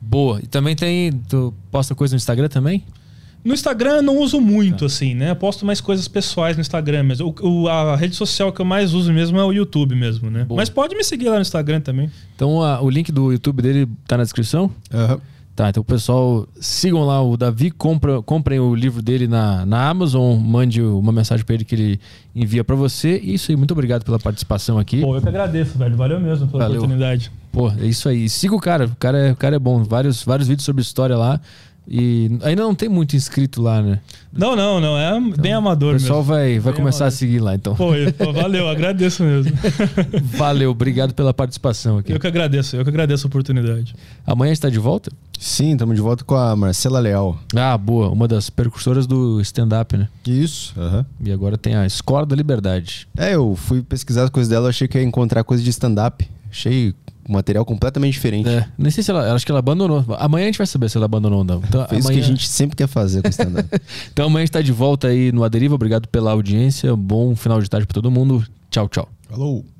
Boa. E também tem... Tu posta coisa no Instagram também? No Instagram eu não uso muito, tá. assim, né? Eu posto mais coisas pessoais no Instagram mesmo. O, o, a rede social que eu mais uso mesmo é o YouTube mesmo, né? Boa. Mas pode me seguir lá no Instagram também. Então a, o link do YouTube dele tá na descrição? Aham. Uhum. Tá, então pessoal, sigam lá o Davi, compra, comprem o livro dele na, na Amazon, mande uma mensagem pra ele que ele envia pra você. E isso aí, muito obrigado pela participação aqui. Pô, eu que agradeço, velho. Valeu mesmo pela Valeu. oportunidade. Pô, é isso aí. Siga o cara, o cara é, o cara é bom. Vários, vários vídeos sobre história lá. E ainda não tem muito inscrito lá, né? Não, não, não. É então, bem amador mesmo. O pessoal mesmo. vai, vai começar amador. a seguir lá, então. Pô, eu, pô valeu, agradeço mesmo. Valeu, obrigado pela participação aqui. Eu que agradeço, eu que agradeço a oportunidade. Amanhã a gente tá de volta? Sim, estamos de volta com a Marcela Leal. Ah, boa. Uma das percursoras do stand-up, né? Isso. Uhum. E agora tem a Escola da Liberdade. É, eu fui pesquisar as coisas dela, achei que ia encontrar coisa de stand-up. Achei um material completamente diferente. É, nem sei se ela... Acho que ela abandonou. Amanhã a gente vai saber se ela abandonou ou não. Então, Fez amanhã... o que a gente sempre quer fazer com stand-up. Então amanhã a gente tá de volta aí no A Deriva. Obrigado pela audiência. Bom final de tarde pra todo mundo. Tchau, tchau. Falou!